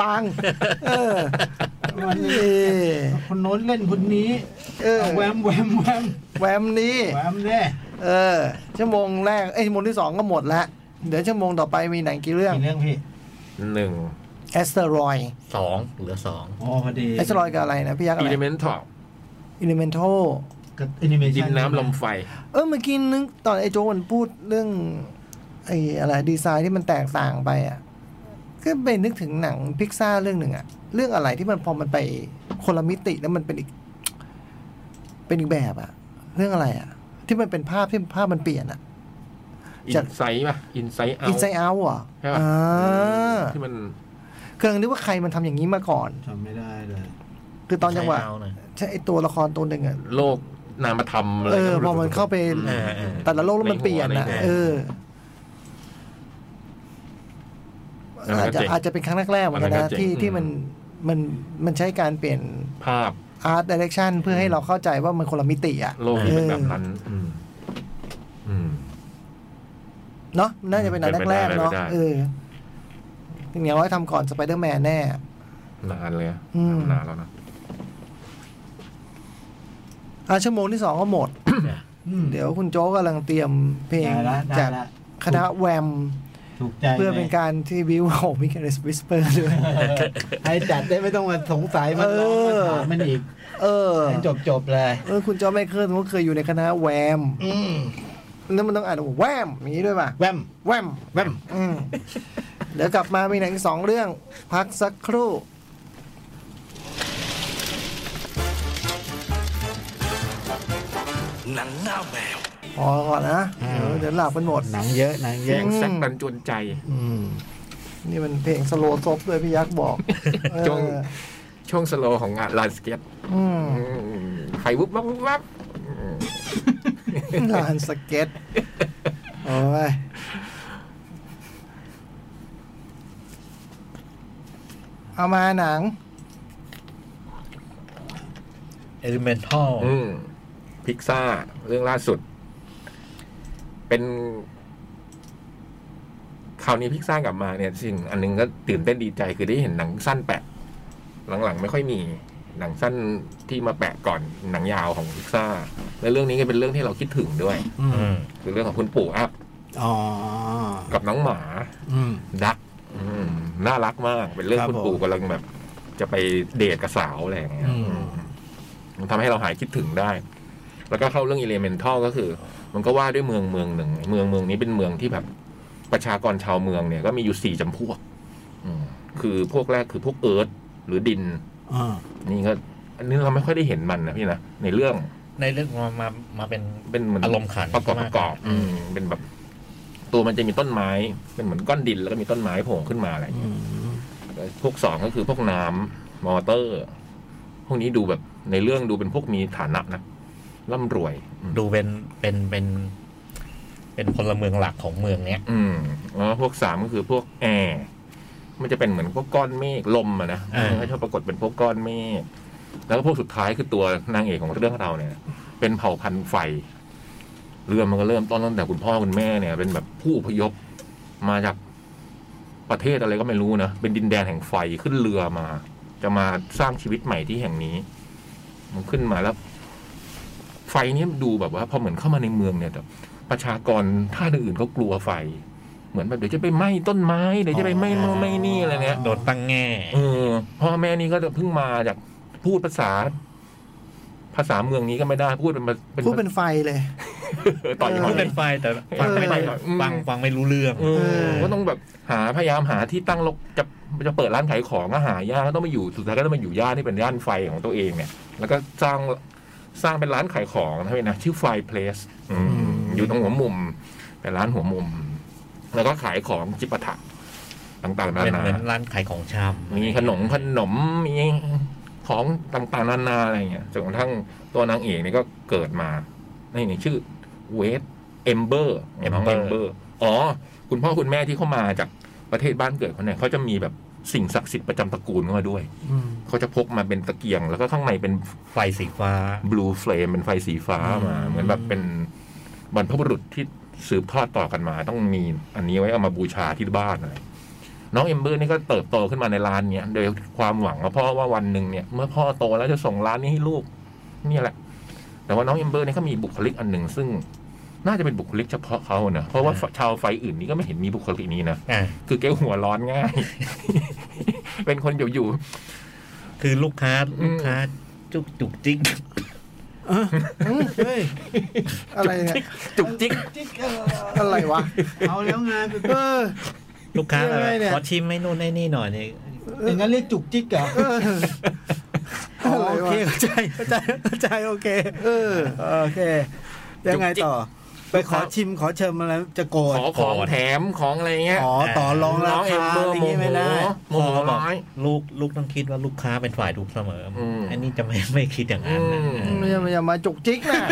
คนโน้นเล่นคนนี้แวมนี้ชั่วโมงแรกชั่วโมงที่2ก็หมดแล้วเดี๋ยวชั่วโมงต่อไปมีหนังกี่เรื่องพี่ 1 Asteroid 2เหลือ2 อ๋อพอดี Asteroid กับอะไรนะพี่ยักษ์อะไร Elemental ดินน้ำลมไฟเมื่อกี้นึกตอนไอ้โจมันพูดเรื่องไอ้อะไรดีไซน์ที่มันแตกต่างไปอ่ะก็ไปนึกถึงหนังพิกซ่าเรื่องหนึ่งอ่ะเรื่องอะไรที่มันพอมันไปคนละมิติแล้วมันเป็นอีกแบบอ่ะเรื่องอะไรอ่ะที่มันเป็นภาพที่ภาพมันเปลี่ยนอ่ะจากไซส์ป่ะอินไซต์เอาอ่ะที่มันเครื่องนึกว่าใครมันทำอย่างนี้มาก่อนจำไม่ได้เลยคือตอนจังหวะใช่ไอ้ตัวละครตัวหนึ่งอ่ะโลกนามธรรมอะไรพอมันเข้าไปแต่ละโลกแล้วมันเปลี่ยนนะอาจจะเป็นครั้งแรกๆเหมือนกันนะที่มันใช้การเปลี่ยนภาพ art direction เพื่อให้เราเข้าใจว่ามันคนละมิติอ่ะโลกนี้เป็นแบบนั้นเนาะน่าจะเป็นอันแรกๆเนาะอย่างน้อยทำก่อน Spider-Man แน่นานเลยนานแล้วนะชั่วโมงที่2ก็หมด เดี๋ยวคุณโจ๊กกำลังเตรียมเพลงจากคณะแวมเพื่อเป็นการที่วิวของมิคเคลส์วิสเปอร์ด้วยให้จัดได้ไม่ต้องมาสงสัยมันร้องมาถามมันอีกจบเลยคุณโจ๊กไมเคิลเขาเคยอยู่ในคณะแวมแล้วมันต้องอ่านว่าแวมอย่างนี้ด้วยป่ะแวมเดี๋ยวกลับมามีหนังอีก2เรื่องพักสักครู่หนังหน้าแมวพอก่อนนะเดี๋ยวหลับกันหมดหนังเยอะแซกตันจวนใจนี่มันเพลงสโลว์ซบด้วยพี่ยักษ์บอกช่วงสโลว์ของงานลานสเก็ตไฟวุบวับวุบวับลานสเก็ตโอ้ยเอามาหนัง Elemental พิกซ่าเรื่องล่าสุดเป็นคราวนี้พิกซ่ากลับมาเนี่ยสิ่งอันนึงก็ตื่นเต้นดีใจคือได้เห็นหนังสั้นแปะหลังๆไม่ค่อยมีหนังสั้นที่มาแปะก่อนหนังยาวของพิกซ่าและเรื่องนี้ก็เป็นเรื่องที่เราคิดถึงด้วยคือเรื่องของคุณปู่อัพกับน้องหมาดักน่ารักมากเป็นเรื่องคุณปู่กำลังแบบจะไปเดทกับสาวอะไรอย่างเงี้ยมันทำให้เราหายคิดถึงได้แล้วก็เข้าเรื่อง Elemental ก็คือมันก็ว่าด้วยเมืองหนึ่งเมืองนี้เป็นเมืองที่แบบประชากรชาวเมืองเนี่ยก็มีอยู่4จำพวกคือพวกแรกคือพวกเอิร์ธหรือดินนี่ก็อันนี้เราไม่ค่อยได้เห็นมันนะพี่นะในเรื่องมาเป็นเหมือนอารมณ์ขันประกอบเป็นแบบตัวมันจะมีต้นไม้เป็นเหมือนก้อนดินแล้วก็มีต้นไม้โผล่ขึ้นมาอะไรอย่างเงี้ยพวก2ก็คือพวกน้ำมอเตอร์พวกนี้ดูแบบในเรื่องดูเป็นพวกมีฐานะนะร่ำรวยดูเป็นพลเมืองหลักของเมืองเนี้ยแล้วพวก3ก็คือพวกแอร์มันจะเป็นเหมือนพวกก้อนเมฆลมอ่ะนะเขาชอบปรากฏเป็นพวกก้อนเมฆแล้วก็พวกสุดท้ายคือตัวนางเอกของเรื่องเราเนี่ยเป็นเผ่าพันธุ์ไฟเรื่องมันก็เริ่มต้นตั้งแต่คุณพ่อคุณแม่เนี่ยเป็นแบบผู้อพยพมาจากประเทศอะไรก็ไม่รู้นะเป็นดินแดนแห่งไฟขึ้นเรือมาจะมาสร้างชีวิตใหม่ที่แห่งนี้มันขึ้นมาแล้วไฟนี้ดูแบบว่าพอเหมือนเข้ามาในเมืองเนี่ยประชากรท่าอื่นเขากลัวไฟเหมือนแบบเดี๋ยวจะไปไหม้ต้นไม้เดี๋ยวจะไปไหม้โน่นไหม้นี่อะไรเนี้ยโดนตั้งแง่พ่อแม่นี่ก็เพิ่งมาจากพูดภาษาเมืองนี้ก็ไม่ได้พูดเป็นไฟเลยต่อยพูดเป็นไฟแต่ฟังไม่ได้ฟังไม่รู้เรื่องก็ต้องแบบพยายามหาที่ตั้งรกจะเปิดร้านขายของก็หายากต้องมาอยู่สุดท้ายก็ต้องมาอยู่ย่านที่เป็นย่านไฟของตัวเองเนี่ยแล้วก็สร้างเป็นร้านขายของนะชื่อไฟเพลสอยู่ตรงหัวมุมเป็นร้านหัวมุมแล้วก็ขายของจิปาถะต่างๆนานาเป็นร้านขายของชำมีขนมมีของต่างๆนานาอะไรเงี้ยจนกระทั่งตัวนางเอกนี่ก็เกิดมานี่ชื่อเวสเอมเบอร์คุณพ่อคุณแม่ที่เข้ามาจากประเทศบ้านเกิดเขาเนี่ยเขาจะมีแบบสิ่งศักดิ์สิทธิ์ประจำตระกูลเข้ามาด้วยเขาจะพกมาเป็นตะเกียงแล้วก็ข้างในเป็นไฟสีฟ้า blue flame เป็นไฟสีฟ้ามาเหมือนแบบเป็นบรรพบุรุษที่สืบทอดต่อกันมาต้องมีอันนี้ไว้เอามาบูชาที่บ้านอะไรน้องเอมเบอร์นี่ก็เติบโตขึ้นมาในร้านเนี้ยโดยความหวังว่าพ่อว่าวันหนึ่งเนี่ยเมื่อพ่อโตแล้วจะส่งร้านนี้ให้ลูกนี่แหละแต่ว่าน้องเอมเบอร์นี่เขามีบุคลิกอันหนึ่งซึ่งน่าจะเป็นบุคลิกเฉพาะเขาเนะเพราะว่าชาวไฟอื่นนี่ก็ไม่เห็นมีบุคลิกนี้นะคือแกหัวร้อนง่าย เป็นคนอยู่คือลูกค้าจุกจิ๊กอะไรเนี่ยจุกจิ๊กอะไรวะเอาแล้วงานลูกค้าอะไรขอชิมไม่นู่นไม่นี่หน่อยนี่อย่างนั้นเรียกจุกจิ๊กเหรอโอเคเข้าใจโอเคโอเคยังไงต่อไปขอชิมขอเชิญอะไรจะโกรธขอของแถมของอะไรเงี้ยต่อรองราคาอะไรเงี้ยไม่ได้โมโหน้อยลูกต้องคิดว่าลูกค้าเป็นฝ่ายถูกเสมออันนี้จะไม่คิดอย่างนั้นอย่ามาจุกจิ๊กนะ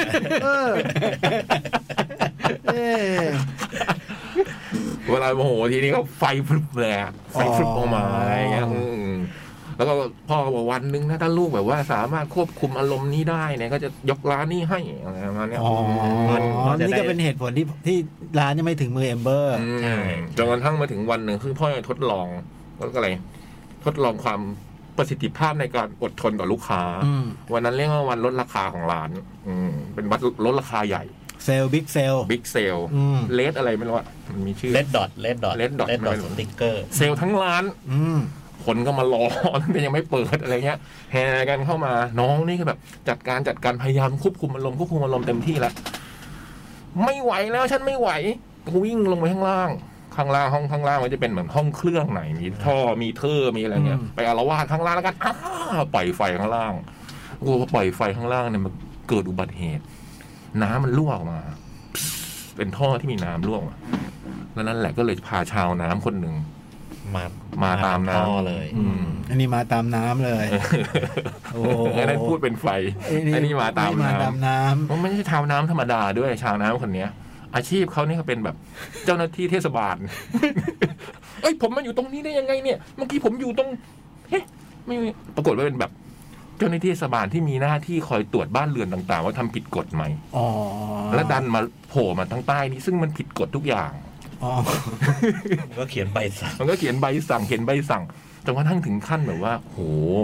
เวลาโมโหทีนี้ก็ไฟฟลุปเลยไฟฟลุปออกมาอะไรเงี้ยแล้วก็พ่อก็บอกวันนึงนะถ้าลูกแบบว่าสามารถควบคุมอารมณ์นี้ได้เนี่ยก็จะยกร้านนี้ให้อะไรประมาณเนี้ยอ๋อนี่ก็เป็นเหตุผลที่ร้านยังไม่ถึงมือเอมเบอร์ใช่จนกระทั่งมาถึงวันหนึ่งคือพ่อทดลองแล้วก็อะไรทดลองความประสิทธิภาพในการอดทนต่อลูกค้าวันนั้นเรียกว่าวันลดราคาของร้านเป็นวันลดราคาใหญ่เซลบิ๊กเซลเลสอะไรไม่รู้อ่ะมันมีชื่อเลดดอทสติ๊กเกอร์เซลทั้งร้านคนก็มารอตั้งแต่ยังไม่เปิดอะไรเงี้ยแห่กันเข้ามาน้องนี่ก็แบบจัดการพยายามควบคุมอารมณ์เต็มที่แล้วไม่ไหวแล้วฉันไม่ไหววิ่งลงไปข้างล่างห้องข้างล่างมันจะเป็นเหมือนห้องเครื่องไหนมีท่อมีเทอร์มีอะไรเงี้ยไปอาละวาดข้างล่างแล้วกันปล่อยไฟข้างล่างโอ้ปล่อยไฟข้างล่างเนี่ยมันเกิดอุบัติเหตุน้ำมันรั่วออกมาเป็นท่อที่มีน้ำรั่วมาแล้วนั่นแหละก็เลยพาชาวน้ำคนหนึ่งมาตามน้ำเลยอันนี้มาตามน้ำเลยโอ้อันนั้นพูดเป็นไฟอันนี้มาตามน้ำมันไม่ใช่ชาวน้ำธรรมดาด้วยชาวน้ำคนเนี้ยอาชีพเขานี่ก็เป็นแบบเจ้าหน้าที่เทศบาลเอ้ยผมมาอยู่ตรงนี้ได้ยังไงเนี่ยเมื่อกี้ผมอยู่ตรงเฮ้ไม่ปรากฏว่าเป็นแบบเจ้าหน้าที่เทศบาลที่มีหน้าที่คอยตรวจบ้านเรือนต่างๆว่าทำผิดกฎไหมแล้วดันมาโผล่มาทางใต้นี้ซึ่งมันผิดกฎทุกอย่างก็เขียนใบสั่งมันก็เขียนใบสั่งจนกระทั่งถึงขั้นแบบว่าโห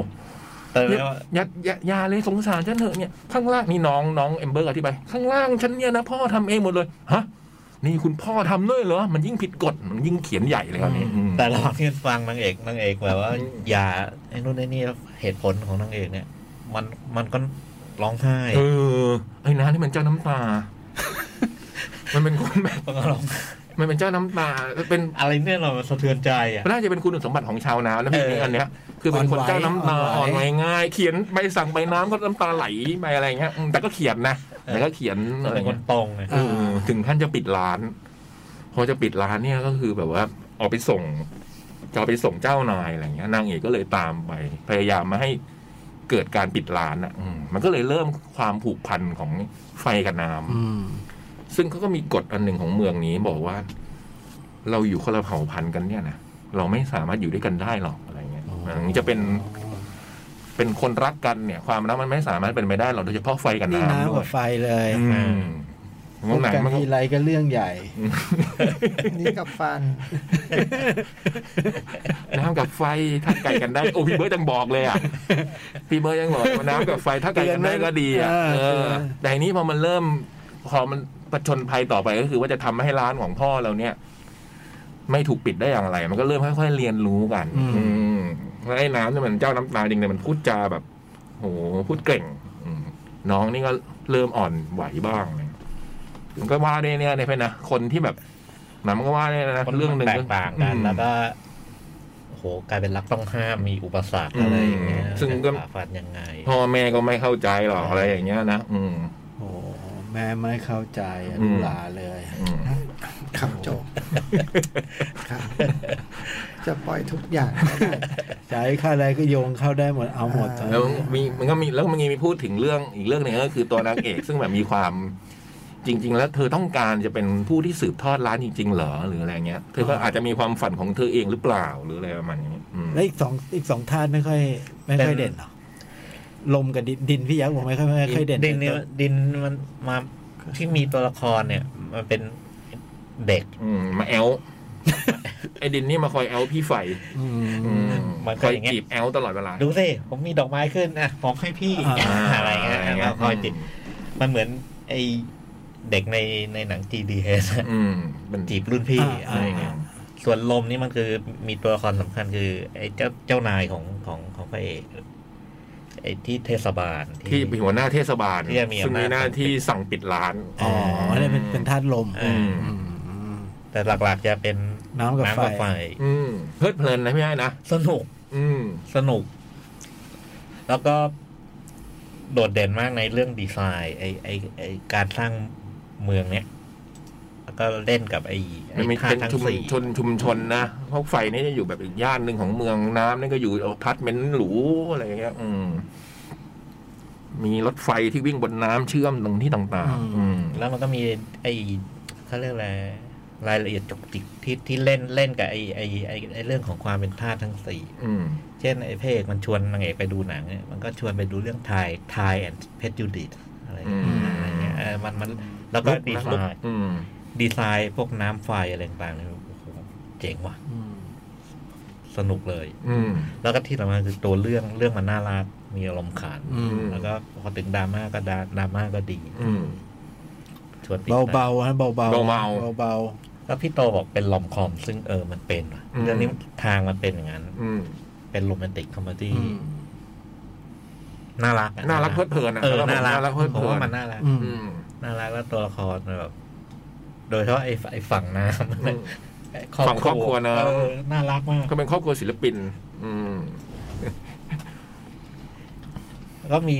อย่าเลยสงสารฉันเถอะเนี่ยข้างล่างนี่น้องเอมเบอร์อธิบายข้างล่างฉันเนี่ยนะพ่อทำเองหมดเลยฮะนี่คุณพ่อทำด้วยเหรอมันยิ่งผิดกฎมันยิ่งเขียนใหญ่เลยครับนี่แต่เราที่ฟังนางเอกแบบว่าอย่าไอ้นู่นไอ้นี่เหตุผลของนางเอกเนี่ยมันก็ร้องไห้ไอ้น้านี่มันเจ้าน้ำตามันเป็นคนแบบมันเป็นเจ้าน้ำตาเป็นอะไรเนี่ยเราสะเทือนใจอ่ะน่าจะเป็นคุณสมบัติของชาวนาแล้วพี่อันเนี้ยคือเป็นคนเจ้าน้ำตาอ่อนไหวง่ายเขียนใบสั่งใบน้ำก็น้ำตาไหลไปอะไรเงี้ยแต่ก็เขียนนะแต่ก็เขียนอะไรคนตรงถึงท่านจะปิดร้านพอจะปิดร้านเนี่ยก็คือแบบว่าเอาไปส่งเจ้านายอะไรเงี้ยนางเอกก็เลยตามไปพยายามมาให้เกิดการปิดร้านอ่ะมันก็เลยเริ่มความผูกพันของไฟกับน้ำซึ่งเขาก็มีกฎอันหนึ่งของเมืองนี้บอกว่าเราอยู่คนละเผ่าพันธุ์กันเนี่ยนะเราไม่สามารถอยู่ด้วยกันได้หรอกอะไรเงี้ยจะเป็นคนรักกันเนี่ยความรักมันไม่สามารถเป็นไปได้หรอกโดยเฉพาะไฟกับน้ำด้วยไฟเลยพบกันทีไรก็เรื่องใหญ่นี่กับฟันน้ำกับไฟถ้าไก่กันได้โอ้พี่เบิร์ดยังบอกเลยอ่ะพี่เบิร์ดยังบอกว่าน้ำกับไฟถ้าไก่กันได้ก็ดีอ่ะแต่นี้พอมันประชนภัยต่อไปก็คือว่าจะทำให้ร้านของพ่อเราเนี่ยไม่ถูกปิดได้อย่างไรมันก็เริ่มค่อยๆเรียนรู้กันแล้วไอ้น้ำเนี่ยมันเจ้าน้ำตาจริงเนี่ยมันพูดจาแบบโหพูดเก่งน้องนี่ก็เริ่มอ่อนไหวบ้างเนี่ยมันก็ว่าได้เนี่ยในเพศนะคนที่แบบมันก็ว่าได้นะเรื่องหนึ่งต่างกันแล้วก็โหกลายเป็นรักต้องห้ามมีอุปสรรคอะไรอย่างเงี้ยซึ่งก็ฝ่ายังไงพ่อแม่ก็ไม่เข้าใจหรอกอะไรอย่างเงี้ยนะโอ้แม่ไม่เข้าใจดูหลาเลยครับจบจะปล่อยทุกอย่างใช้ค่าอะไรก็โยงเข้าได้หมดเอาหมดแล้วมันก็มีแล้วมันมีพูดถึงเรื่องอีกเรื่องนึงก็คือตัวนางเอกซึ่งแบบมีความจริงๆแล้วเธอต้องการจะเป็นผู้ที่สืบทอดร้านจริงๆเหรอหรืออะไรเงี้ยเธอก็อาจจะมีความฝันของเธอเองหรือเปล่าหรืออะไรประมาณนี้แล้วอีกสองธาตุไม่ค่อยเด่นหรอลมกับดินพี่ยักษ์ผมไม่ค่อยเด่นดินมันมาที่มีตัวละครเนี่ยมันเป็นเด็กมาแอลไอ้ดินนี่มาคอยแอลพี่ไฟมันคอยจีบแอลตลอดเวลาดูสิผมมีดอกไม้ขึ้นอ่ะผมให้พี่อะไรเงี้ยมาคอยติดมันเหมือนไอ้เด็กในหนัง GDS มันจีบรุ่นพี่อะไรเงี้ยส่วนลมนี่มันคือมีตัวละครสำคัญคือไอ้เจ้านายของพระเอกไอ้ที่เทศบาลที่เป็นหัวหน้าเทศบาลซึ่งมีหน้าที่สั่งปิดร้านนี่เป็นธาตุลมแต่หลักๆจะเป็นน้ำกับไฟเพลิดเพลินนะพี่ไอ้นะสนุกแล้วก็โดดเด่นมากในเรื่องดีไซน์ไอ้การสร้างเมืองเนี้ยแล้วก็เล่นกับไอ้เป็นชุมชนนะเพราะไฟนี่จะอยู่แบบอีกย่านหนึ่งของเมืองน้ำนี่ก็อยู่อพาร์ตเมนต์หรูอะไรอย่างเงี้ยมีรถไฟที่วิ่งบนน้ำเชื่อมตรงที่ต่างๆแล้วมันก็มีไอ้เขาเรียกอะไรรายละเอียดจุกจิกที่เล่นกับไอเรื่องของความเป็นธาตุทั้งสี่เช่นไอเพกมันชวนนางเอกไปดูหนังเนี่ยมันก็ชวนไปดูเรื่องไทยแอนด์เพชรยูดิตอะไรเงี้ยมันแล้วก็ดีไซน์พวกน้ำไฟอะไรต่างๆเนี่ยโอ้โหเจ๋งว่ะสนุกเลยแล้วก็ที่สำคัญคือตัวเรื่องมันน่ารักมีอารมณ์ขันแล้วก็พอถึงดราม่าก็ดราม่าก็ดีชวนเบาๆฮะเบาแล้วพี่โตบอกเป็นลอมคอมซึ่งมันเป็นเรื่องนี้ทางมันเป็นอย่างนั้นเป็นโรแมนติกคอมเมดี้น่ารักเพลิดเพลินน่ารักเพลิดเพลินมันน่ารักแล้วตัวละครแบบโดยเฉพาะไอ้ฝั่งน้ำฝั่งครอบครัวนะน่ารักมากก็เป็นครอบครัวศิลปินก็มี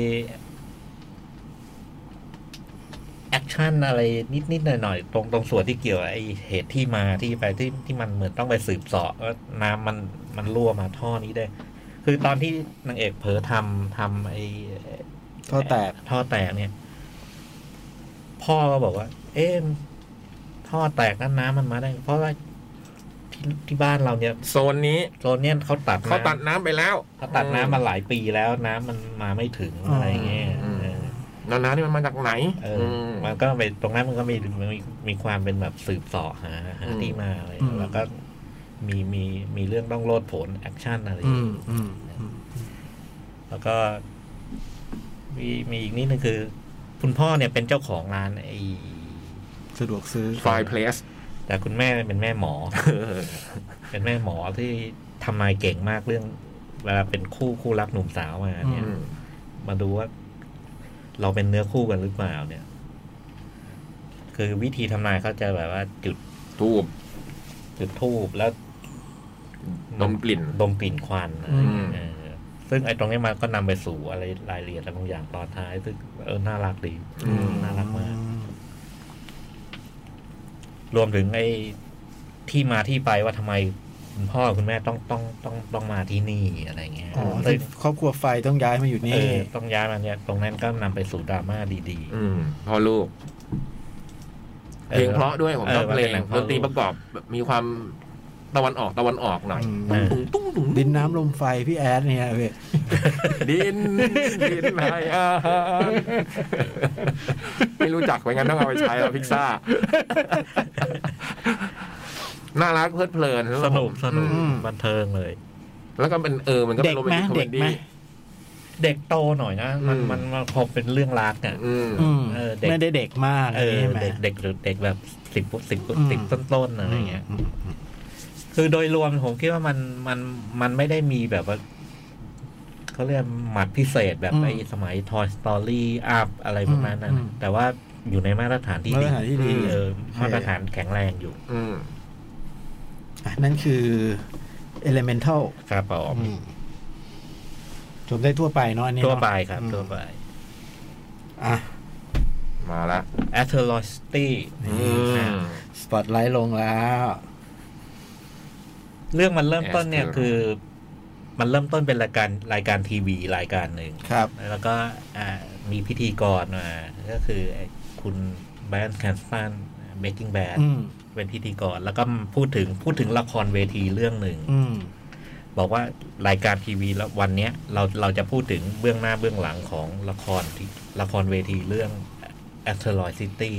แอคชั่นอะไรนิดๆหน่อยๆตรงส่วนที่เกี่ยวไอ้เหตุที่มาที่ไปที่มันเหมือนต้องไปสืบเสาะว่าน้ำมันรั่วมาท่อนี้ได้คือตอนที่นางเอกเผลอทำไอ้ท่อแตกเนี่ยพ่อก็บอกว่าท่อแตกนั้นน้ำมันมาได้เพราะว่าที่บ้านเราเนี่ยโซนนี้เขาตัดน้ำไปแล้วเขาตัดน้ำมาหลายปีแล้วน้ำมันมาไม่ถึงอะไรเงี้ยน้ำนี่มันมาจากไหนมันก็ไปตรงนั้นมันก็มีความเป็นแบบสืบเสาะหาที่มาอะไรแล้วก็มีเรื่องต้องโลดผลแอคชั่นอะไรแล้วก็มีอีกนิดนึงคือคุณพ่อเนี่ยเป็นเจ้าของร้านไอ้สะดวกซื้อ Fireplace แต่คุณแม่เป็นแม่หมอ เป็นแม่หมอที่ทำนายเก่งมากเรื่องเวลาเป็นคู่รักหนุ่มสาวมาเนี่ยมาดูว่าเราเป็นเนื้อคู่กันหรือเปล่าเนี่ยคือวิธีทำนายเขาจะแบบว่าจุดทูบแล้วดมกลิ่นควันซึ่งไอ้ตรงนี้มันก็นำไปสู่อะไรรายละเอียดอะไรบางอย่างตอนท้ายซึ่งน่ารักดีน่ารักมากรวมถึงไอ้ที่มาที่ไปว่าทำไมคุณพ่อคุณแม่ต้องมาที่นี่อะไรเงี้ยครอบครัวไฟต้องย้ายมาอยู่นี่ต้องย้ายมาเนี่ยตรงนั้นก็นำไปสู่ดราม่าดีๆพ่อลูกเพลงเพราะด้วยผมชอบเพลงดนตรีประกอบมีความตะวันออกหน่อยดินน้ำลมไฟพี่แอดเนี่ยเว้ยดินไหนไม่รู้จักไปงั้นต้องเอาไปใช้แล้วพิซซ่าน่ารักเพลิดเพลินสนุกบันเทิงเลยแล้วก็เป็นมันก็เป็นโรแมนติกคอมเมดี้เด็กโตหน่อยนะมันพอเป็นเรื่องรักอ่ะไม่ได้เด็กมากเด็กแบบ10ต้นๆอะไรเงี้ยคือโดยรวมผมคิดว่ามันไม่ได้มีแบบว่าเขาเรียกหมัดพิเศษแบบไอ้สมัย Toy Story Up อะไรประมาณนั้นแต่ว่าอยู่ในมาตรฐานที่ดีมาตรฐานแข็งแรงอยู่นั่นคือ Elemental ครับผมชมได้ทั่วไปเนาะอันนี้ทั่วไปครับทั่วไปมาละ Astrology Spotlight ลงแล้วเรื่องมันเริ่มต้นเนี่ยคือมันเริ่มต้นเป็นรายการทีวีรายการหนึ่งครับแล้วก็มีพิธีกรมาก็คือคุณไบรอัน แครนสตัน Breaking Bad เป็นพิธีกรแล้วก็พูดถึงละครเวทีเรื่องหนึ่งบอกว่ารายการทีวีแล้ววันนี้เราจะพูดถึงเบื้องหน้าเบื้องหลังของละครเวทีเรื่อง Asteroid City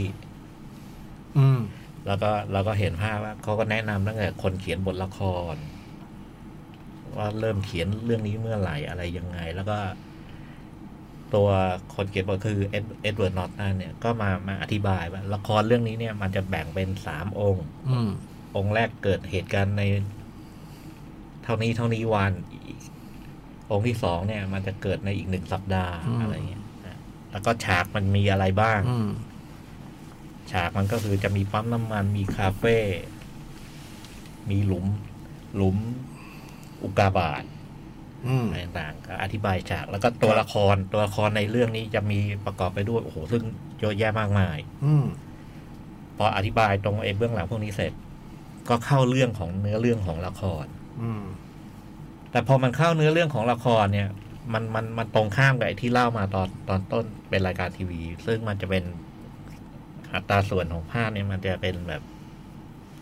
แล้วก็เราก็เห็นภาพว่าเขาก็แนะนำตั้งแต่คนเขียนบทละครว่าเริ่มเขียนเรื่องนี้เมื่อไหร่อะไรยังไงแล้วก็ตัวคนเขียนบทคือเอ็ดเวิร์ด นอร์ตันเนี่ยก็มาอธิบายว่าละครเรื่องนี้เนี่ยมันจะแบ่งเป็น3 องค์องค์แรกเกิดเหตุการณ์ในเท่านี้วันองค์ที่2เนี่ยมันจะเกิดในอีก1 สัปดาห์อะไรเงี้ยแล้วก็ฉากมันมีอะไรบ้างฉากมันก็คือจะมีปั๊มน้ำมันมีคาเฟ่มีหลุมอุกกาบาตอะไรต่างๆก็อธิบายฉากแล้วก็ตัวละครในเรื่องนี้จะมีประกอบไปด้วยโอ้โหซึ่งเยอะแยะมากมายพออธิบายตรงเบื้องหลังพวกนี้เสร็จก็เข้าเรื่องของเนื้อเรื่องของละครแต่พอมันเข้าเนื้อเรื่องของละครเนี่ยมันตรงข้ามกับไอ้ที่เล่ามาตอนต้นเป็นรายการทีวีซึ่งมันจะเป็นอัตราส่วนของภาพเนี่ยมันจะเป็นแบบ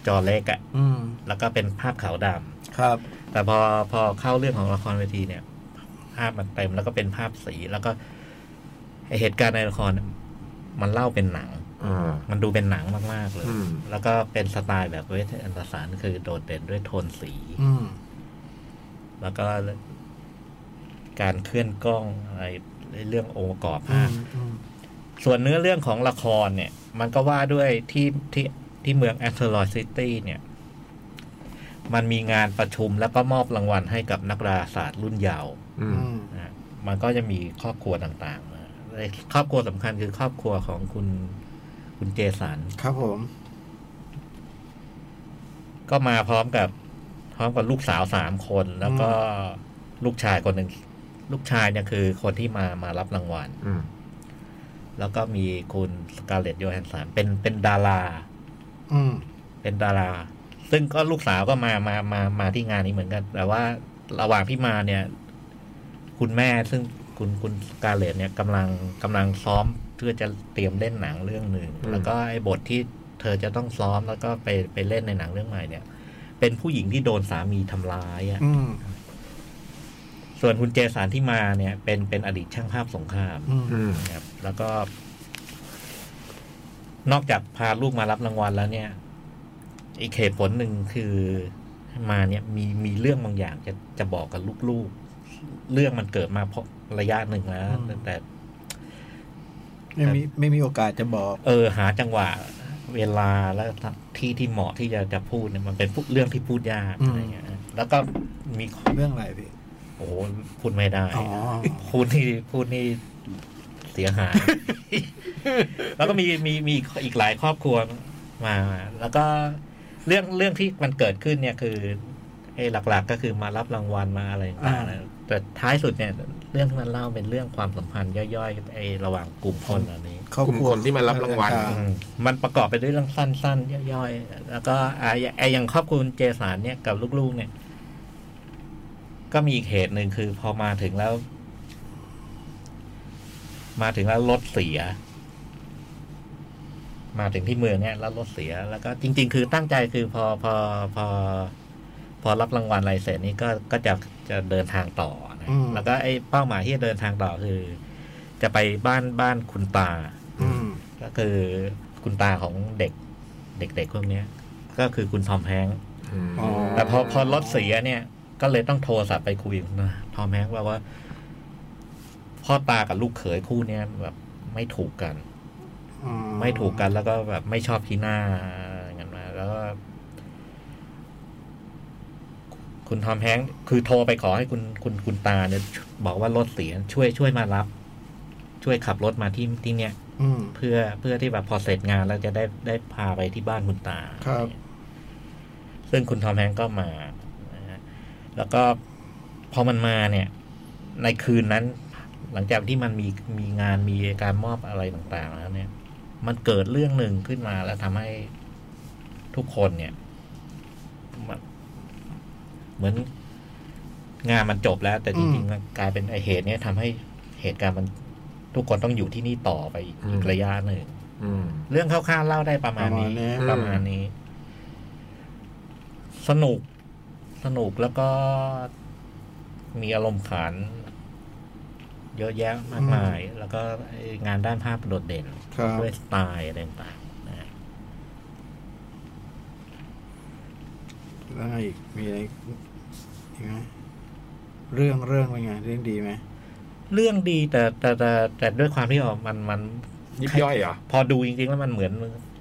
จอเล็กอ่ะแล้วก็เป็นภาพขาวดำครับแต่พอเข้าเรื่องของละครเวทีเนี่ยภาพมันเต็มแล้วก็เป็นภาพสีแล้วก็เหตุการณ์ในละครมันเล่าเป็นหนังมันดูเป็นหนังมากๆเลยแล้วก็เป็นสไตล์แบบเวทแอนเดอร์สันคือโดดเด่นด้วยโทนสีแล้วก็การเคลื่อนกล้องอะไรเรื่ององค์ประกอบภาพส่วนเนื้อเรื่องของละครเนี่ยมันก็ว่าด้วยที่เมืองแอสเทรอยด์ซิตี้เนี่ยมันมีงานประชุมแล้วก็มอบรางวัลให้กับนักดาราศาสตร์รุ่นเยาว์นะมันก็จะมีครอบครัวต่างๆมาครอบครัวสำคัญคือครอบครัวของคุณเจสันครับผมก็มาพร้อมกับลูกสาว3 คนแล้วก็ลูกชายคนหนึ่งลูกชายเนี่ยคือคนที่มารับรางวัลแล้วก็มีคุณสการ์เล็ตโยแฮนสันเป็นดาราเป็นดาราซึ่งก็ลูกสาวก็มาที่งานนี้เหมือนกันแต่ว่าระหว่างที่มาเนี่ยคุณแม่ซึ่งคุณสการ์เล็ตเนี่ยกำลังซ้อมเพื่อจะเตรียมเล่นหนังเรื่องหนึ่งแล้วก็ไอ้บทที่เธอจะต้องซ้อมแล้วก็ไปเล่นในหนังเรื่องใหม่เนี่ยเป็นผู้หญิงที่โดนสามีทำร้ายอ่ะส่วนคุณเจสันที่มาเนี่ยเป็นอดีตช่างภาพสงครามครับแล้วก็นอกจากพาลูกมารับรางวัลแล้วเนี่ยอีกเหตุผลหนึ่งคือมาเนี่ยมีเรื่องบางอย่างจะบอกกับลูกๆเรื่องมันเกิดมาเพราะระยะหนึ่งแล้วแต่ไม่มีโอกาสจะบอกหาจังหวะเวลาแล้วที่เหมาะที่จะพูดเนี่ยมันเป็นเรื่องที่พูดยากอะไรเงี้ยแล้วก็มีเรื่องอะไรพี่โอ้พูดไม่ได้พูดนี่เสียหาย แล้วก็มีอีกหลายครอบครัวมาแล้วก็เรื่องที่มันเกิดขึ้นเนี่ยคือไอ้หลักๆก็คือมารับรางวัลมาอะไรต่างๆแต่ท้ายสุดเนี่ยเรื่องที่มันเล่าเป็นเรื่องความสัมพันธ์ย่อยๆไอ้ระหว่างกลุ่มคนเหล่านี้กลุ่มคนที่มารับรางวัลมันประกอบไปด้วยเรื่องสั้นๆย่อยๆแล้วก็อย่างครอบครัวเจสันเนี่ยกับลูกๆเนี่ยก็มีอีกเหตุหนึ่งคือพอมาถึงแล้วรถเสียมาถึงที่เมืองเนี่ยแล้วรถเสียแล้วก็จริงๆคือตั้งใจคือพอรับรางวัลอะไรเสร็จนี่ก็จะเดินทางต่อนะแล้วก็ไอ้เป้าหมายที่จะเดินทางต่อคือจะไปบ้านคุณตาก็คือคุณตาของเด็กพวกนี้ก็คือคุณทอมแฮงค์แต่พอรถเสียเนี่ยก็เลยต้องโทรศัพท์ไปคุยกับทอมแฮงค์ว่าพ่อตากับลูกเขยคู่เนี้ยแบบไม่ถูกกันแล้วก็แบบไม่ชอบขี้หน้ากันมาแล้วก็คุณทอมแฮงค์คือโทรไปขอให้คุณตาเนี่ยบอกว่ารถเสียช่วยมารับช่วยขับรถมาที่เนี้ยเพื่อที่แบบพอเสร็จงานแล้วจะได้พาไปที่บ้านคุณตาครับซึ่งคุณทอมแฮงค์ก็มาแล้วก็พอมันมาเนี่ยในคืนนั้นหลังจากที่มันมีงานมีการมอบอะไรต่างๆแล้วเนี่ยมันเกิดเรื่องหนึ่งขึ้นมาแล้วทำให้ทุกคนเนี่ยเหมือนงานมันจบแล้วแต่จริงๆกลายเป็นไอเหตุนี้ทำให้เหตุการณ์มันทุกคนต้องอยู่ที่นี่ต่อไปอีกระยะหนึ่งเรื่องคร่าวๆเล่าได้ประมาณนี้สนุกแล้วก็มีอารมณ์ขันเยอะแยะมากมายแล้วก็งานด้านภาพโดดเด่นด้วยสไตล์อะไรต่างๆนะแล้วอีกมีอะไรอีกไหมเรื่องเป็นไงเรื่องดีไหมเรื่องดีแต่ด้วยความที่มันยิบย่อยพอดูจริงๆแล้วมันเหมือน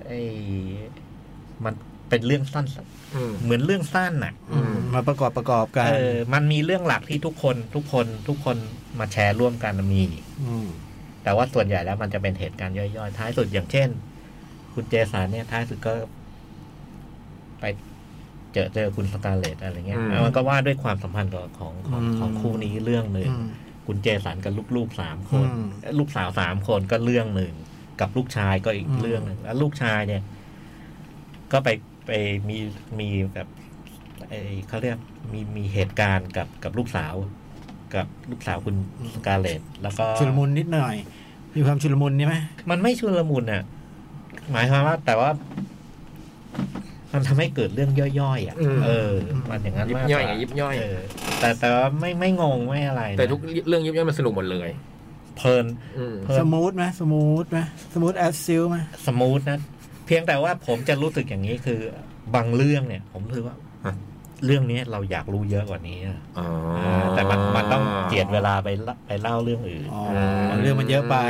มันเป็นเรื่องสั้นเหมือนเรื่องสั้นน่ะมาประกอบกันมันมีเรื่องหลักที่ทุกคนมาแชร์ร่วมกันมีแต่ว่าส่วนใหญ่แล้วมันจะเป็นเหตุการณ์ย่อยๆท้ายสุดอย่างเช่นคุณเจสันเนี่ยท้ายสุดก็ไปเจอคุณสการ์เล็ตอะไรเงี้ยมันก็ว่าด้วยความสัมพันธ์ของคู่นี้เรื่องหนึ่งคุณเจสันกับลูก3 คนลูกสาว3 คนก็เรื่องหนึ่งกับลูกชายก็อีกเรื่องหนึ่งแล้วลูกชายเนี่ยก็ไปมีแบบเขาเรียกมีเหตุการณ์กับลูกสาวคุณสการ์เล็ตแล้วก็ชุลมุนนิดหน่อยมีความชุลมุนใช่ไหมมันไม่ชุลมุนอ่ะหมายความว่าแต่ว่ามันทำให้เกิดเรื่องย่อยๆอ่ะมันอย่างนั้นมากยิบย่อยแต่ว่าไม่งงไม่อะไรแต่ทุกเรื่องยิบย่อยมันสนุกหมดเลยเพลินสมูทไหมสมูทแอสซิลไหมสมูทนะเพียงแต่ว่าผมจะรู้สึกอย่างนี้คือบางเรื่องเนี่ยผมรู้สึกว่าเรื่องนี้เราอยากรู้เยอะกว่านี้แต่มันต้องเจียดเวลาไปเล่าเรื่องอื่นเรื่องมันเยอะไป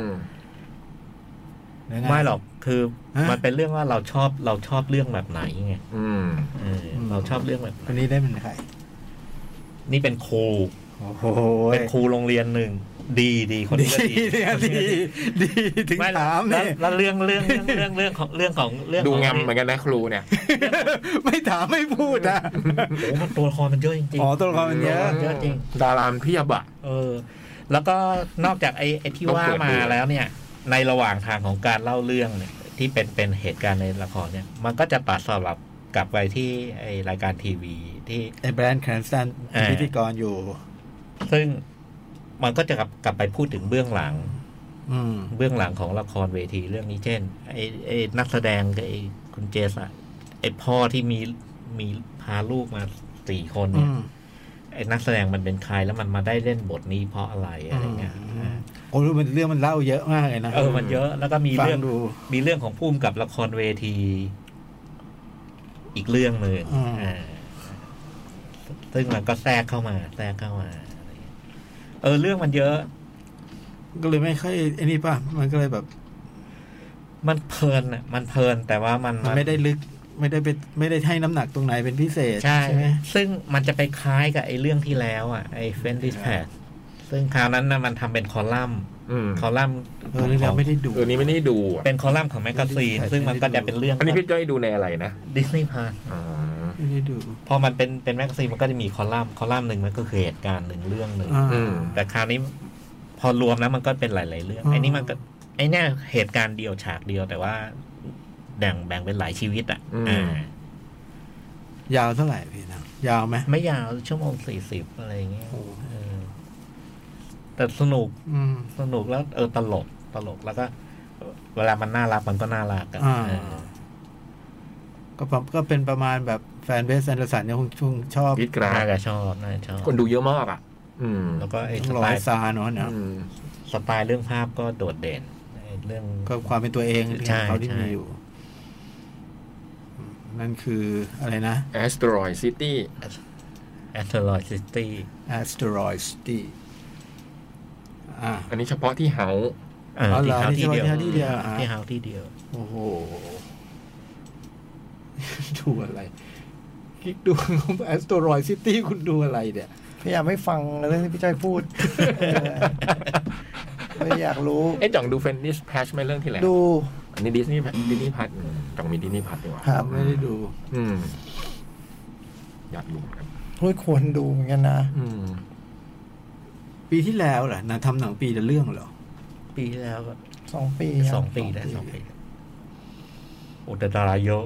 ไม่หรอกคือมันเป็นเรื่องว่าเราชอบเรื่องแบบไหนไงเราชอบเรื่องแบบคนนี้ได้เป็นใครนี่เป็นครูเป็นครูโรงเรียนหนึ่งดีคนนี้ก็ดีถึงถามเนี่ยแล้วเรื่องของดูงามเหมือนกันนะครูเนี่ยไม่ถามไม่พูดนะโอ้ตัวละครมันเยอะจริงๆตัวละครมันเยอะจริงดารามเพียบอ่ะแล้วก็นอกจากไอ้ที่ว่ามาแล้วเนี่ยในระหว่างทางของการเล่าเรื่องเนี่ยที่เป็นเหตุการณ์ในละครเนี่ยมันก็จะตัดสลับกลับไปที่ไอรายการทีวีที่ไอแบรนด์แครนสตันพิธีกรอยู่ซึ่งมันก็จะกลับไปพูดถึงเบื้องหลังเบื้องหลังของละครเวทีเรื่องนี้เช่นไอ้นักแสดงกับไอ้คุณเจสไอ้พ่อที่มีพาลูกมา4 คนเนี่ยไอ้นักแสดงมันเป็นใครแล้วมันมาได้เล่นบทนี้เพราะอะไรอะไรเงี้ยโอ้มันเรื่องมันเล่าเยอะมากเลยนะมันเยอะแล้วก็มีเรื่องของผู้กำกับละครเวทีอีกเรื่องนึงซึ่งมันก็แทรกเข้ามาเรื่องมันเยอะก็เลยไม่ค่อยไอ้นี่ป่ะมันก็เลยแบบมันเพลินแต่ว่ามันไม่ได้ลึกไม่ได้ให้น้ำหนักตรงไหนเป็นพิเศษใช่ไหมซึ่งมันจะไปคล้ายกับไอ้เรื่องที่แล้วอ่ะไอ้เฟนดิสแพดซึ่งคราวนั้นนะมันทำเป็นคอลัมน์นี่เราไม่ได้ดูนี่ไม่ได้ดูเป็นคอลัมน์ของแมกกาซีนซึ่งมันก็จะเป็นเรื่องอันนี้พี่จ้อยดูในอะไรนะดิสนีย์พาสไม่ได้ดูพอมันเป็นแมกกาซีนมันก็จะมีคอลัมน์หนึ่งมันก็คือเหตุการณ์หนึ่งเรื่องหนึ่งแต่คราวนี้พอรวมแล้วมันก็เป็นหลายๆเรื่องไอ้นี่มันก็ไอ้เนี่ยเหตุการณ์เดียวฉากเดียวแต่ว่าแบ่งเป็นหลายชีวิตยาวเท่าไหร่พี่นะยาวไหมไม่ยาว1 ชั่วโมง 40อะไรอย่างเงี้ยแต่สนุกแล้วตลกแล้วก็เวลามันน่ารักมันก็น่ารักก็เป็นประมาณแบบแฟนเบสแอนเดอร์สันเนี่ยคงชอบพิจารณาชอบคนดูเยอะมากแล้วก็ไอ้สไตล์ซาเนาะสไตล์เรื่องภาพก็โดดเด่นเรื่องก็ความเป็นตัวเองเขาที่มีอยู่นั่นคืออะไรนะ Asteroid City Asteroid City อันนี้เฉพาะที่เฮาที่เฮาที่เดียวโอ้โหดูอะไรคิดดูแอสโตรอยด์ซิตี้คุณดูอะไรเนี่ยพยายามไม่ฟังเรื่องที่พี่จ้อยพูดไม่อยากรู้จ่องดูเฟนนิสแพชไหมเรื่องที่แล้วดูอันนี้ดิสนีย์พัทจ่องมีดิสนีย์พัทดีกว่าครับไม่ได้ดูอยากดูครับควรดูเหมือนกันนะปีที่แล้วเหรอนะทำหนังปีละเรื่องเหรอปีที่แล้วก็ 2 ปี 2 ปีได้2 ปีโอ้แต่ดาราเยอะ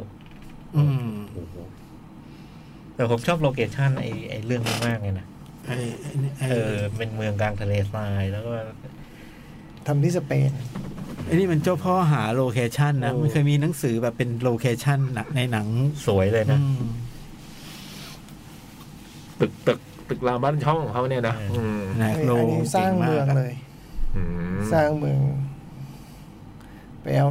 แต่ผมชอบโลเคชั่นไอ้เรื่องนี้มากเลยนะเป็นเมืองกลางทะเลทรายแล้วก็ทำที่สเปนไอ้นี่มันเจ้าพ่อหาโลเคชั่นนะไม่เคยมีหนังสือแบบเป็นโลเคชั่นในหนังสวยเลยนะตึกรามบ้านช่องของเขาเนี่ยนะอันนี้สร้างเมืองเลยสร้างเมืองไปเอา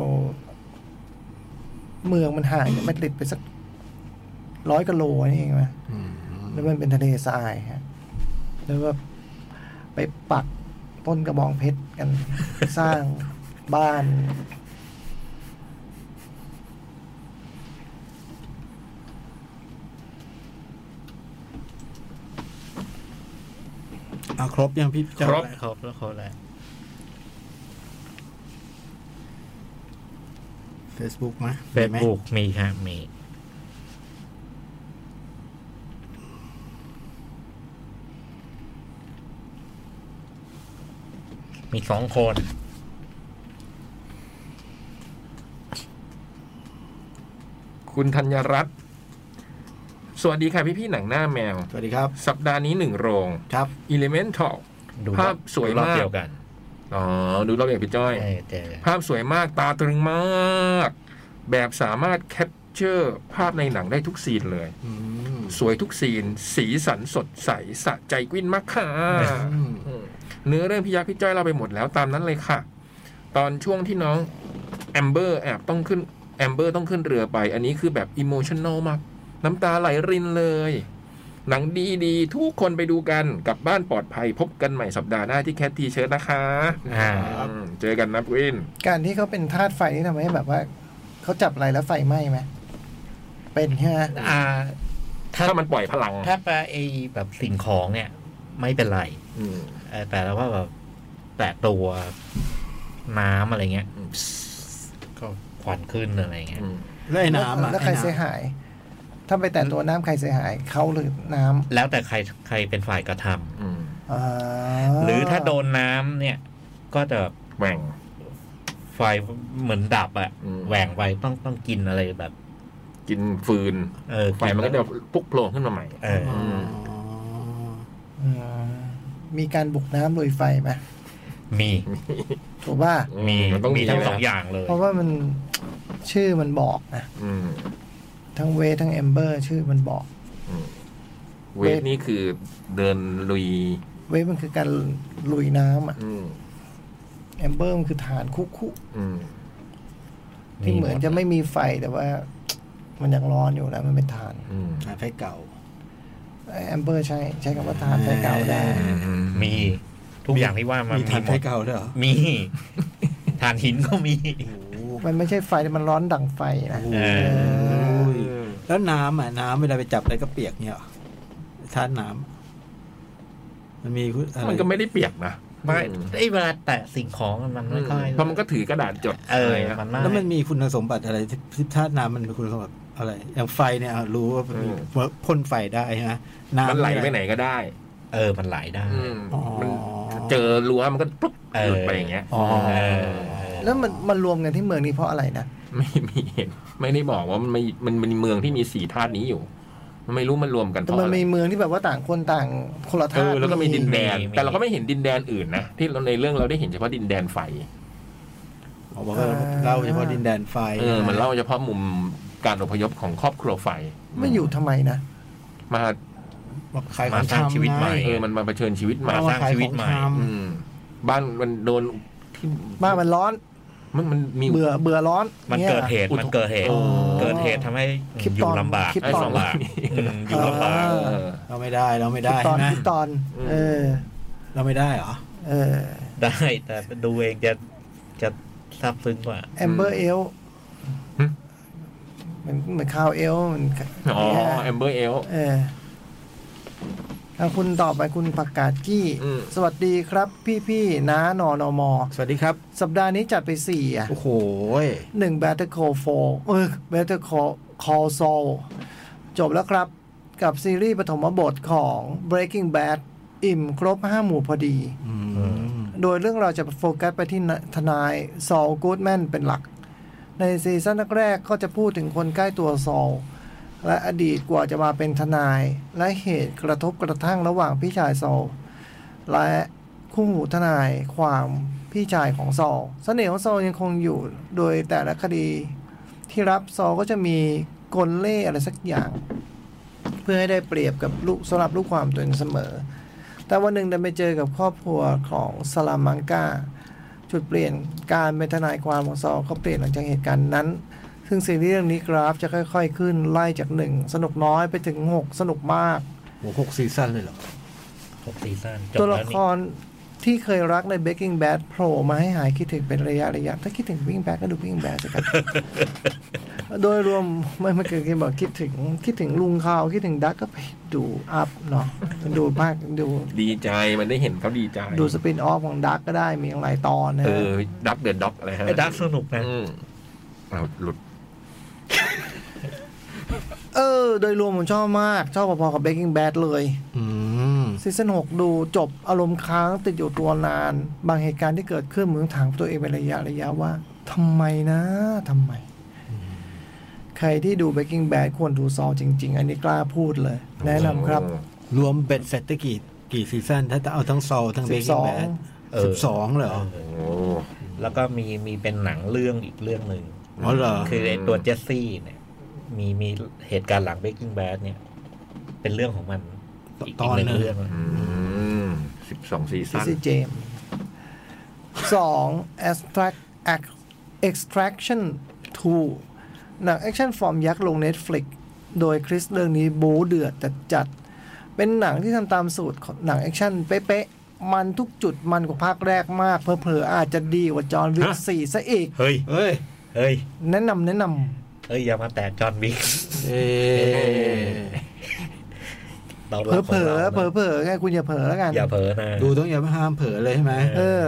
เมืองมันห่างจากมาดริดไปสัก100 กิโลนี่เองนะแล้วมันเป็นทะเลทรายฮะแล้วก็ไปปักต้นกระบองเพชรกันสร้างบ้านครบยังพี่ครบแล้ว Facebook มั้ย Facebook มีครับมี2 คนคุณธัญรัตน์สวัสดีค่ะพี่ๆหนังหน้าแมวสวัสดีครับสัปดาห์นี้1 โรงครับ Elemental ภาพสวยมากเดียวกันดูรอบอย่างพี่จ้อยภาพสวยมากตาตรึงมากแบบสามารถแคป picture ภาพในหนังได้ทุกซีนเลยสวยทุกซีนสีสันสดใสสะใจกวิ้นมากค่ะเนื้อเรื่องพี่ยักษ์พี่จ้อยเราไปหมดแล้วตามนั้นเลยค่ะตอนช่วงที่น้องแอมเบอร์ต้องขึ้นเรือไปอันนี้คือแบบอิโมชันนอลมากน้ำตาไหลรินเลยหนังดีทุกคนไปดูกันกลับบ้านปลอดภัยพบกันใหม่สัปดาห์หน้าที่แคททีเชิญนะคะเจอกันนะกวินการที่เขาเป็นธาตุไฟนี่ทำให้แบบว่าเขาจับอะไรแล้วไฟไหม้ไหมเป็นใช่ไหมถ้ามันปล่อยพลังถ้าไอแบบสิ่งของเนี่ยไม่เป็นไรแต่แล้วว่าแบบแตะตัวน้ำอะไรเงี้ยก็ควันขึ้นอะไรเงี้ยแล้วไอ้น้ำแล้วใครเสียหายถ้าไปแตะตัวน้ำใครเสียหายเขาหรือน้ำแล้วแต่ใครเป็นฝ่ายกระทำหรือถ้าโดนน้ำเนี่ยก็จะแหว่งไฟเหมือนดับอะแหว่งไปต้องกินอะไรแบบกินฟืนไฟมันก็จะพุกโผล่ขึ้นมาใหม่มีการบุกน้ำลุยไฟไหมมีถูกป่ะมีทั้งสองอย่างเลยเพราะว่ามันชื่อมันบอกนะทั้งเวททั้งแอมเบอร์ชื่อมันบอกเวทนี่คือเดินลุยเวทมันคือการลุยน้ำแอมเบอร์มันคือฐานคุกที่เหมือนจะไม่มีไฟแต่ว่ามันยังร้อนอยู่แล้วมันเป็นฐานไฟเก่าแอมเบอร์ใช้คำว่าฐานไฟเก่าได้มีทุกอย่างที่ว่ามันมีฐานไฟเก่าด้วยเหรอมีฐานหินก็มีมันไม่ใช่ไฟมันร้อนดั่งไฟนะแล้วน้ำเวลาไปจับอะไรก็เปียกเนี่ยธาตุน้ำมันก็ไม่ได้เปียกนะไม่ไอ้เวลาแตะสิ่งของมันไม่ค่อยเพราะมันก็ถือกระดาษจดแล้วมันมีคุณสมบัติอะไรที่ธาตุน้ำมันมีคุณสมบัติอะไรอย่างไฟเนี่ยรู้ว่าพ่นไฟได้ฮะน้ำมันไหลไปไหนก็ได้มันไหลได้มันเจอรั้วมันก็ปุ๊บหลุดไปอย่างเงี้ยแล้วมันรวมกันที่เมืองนี้เพราะอะไรนะไม่เห็นไม่ได้บอกว่ามันเป็นเมืองที่มี4ธาตุนี้อยู่มันไม่รู้มันรวมกันเพราะมันมีเมืองที่แบบว่าต่างคนต่างคนละธาตุแล้วก็มีดินแดนแต่เราก็ไม่เห็นดินแดนอื่นนะที่เราในเรื่องเราได้เห็นเฉพาะดินแดนไฟเล่าเฉพาะดินแดนไฟมันเล่าเฉพาะมุมการอพยพของครอบครัวไฟไม่อยู่ทำไมนะมาสร้างชีวิตใหม่มันมาเผชิญชีวิตใหม่สร้างชีวิตใหม่บ้านมันโดนที่บ้านมันร้อนมันมีเบื่อร้อนมันเกิดเหตุทำให้อยู่ลำบากอยู่ลำบากเราไม่ได้นะคิดตอนเราไม่ได้เหรอได้แต่ดูเองจะซาบซึ้งกว่าแอมเบอร์เอลมันเหมือนคาวเอลมันแอมเบอร์เอลคุณต่อไปคุณผักกาดกี้สวัสดีครับพี่น้านนม. สวัสดีครับสัปดาห์นี้จัดไป4 โอ้โห 1 Better Call Saul Better Call Saul จบแล้วครับกับซีรีส์ปฐมบทของ Breaking Bad อิ่มครบ5หมู่พอดีโดยเรื่องเราจะโฟกัสไปที่ทนายซอล กู๊ดแมนเป็นหลักในซีซั่นแรกก็จะพูดถึงคนใกล้ตัวซอลและอดีตกว่าจะมาเป็นทนายและเหตุกระทบกระทั่งระหว่างพี่ชายซอลและคู่หูทนายความพี่ชายของซอลเสน่ห์ของซอลยังคงอยู่โดยแต่ละคดีที่รับซอลก็จะมีกลเล่อะไรสักอย่างเพื่อให้ได้เปรียบกับลูกสำหรับลูกความตัวเองเสมอแต่วันหนึ่งได้ไปเจอกับครอบครัวของซาลามังกาจุดเปลี่ยนการเป็นทนายความของซอลก็เปลี่ยนหลังจากเหตุการณ์นั้นซึ่งซีรีส์เรื่องนี้กราฟจะค่อยๆขึ้นไล่จาก1สนุกน้อยไปถึง6สนุกมาก 6ซีซั่นเลยเหรอ 6ซีซั่นตัวละครที่เคยรักใน Breaking Bad โผล่มาให้หายคิดถึงเป็นระยะถ้าคิดถึง Breaking Bad ก็ดู Breaking Bad สิครับ โดยรวมไม่เกิดที่บอกคิดถึงลุงเขาคิดถึงดักก็ไปดูอัพเนาะดูมากดูดีใจมันได้เห็นเขาดีใจดูสปินออฟของดักก็ได้มีหลายตอนนะดักเดอะด็อกอะไรฮะดักสนุกนะหลุดโดยรวมผมชอบมากชอบพอๆกับ Breaking Bad เลยซีซั่น6ดูจบอารมณ์ค้างติดอยู่ตัวนานบางเหตุการณ์ที่เกิดขึ้นเหมือนถามตัวเองเป็นระยะว่าทำไมใครที่ดู Breaking Bad ควรดูซอลจริงๆอันนี้กล้าพูดเลยแนะนำครับรวมเบ็ดเสร็จกี่ซีซั่นถ้าเอาทั้งซอลทั้ง Breaking Bad 12เหรอแล้วก็มีเป็นหนังเรื่องอีกเรื่องนึงเหรอคือไอ้ตัวเจสซี่เนี่ยมีเหตุการณ์หลัง Breaking Bad เนี่ย เป็นเรื่องของมันอีกตอนหนึ่งหนึ่งเรื่อง 12 ซีซั่นซีเจม2 Extraction 2 หนังแอคชั่นฟอร์มยักษ์ลง Netflix โดยคริสเรื่องนี้บู๊เดือดจัดเป็นหนังที่ทำตามสูตรหนังแอคชั่นเป๊ะๆมันทุกจุดมันกว่าภาคแรกมากเผลอๆอาจจะดีกว่าจอห์นวิก4ซะอีกเฮ้ยเฮ้ยเฮ้ยแนะนำเฮ้ย อย่ามาแตะจอห์นวิกเอ๊ะเรารักของเรานะเผลอไงคุณอย่าเผลอแล้วกันอย่าเผลอนะดูต้องอย่าห้ามเผลอเลยใช่ไหม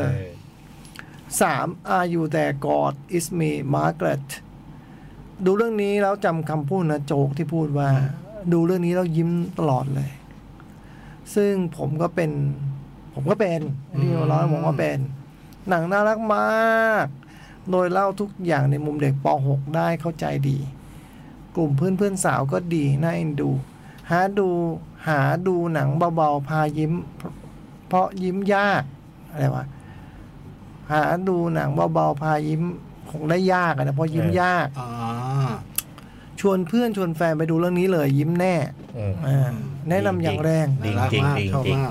3 Are You There God Is Me Margaret ดูเรื่องนี้แล้วจำคำพูดนะโจ๊กที่พูดว่า ดูเรื่องนี้แล้วยิ้มตลอดเลย ซึ่งผมก็เป็นที่ร้อนผมก็เป็น หนังน่ารักมาก โดยเล่าทุกอย่างในมุมเด็กป .6 ได้เข้าใจดี กลุ่มเพื่อนสาวก็ดีน่าเอ็นดู หาดูหนังเบาๆพายิ้ม เพราะยิ้มยากอะไรวะหาดูหนังเบาๆพายิ้มคงได้ยากนะเพราะยิ้มยากอ๋อชวนเพื่อนชวนแฟนไปดูเรื่องนี้เลยยิ้มแน่แนะนำอย่างแรงจริงน่ารักจริงมากจริงชอบจริงมาก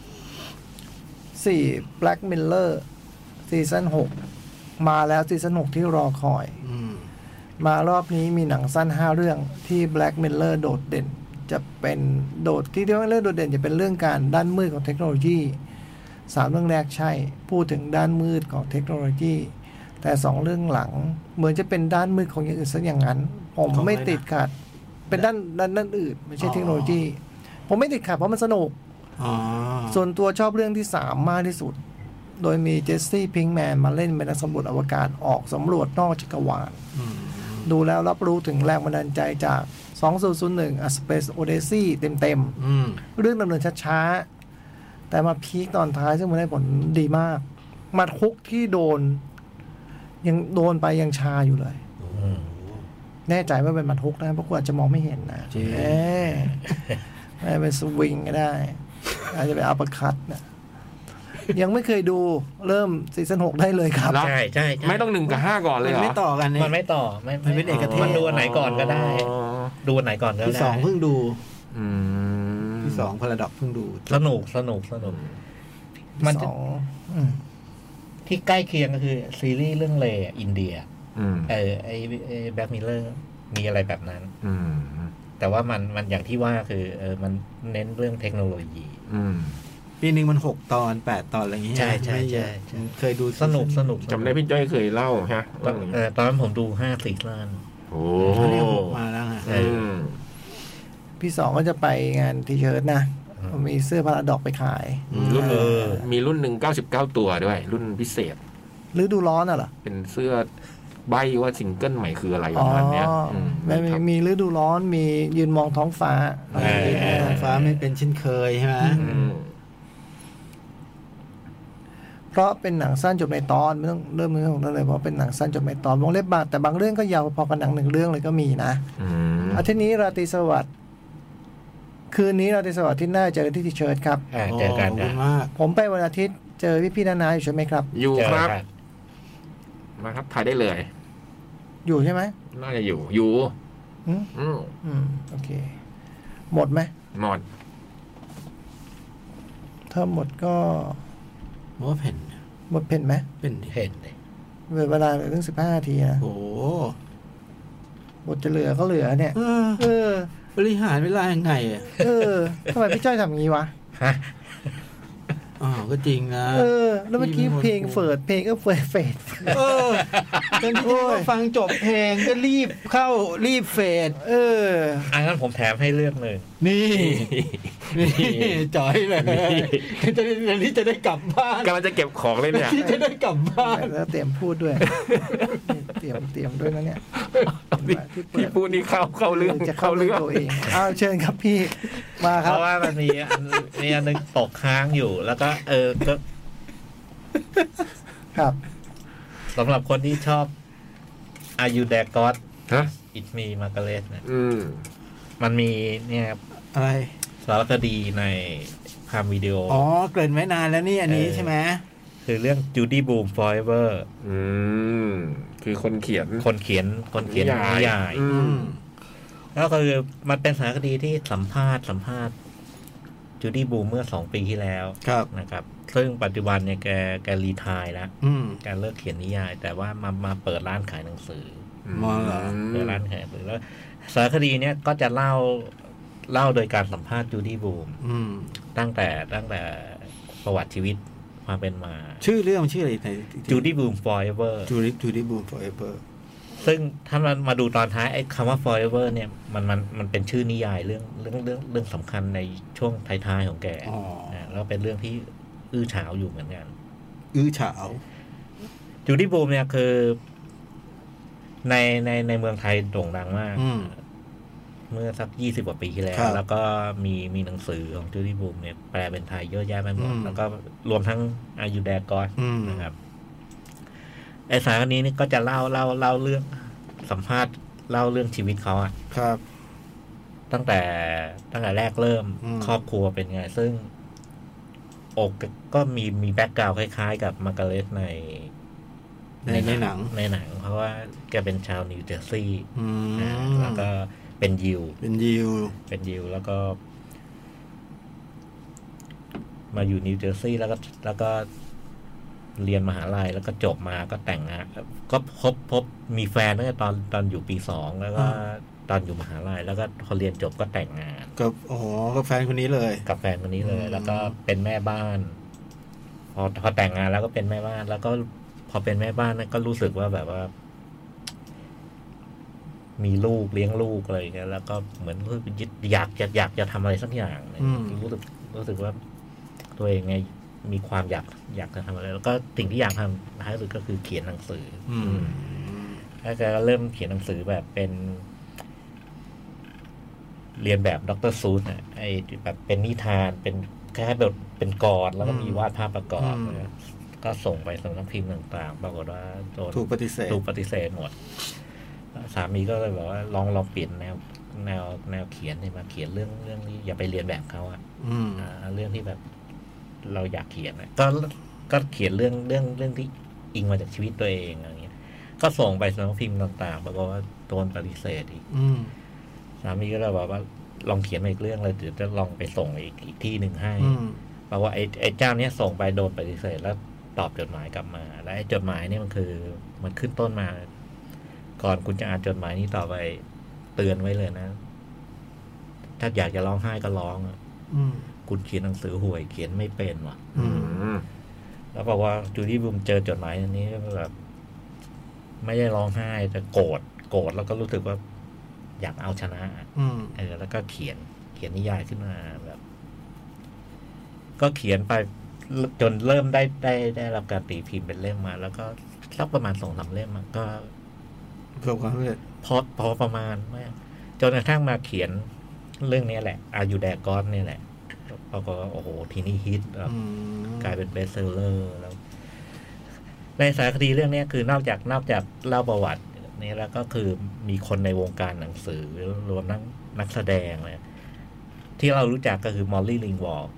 4 Black Mirror ซีซั่น6มาแล้วซีซั่น6ที่รอคอย มารอบนี้มีหนังสั้น5เรื่องที่ Black Mirror โดดเด่นจะเป็นที่เรียกว่าเรื่องโดดเด่นจะเป็นเรื่องการด้านมืดของเทคโนโลยี3เรื่องแรกใช่พูดถึงด้านมืดของเทคโนโลยีแต่2เรื่องหลังเหมือนจะเป็นด้านมืดของอย่างอื่นซะอย่างนั้นผมไม่ติดขัดเป็นด้านอื่นไม่ใช่เทคโนโลยีผมไม่ติดขัดเพราะมันสนุกส่วนตัวชอบเรื่องที่3มากที่สุดโดยมีเจสซี่พิงค์แมนมาเล่นเป็นนักสำรวจอวกาศออกสำรวจนอกจักรวาลดูแล้วรับรู้ถึงแรงบันดาลใจจาก2001 A Space Odyssey เต็มๆเรื่องดำเนินช้าๆแต่มาพีคตอนท้ายซึ่งมันได้ผลดีมากมัดคุกที่ยังโดนไปยังชาอยู่เลยแน่ใจว่าเป็นมัดคุกนะเพราะกูอาจจะมองไม่เห็นนะไม่เป็นสวิงก็ได้อาจจะเป็นอัปเปอร์คัตนะยังไม่เคยดูเริ่มซีซั่น6ได้เลยครับใช่ใช่ไม่ต้อง1 กับ 5ก่อนเลยเหรอไม่ต่อกันเนี่ยมันไม่ต่อมันเป็นเอกเทศมันดูอันไหนก่อนก็ได้ ดูอันไหนก่อนก็ได้ที่2เพิ่งดูมที่2 Paradox เพิ่งดูสนุกมันจะ ที่ใกล้เคียงก็คือซีรีส์เรื่องเลอินเดียไอ้แบ็คมิลเลอร์มีอะไรแบบนั้นแต่ว่ามันอย่างที่ว่าคือมันเน้นเรื่องเทคโนโลยีปีนึงมัน6 ตอน 8 ตอนอะไรอย่างเงี้ยใช่ใช่เคยดูสนุกจำได้พี่จ้อยเคยเล่าฮะตอนนั้นผมดู5 ซีซั่นโอ้นี่6มาแล้วฮะพี่2ก็จะไปงานทีเชิร์ตนะมีเสื้อพาราดอกไปขายมีรุ่นหนึ่ง99 ตัวด้วยรุ่นพิเศษฤดูร้อนน่ะเหรอเป็นเสื้อใบว่าซิงเกิลใหม่คืออะไรประมาณนี้มีฤดูร้อนมียืนมองท้องฟ้าท้องฟ้าไม่เป็นเช่นเคยใช่ไหมเพราะเป็นหนังสั้นจบในตอนไม่ต้องเริ่มเรื่องของเลยเพราะเป็นหนังสั้นจบในตอนวงเล็บบางแต่บางเรื่องก็ยาวพอกับหนัง1 เรื่องเลยก็มีนะอาทิตย์นี้ราตรีสวัสดิ์คืนนี้ราตรีสวัสดิ์ที่หน้าเจอกันที่ทีเชิร์ตครับเจอกันผมไปวันอาทิตย์เจอพี่ๆนาๆอยู่ใช่ไหมครับอยู่ครับมาครับถ่ายได้เลยอยู่ใช่ไหมน่าจะอยู่โอเคหมดไหมหมดถ้าหมดก็หมดเพนหมดเพนไหมเป็นเวลาเหลือถึง15 นาทีนะโอ้หมดจะเหลือก็เหลือเนี่ยบริหารเวลายังไงทำไมพี่จ้อยทำอย่างนี้วะก็จริงนะแล้วเมื่อกี้เพลงเฟิร์ดเพลงก็เฟดตอนที่ฟังจบเพลงก็รีบเข้ารีบเฟดอันนั้นผมแถมให้เลือกเลยนี่จ่อยเลยที่จะได้กลับบ้านกำลังจะเก็บของเลยเนี่ยที่จะได้กลับบ้านแล้วเตรียมพูดด้วยเตรียมด้วยนะเนี่ยที่พูดนี่เข้าเรื่องจะเข้าเรื่องตัวเองเชิญครับพี่มาครับเพราะว่ามันมีอันนึงตกค้างอยู่แล้วก็ก็ครับสำหรับคนที่ชอบ Are You There God It's Me Margaret เนี่ยมันมีเนี่ยอะไรสารคดีในพามวิดีโอเกริ่นไว้นานแล้วนี่อันนี้ใช่ไหมคือเรื่อง Judy Blume Forever คือคนเขียนนิยายก็คือมันเป็นสารคดีที่สัมภาษณ์จูดี้บูมเมื่อ2 ปีที่แล้วครับนะครับซึ่งปัจจุบันเนี่ยแกรีไทร์แล้วแกเลิกเขียนนิยายแต่ว่ามาเปิดร้านขายหนังสือมาเหรอเปิดร้านขายหนังสือแล้วสารคดีเนี่ยก็จะเล่าโดยการสัมภาษณ์จูดี้บูมตั้งแต่ประวัติชีวิตความเป็นมาชื่อเรื่องชื่ออะไรจูดี้บูม forever จูดี้บูม forever ซึ่งถ้ามันมาดูตอนท้ายไอ้คำว่า forever เนี่ยมันเป็นชื่อนิยายเรื่องสำคัญในช่วงท้ายๆของแกแล้วเป็นเรื่องที่อื้อฉาวอยู่เหมือนกันอื้อฉาวจูดี้บูมเนี่ยคือในเมืองไทยโด่งดังมากเมื่อสัก20 กว่าปีที่แล้วแล้วก็มีหนังสือของจูดี้บูมเนี่ยแปลเป็นไทยเยอะแยะไปหมดแล้วก็รวมทั้งอายุแดกอนนะครับไอ้สารคดีนี้ก็จะเล่าเรื่องสัมภาษณ์เล่าเรื่องชีวิตเขาอ่ะครับตั้งแต่แรกเริ่มครอบครัวเป็นไงซึ่งอกก็มีแบ็คกราวด์คล้ายๆกับมาร์กาเร็ตในหนังเพราะว่าแกเป็นชาวนิวเจอร์ซีย์แล้วก็เป็นยิวแล้วก็มาอยู่นิวเจอร์ซีย์แล้วก็เรียนมหาลัยแล้วก็จบมาก็แต่งงานก็พบมีแฟนตั้งแต่ตอนอยู่ปี 2แล้วก็ตอนอยู่มหาลัยแล้วก็พอเรียนจบก็แต่งงานกับแฟนคนนี้เลยแล้วก็เป็นแม่บ้านพอแต่งงานแล้วก็เป็นแม่บ้านแล้วก็พอเป็นแม่บ้านนั้นก็รู้สึกว่าแบบว่ามีลูกเลี้ยงลูกอะไรอย่างเงี้ยแล้วก็เหมือนอยากจะทำอะไรสักอย่างรู้สึกว่าตัวเองไงมีความอยากจะทำอะไรแล้วก็สิ่งที่อยากทำท้ายสุดก็คือเขียนหนังสือแล้วแกก็เริ่มเขียนหนังสือแบบเป็นเรียนแบบดร.ซูสน่ะไอ้แบบเป็นนิทานเป็นแค่แบบเป็นกรแล้วก็มีวาดภาพประกอบก็ส่งไปสำนักพิมพ์ต่างๆปรากฏว่าถูกปฏิเสธหมดสามีก็เลยบอกว่าลองเปลี่ยนแนวเขียนมาเขียนเรื่องนี้อย่าไปเรียนแบบเขาเรื่องที่แบบเราอยากเขียนนะก็เขียนเรื่องที่อิงมาจากชีวิตตัวเองอะไรเงี้ยก็ส่งไปสำนักพิมพ์ต่างๆปรากฏว่าโดนปฏิเสธอีกสามีก็เลยบอกว่าลองเขียนมาอีกเรื่องเลยเดี๋ยวจะลองไปส่งอีกที่หนึ่งให้บอกว่าไอ้เจ้าเนี้ยส่งไปโดนปฏิเสธแล้วตอบจดหมายกลับมาแล้วไอ้จดหมายนี่มันคือมันขึ้นต้นมาก่อนคุณจะอ่านจดหมายนี้ต่อไปเตือนไว้เลยนะถ้าอยากจะร้องไห้ก็ร้องคุณเขียนหนังสือห่วยเขียนไม่เป็นว่ะแล้วบอกว่าจูดี้บูมเจอจดหมายอันนี้แบบไม่ได้ร้องไห้แต่โกรธแล้วก็รู้สึกว่าอยากเอาชนะแล้วก็เขียนนิยายขึ้นมาแบบก็เขียนไปจนเริ่มได้รับการตีพิมพ์เป็นเล่มมาแล้วก็สักประมาณ 2-3 เล่มมันก็เกือบความเลยพอประมาณไม่จนกระทั่งมาเขียนเรื่องนี้แหละอายุแดกอนนี่แหละปรากฏว่าโอ้โหทีนี้ฮิตกลายเป็นเบสเซลเลอร์แล้วในสารคดีเรื่องนี้คือนอกจากเล่าประวัตินี่แล้วก็คือมีคนในวงการหนังสือรวมทั้งนักแสดงเลยที่เรารู้จักก็คือมอลลี่ลิงวอล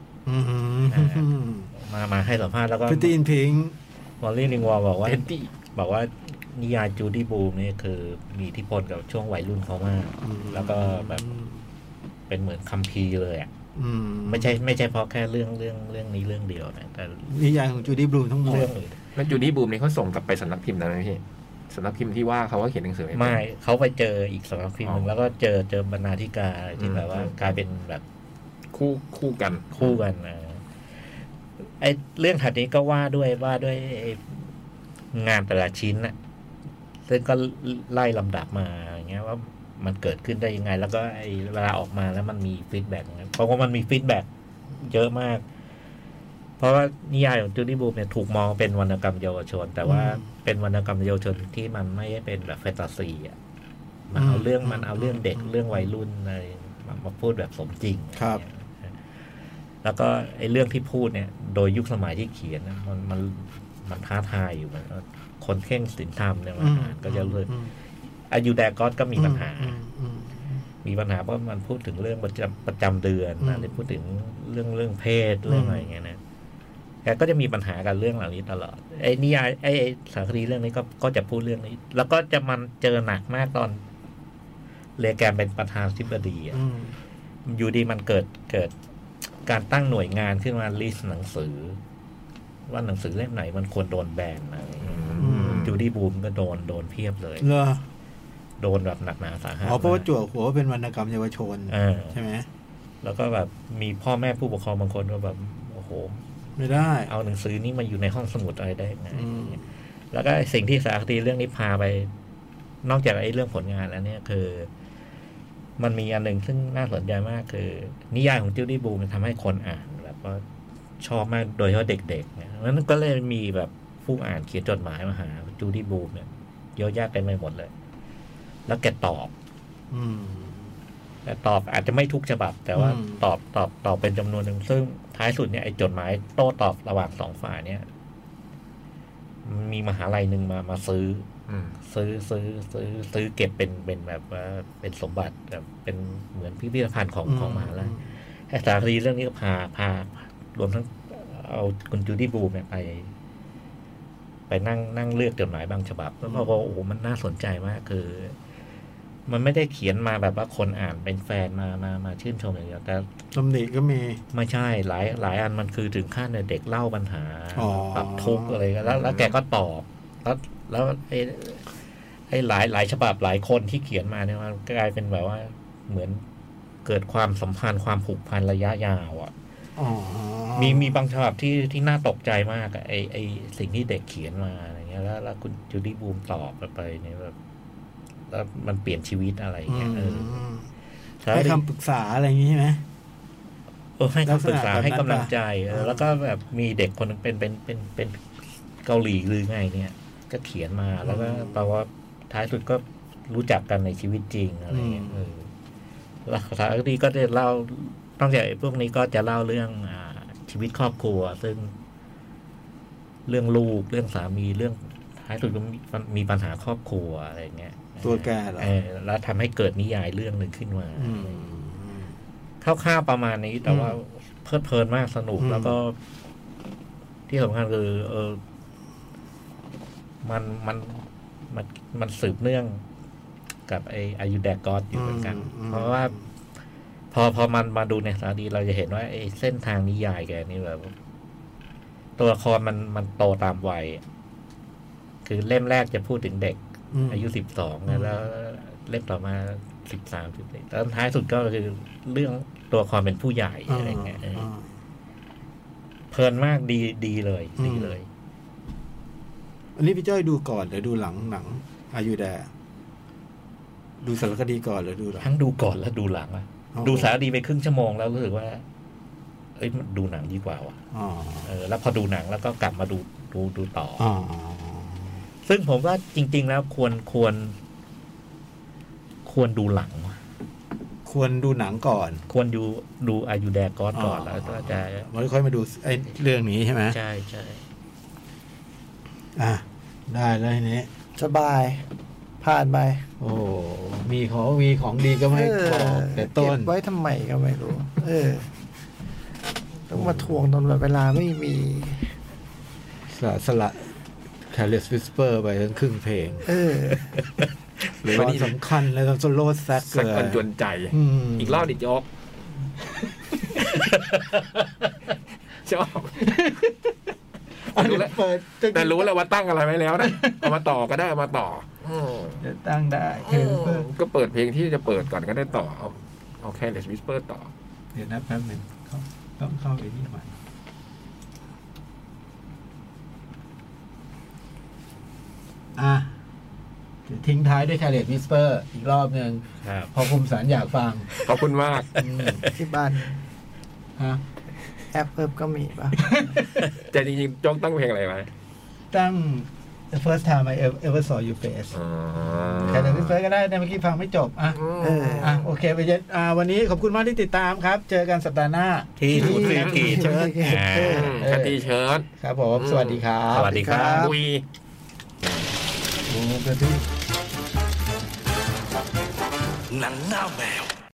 มาให้สัมภาษณ์แล้วก็พิตีนพิงมอลลี่ลิงวอลบอกว่านิยายจูดี้บูมนี่คือมีอิทธิพลกับช่วงวัยรุ่นเขามากแล้วก็แบบเป็นเหมือนคัมภีร์เลยอ่ะไม่ใช่เพราะแค่เรื่องนี้เรื่องเดียวนะแต่นิยายของจูดี้บูมทั้งหมดแล้วจูดี้บูมนี่เขาส่งกลับไปสำนักพิมพ์นะพี่สำนักพิมพ์ที่ว่าเขาว่าเขียนหนังสือไม่เขาไปเจออีกสำนักพิมพ์นึงแล้วก็เจอบรรณาธิการที่แบบว่ากลายเป็นแบบคู่กันนะไอ้เรื่องถัดนี้ก็ว่าด้วยงานแต่ละชิ้นน่ะซึ่งก็ไล่ลำดับมาอย่างเงี้ยว่ามันเกิดขึ้นได้ยังไงแล้วก็ไอ้เวลาออกมาแล้วมันมีฟีดแบ็กเพราะว่ามันมีฟีดแบ็กเยอะมากเพราะว่านิยายของจูดี้บูมเนี่ยถูกมองเป็นวรรณกรรมเยาวชนแต่ว่าเป็นวรรณกรรมเยาวชนที่มันไม่ได้เป็นแบบแฟนตาซีอ่ะมันเอาเรื่องเด็กเรื่องวัยรุ่นอะไรมาพูดแบบสมจริงครับแล้วก็ไอ้เรื่องที่พูดเนี่ยโดยยุคสมัยที่เขียนมันท้าทายอยู่มันคนเข่งศีลธรรมเนี่ยมันก็จะเลยอายุแดกอนก็มีปัญหาเพราะมันพูดถึงเรื่องประจำเดือนนะหรือพูดถึงเรื่องเพศเรื่องอะไรอย่างเงี้ยนะแกก็จะมีปัญหากับเรื่องเหล่านี้ตลอดไอ้นิยายไอ้สารคดีเรื่องนี้ก็จะพูดเรื่องนี้แล้วก็จะมันเจอหนักมากตเรียกแกนเป็นประธานธิบดีอ่ะอยู่ดีมันเกิดการตั้งหน่วยงานขึ้นมาลิสต์หนังสือว่าหนังสือเล่มไหนมันควรโดนแบนอะไรจูดี้บูมก็โดนเพียบเลยเหรอโดนแบบหนักหนาสาหัสเพราะว่าจั่วหัวเป็นวรรณกรรมเยาวชนใช่ไหมแล้วก็แบบมีพ่อแม่ผู้ปกครองบางคนก็แบบโอ้โหไม่ได้เอาหนังสือนี้มาอยู่ในห้องสมุดอะไรได้ไงแล้วก็สิ่งที่สารคดีเรื่องนี้พาไปนอกจากไอ้เรื่องผลงานแล้วเนี่ยคือมันมีอันหนึ่งซึ่งน่าสนใจมากคือนิยายของจูดี้บูมมันทำให้คนอ่านแบบว่าชอบมากโดยเฉพาะเด็กๆเนี่ยนั้นก็เลยมีแบบผู้อ่านเขียนจดหมายมาหาจูดี้บูมเนี่ยเยอะแยะเต็มไปหมดเลยแล้วแกตอบแต่ตอบอาจจะไม่ทุกฉบับแต่ว่าตอบเป็นจำนวนหนึ่งซึ่งท้ายสุดเนี่ยไอ้จดหมายโต้ตอบระหว่างสองฝ่ายเนี่ยมีมหาลัยหนึ่งมาซื้อเก็บเป็นแบบว่าเป็นสมบัติแบบเป็นเหมือนพิพิธภัณฑ์ของมหาลัยไอ้สารคดีเรื่องนี้ก็พารวมทั้งเอาคุณจูดี้บูมเนี่ยไปนั่งเลือกจดหมายบางฉบับแล้วก็โอ้โหมันน่าสนใจมากคือมันไม่ได้เขียนมาแบบว่าคนอ่านเป็นแฟนมาชื่นชมอย่างเดียวแต่ตำหนิก็มีไม่ใช่หลายอันมันคือถึงขั้นเด็กเล่าปัญหาปรับทุกข์อะไรแล้วแกก็ตอบแล้วไอ้หลายฉบับหลายคนที่เขียนมาเนี่ยมันกลายเป็นแบบว่าเหมือนเกิดความสัมพันธ์ความผูกพันระยะยาวอ่ะมีบางฉบับที่น่าตกใจมากไอ้สิ่งที่เด็กเขียนมาอะไรเงี้ยแล้วคุณจูดี้บูมตอบไปเนี่ยแบบแล้วมันเปลี่ยนชีวิตอะไรอย่างเงี้ยให้คำปรึกษาอะไรอย่างงี้ใช่ไหมให้คำปรึกษาให้กำลังใจแล้วก็แบบมีเด็กคนนึงเป็นเกาหลีหรือไงเนี่ยก็เขียนมาแล้วก็แปลว่าท้ายสุดก็รู้จักกันในชีวิตจริงอะไรเงี้ยแล้วสารคดีก็จะเล่านอกจากพวกนี้ก็จะเล่าเรื่องชีวิตครอบครัวซึ่งเรื่องลูกเรื่องสามีเรื่องท้ายสุดก็มีปัญหาครอบครัวอะไรเงี้ยตัวแกเหรอแล้วทำให้เกิดนิยายเรื่องหนึ่งขึ้นมาคร่าวๆประมาณนี้แต่ว่าเพลิดเพลินมากสนุกแล้วก็ที่สำคัญคือมันสืบเนื่องกับไอ้อายุแดกอสอยู่เหมือนกันเพราะว่าพอมันมาดูในสารคดีเราจะเห็นว่าไอ้เส้นทางนิยายแกนี่แบบตัวละครมันโตตามวัยคือเล่มแรกจะพูดถึงเด็กอายุ12แล้วเล่มต่อมา13แล้วท้ายสุดก็คือเรื่องตัวความเป็นผู้ใหญ่อะไรเงี้ยเพลินมากดีเลยอันนี้พี่จ้อยดูก่อนหรือดูหลังอายุแดดูสารคดีก่อนหรือดูหลังทั้งดูก่อนแล้วดูหลังอ่ะดูสารคดีไปครึ่งชั่วโมงแล้วรู้สึกว่าดูหนังดีกว่าว่ะแล้วพอดูหนังแล้วก็กลับมาดูต่อซึ่งผมว่าจริงๆแล้วควรดูหลังควรดูหนังก่อนควรดูอายุแดกอสก่อนแล้วก็จะไม่ค่อยมาดูไอ้เรื่องนี้ใช่ไหมใช่ได้แล้วทีนี้สบายผ่านไปโอ้มีของดีก็ไม่บอกแต่ต้นเก็บไว้ทำไมก็ไม่รู้ต้องมาทวงตอนเวลาไม่มีสละCareless Whisper ไปทั้งครึ่งเพลงหรือว่าสำคัญเลยตอนโซโล่แซกเลยสักคนจวนใจอีกรอบดิโจ๊กชอบแต่รู้แล้วว่าตั้งอะไรไว้แล้วนะเอามาต่อก็ได้เอามาต่อจะตั้งได้ก็เปิดเพลงที่จะเปิดก่อนก็ได้ต่อเอาCareless Whisper ต่อเดี๋ยวนะแป๊บนึงต้องเข้าไปนี่ใหม่ทิ้งท้ายด้วย Careless Whisper อีกรอบนึงพอคุณสารอยากฟังขอบคุณมากที่บ้านแอปก็มีป่ะแต่จริงๆจ้องตั้งเพลงอะไรไว้ตั้ง The First Time I Ever Saw You Face Careless Whisper ก็ได้แต่เมื่อกี้ฟังไม่จบโอเคไปเย็นวันนี้ขอบคุณมากที่ติดตามครับเจอกันสัปดาห์หน้าที่เชิญที่เชิญครับผมสวัสดีครับสวัสดีครับหนังหน้าแมว